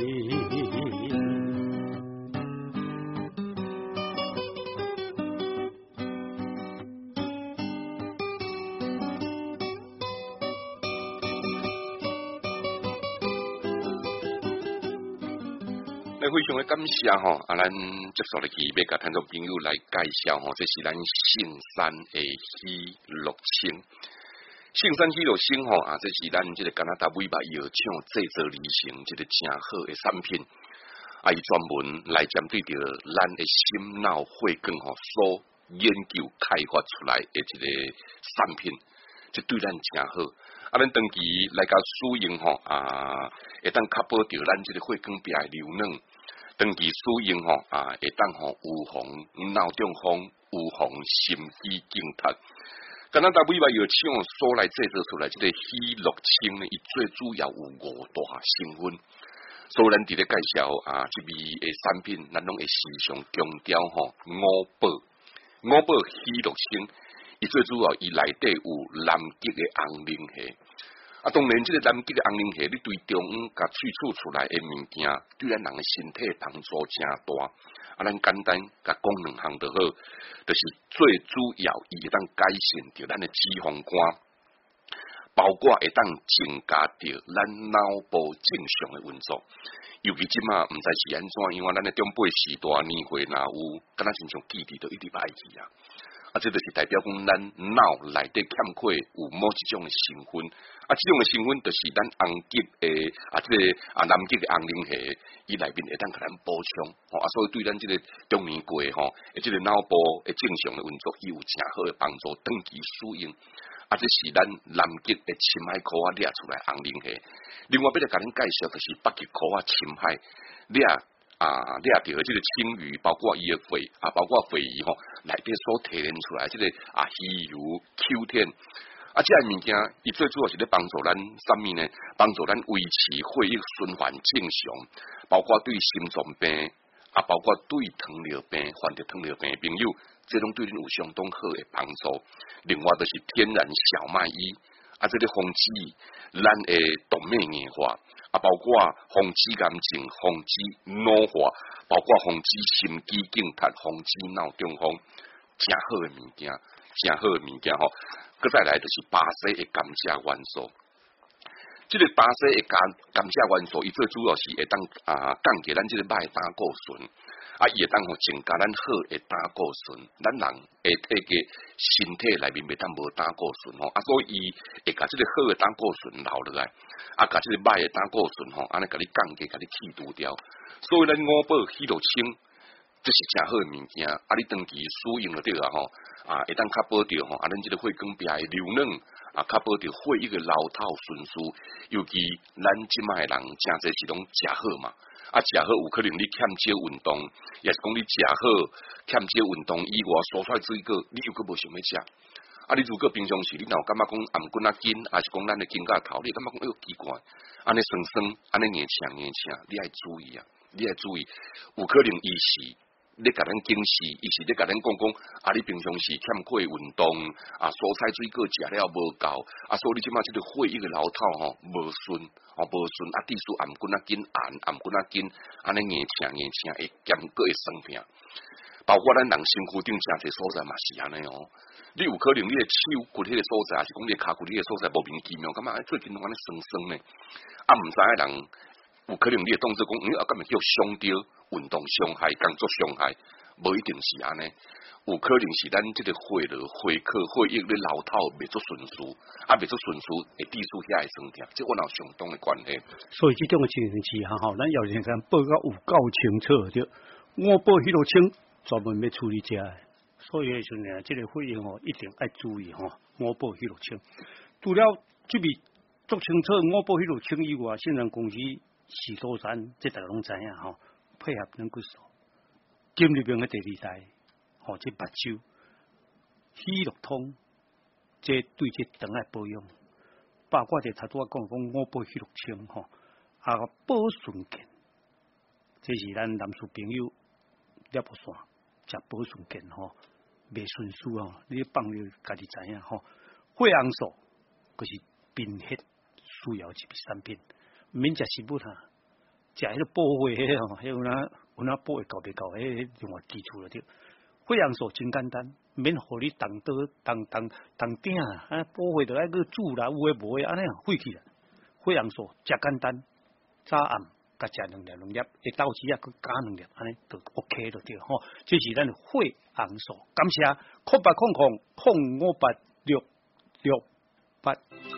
非常的感谢吼，啊，咱接受了去要甲听众朋友来介绍吼，这是咱圣山的喜乐星。圣山喜乐星吼啊，这是咱这个加拿大尾巴药厂制作而成一个真好的产品，啊，伊专门来针对着咱的心脑血管吼所研究开发出来的一个产品，这对咱真好。啊，咱长期来甲使用吼啊，会当确保着咱这个血管壁的流软。长期使用吼啊，会当吼预防脑中风、预防心肌梗塞。加拿大尾巴药厂所来制作出来这个喜乐清呢，伊最主要有五大成分。所以咱伫咧介绍啊，这味的产品，咱拢会时常强调吼五宝。五宝喜乐清，伊最主要伊内底有南极的红磷虾。啊，当然，这个南极的红磷虾，你对中央甲萃取出来的物件，对咱人的身体帮助真大。啊，咱简单甲讲两项就好，就是最主要，伊会当改善着咱的脂肪肝，包括会当增加着咱脑部正常的运作。尤其即马毋知是安怎，因为咱的中辈时代年岁若有，敢若亲像记忆都一直歹去啊。啊， 这就是代表讲咱脑内底欠缺有某一种的成分，啊，这种的成分就是咱红极诶啊，这个啊南极的红磷虾，伊内面会当甲咱补充，吼啊，所以对咱这个中年过吼，诶，这个脑部诶正常的运作，伊有诚好的帮助，长期使用。啊，这是咱南极的深海壳啊掠出来红磷虾。另外，要来甲恁介绍就是北极壳啊深海掠。啊，掠到的这个青鱼，包括伊的肺啊，包括肺鱼吼，内底所提炼出来这个啊鱼油、Q 天啊，这些物件，伊最主要是咧帮助咱啥物呢？帮助咱维持血液循环正常，包括对心脏病啊，包括对糖尿病患得糖尿病的朋友，这种对恁有相当好的帮助。另外就是天然小麦衣啊，这个防止咱的动脉硬化。啊，包括防止癌症、防止老化，包括防止心肌梗塞、防止脑中风，真好的物件，真好的物件吼。佮再来就是巴西的甘蔗元素，这个巴西的甘甘蔗元素，伊最主要是会当啊降低咱这个歹胆固醇，啊，伊会当吼增加咱好的胆固醇，咱人会体个身体内面袂当无胆固醇吼，啊，所以伊会甲这个好的胆固醇留落来。啊，甲即个歹的胆固醇吼，安尼甲你降低，甲你去除掉。所以咱五宝喜乐清，这是诚好的物件。啊，你长期使用了对啊吼，啊，会当较保着吼，啊，咱即个血管壁的流软，啊，较保着血液的流透顺序。尤其咱即卖人诚侪是拢食好嘛，啊，食好有可能你欠少运动，也是讲你食好欠少运动以外，蔬菜水果你又阁无想要食。啊！你如果平常时你若有感觉讲颔骨啊紧，还是讲咱的颈胛头，你感觉讲哎呦奇怪，安尼酸酸，安尼硬呛硬呛，你爱注意啊！你爱注意，有可能伊是咧甲咱警示，伊是咧甲咱讲讲啊！你平常时欠缺运动啊，蔬菜水果食了无够啊，所以你即马即个血液个流透吼无顺，哦无顺啊，地属颔骨啊紧，颔颔骨啊紧，安尼硬呛硬呛会兼个会生病，包括咱人身躯顶诚侪所在嘛是安尼哦。你有可能你的手骨迄个所在，还是讲你的骹骨迄个所在莫名其妙，感觉最近拢安尼酸酸呢？啊，毋知影人有可能你的动作讲，嗯，啊，敢会叫伤到运动伤害、工作伤害，无一定是安尼。有可能是咱即个血流、血壳、血液咧流透袂足顺序，啊，袂足顺序会致使遐个酸痛，即我有相当的关系。 所以即种嘅情形之下，吼，咱要先生报告有够清楚着，我报迄路清专门要处理遮。所以迄阵呢，即个血液吼一定爱注意吼，五宝迄路清。除了即笔足清楚五宝迄路清以外，信任公司喜多山，即大家拢知影吼，配合咱骨素，金入边嘅第二代，吼即目睭喜乐通，即对即肠爱保养，包括即头拄仔讲讲五宝迄路清吼，啊保顺健，这是咱男士朋友了不线。食保顺健吼，袂顺序哦。你放了家己知影吼。血红素就是贫血需要一笔产品，免食食物哈，食迄个补血迄吼，迄有哪有哪补会够袂够？迄另外基础了着。血红素真简单，免互你动刀动动动鼎啊，补血着爱去煮啦，有诶无诶，安尼废去啦。血红素食简单，早暗。甲食两粒两粒，一到时啊，佮加两粒，安尼就 OK 就对吼。这是咱血红素，感谢空八空空空五八六六八。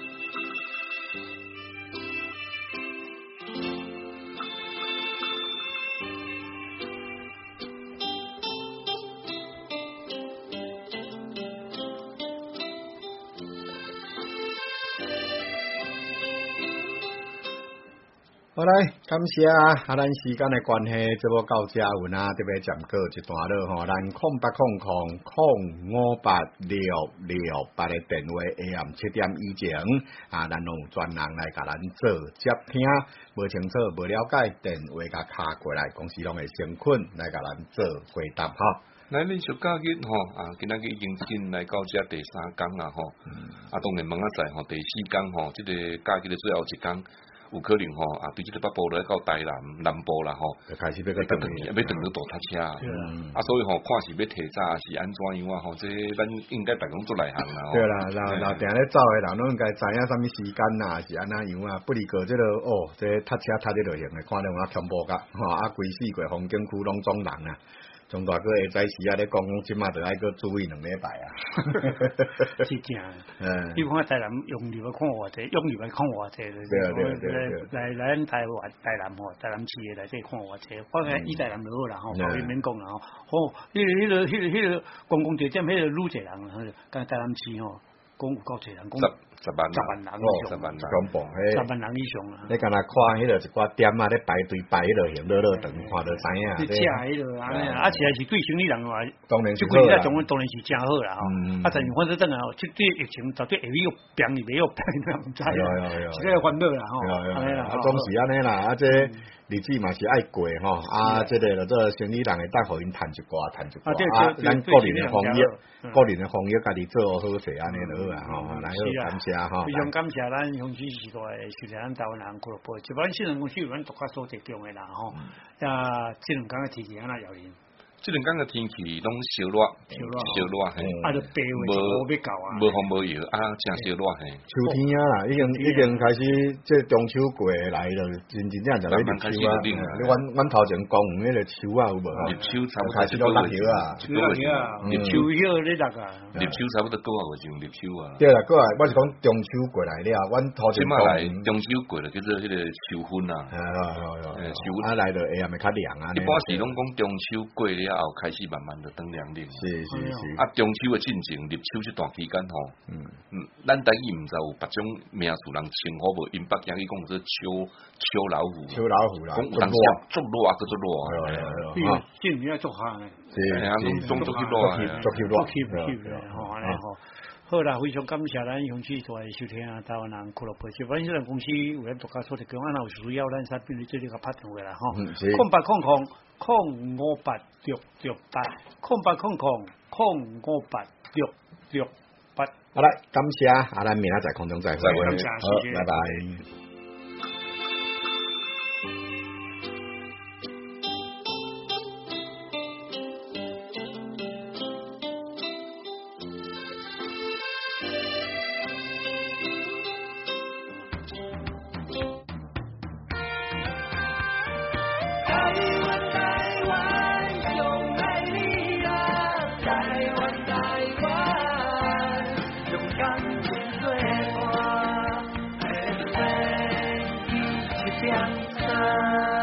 好来，感谢啊！啊，咱时间的关系，这部到这有哪特别暂告一段落吼。咱空八空空空五八六六八的电话 A M 七点以前啊，咱有专人来甲咱做接听，无清楚、无了解，电话甲卡过来，公司拢会先困来甲咱做回答吼。 来，恁小假日吼啊，今仔日已经进来到这第三天啦吼，啊，当然问仔在吼第四天吼，即、这个假日的最后一天。有可能吼啊，对即个北部来到台南南部啦吼， 就开始要个等去， 要等去大塞车，啊，所以吼看是要提早是安怎样啊吼，这咱应该大家做内行啦。 对啦，然后然后定咧走诶人拢应该知影啥物时间啦，是安那样啊，不离个即个哦，这塞车塞得落型诶，看到我恐怖甲吼啊，规四个风景区拢总人啊。 中大哥会在时啊咧讲讲，即马就爱个注意两礼拜啊。 是正。嗯。你看台南用力来看话题，用力来看话题，对对对。 来来咱台湾台南吼，台南市诶内底看话题，我看以台南就好啦吼，后面免讲啦吼。吼，迄个迄个迄个迄个公共地点，迄个愈济人，吼，干台南市吼，讲有够济人，讲。 十万十万人以上， 十万人，恐怖， 十万人以上啊！ 你敢若看迄个一寡店啊，咧排队排迄个行乐乐长，看到知影。 你食迄个安尼啊，啊，是还是对生理人话， 当然是好啦。当然当然是真好啦吼。啊，但是反正等下吼，即对疫情到底会有病伊袂有病，毋知啦。是个烦恼啦吼。 安尼啦，啊，总是安尼啦，啊，这日子嘛是爱过吼，啊，这个就做生理人会当互因趁一寡，趁一寡啊，咱个人的防疫，个人的防疫家己做好势安尼就好啊吼，来好感谢吼。 非常感谢咱雄起时代是咱台湾人俱乐部，一般新人公司有咱独家所提供的啦吼。啊，这两天的天气安那谣言？ 这两天的天气拢小热，小热嘿。 啊，就白话无要搞啊。 无风无雨啊，真小热嘿。 秋天啊啦，已经已经开始这中秋过来了，真真正就咧入秋啊。你阮阮头前讲迄个秋啊有无？ 入秋差不多开始都落叶啊， 落叶啊，入秋叶咧落啊。 入秋差不多九啊个钟入秋啊。 对啦，过来我是讲中秋过来了，阮头前讲中秋过了叫做迄个秋分啊。 系系系。秋啊来了，下暗咪较凉啊。 一般是拢讲中秋过了后开始慢慢的转凉凉。 是是是。 啊，中秋的进程入秋这段期间吼，嗯嗯，咱台语毋知有别种名词人称呼无，因北京去讲做秋秋老虎。 秋老虎啦。 讲有当时做热啊，做热啊。 系啊。今年要做下呢。 是啊，拢做起热啊， 做起热。 做起热吼，安尼吼。好啦，非常感谢咱雄起台收听啊，台湾人俱乐部。是反正公司有咱独家所提供，啊，有需要咱使便利做呢个拍电话啦吼。空八空空空五八六六八，空八空空空五八六六八。 好来，感谢啊，咱明仔载空中再会。好，拜拜。 两山。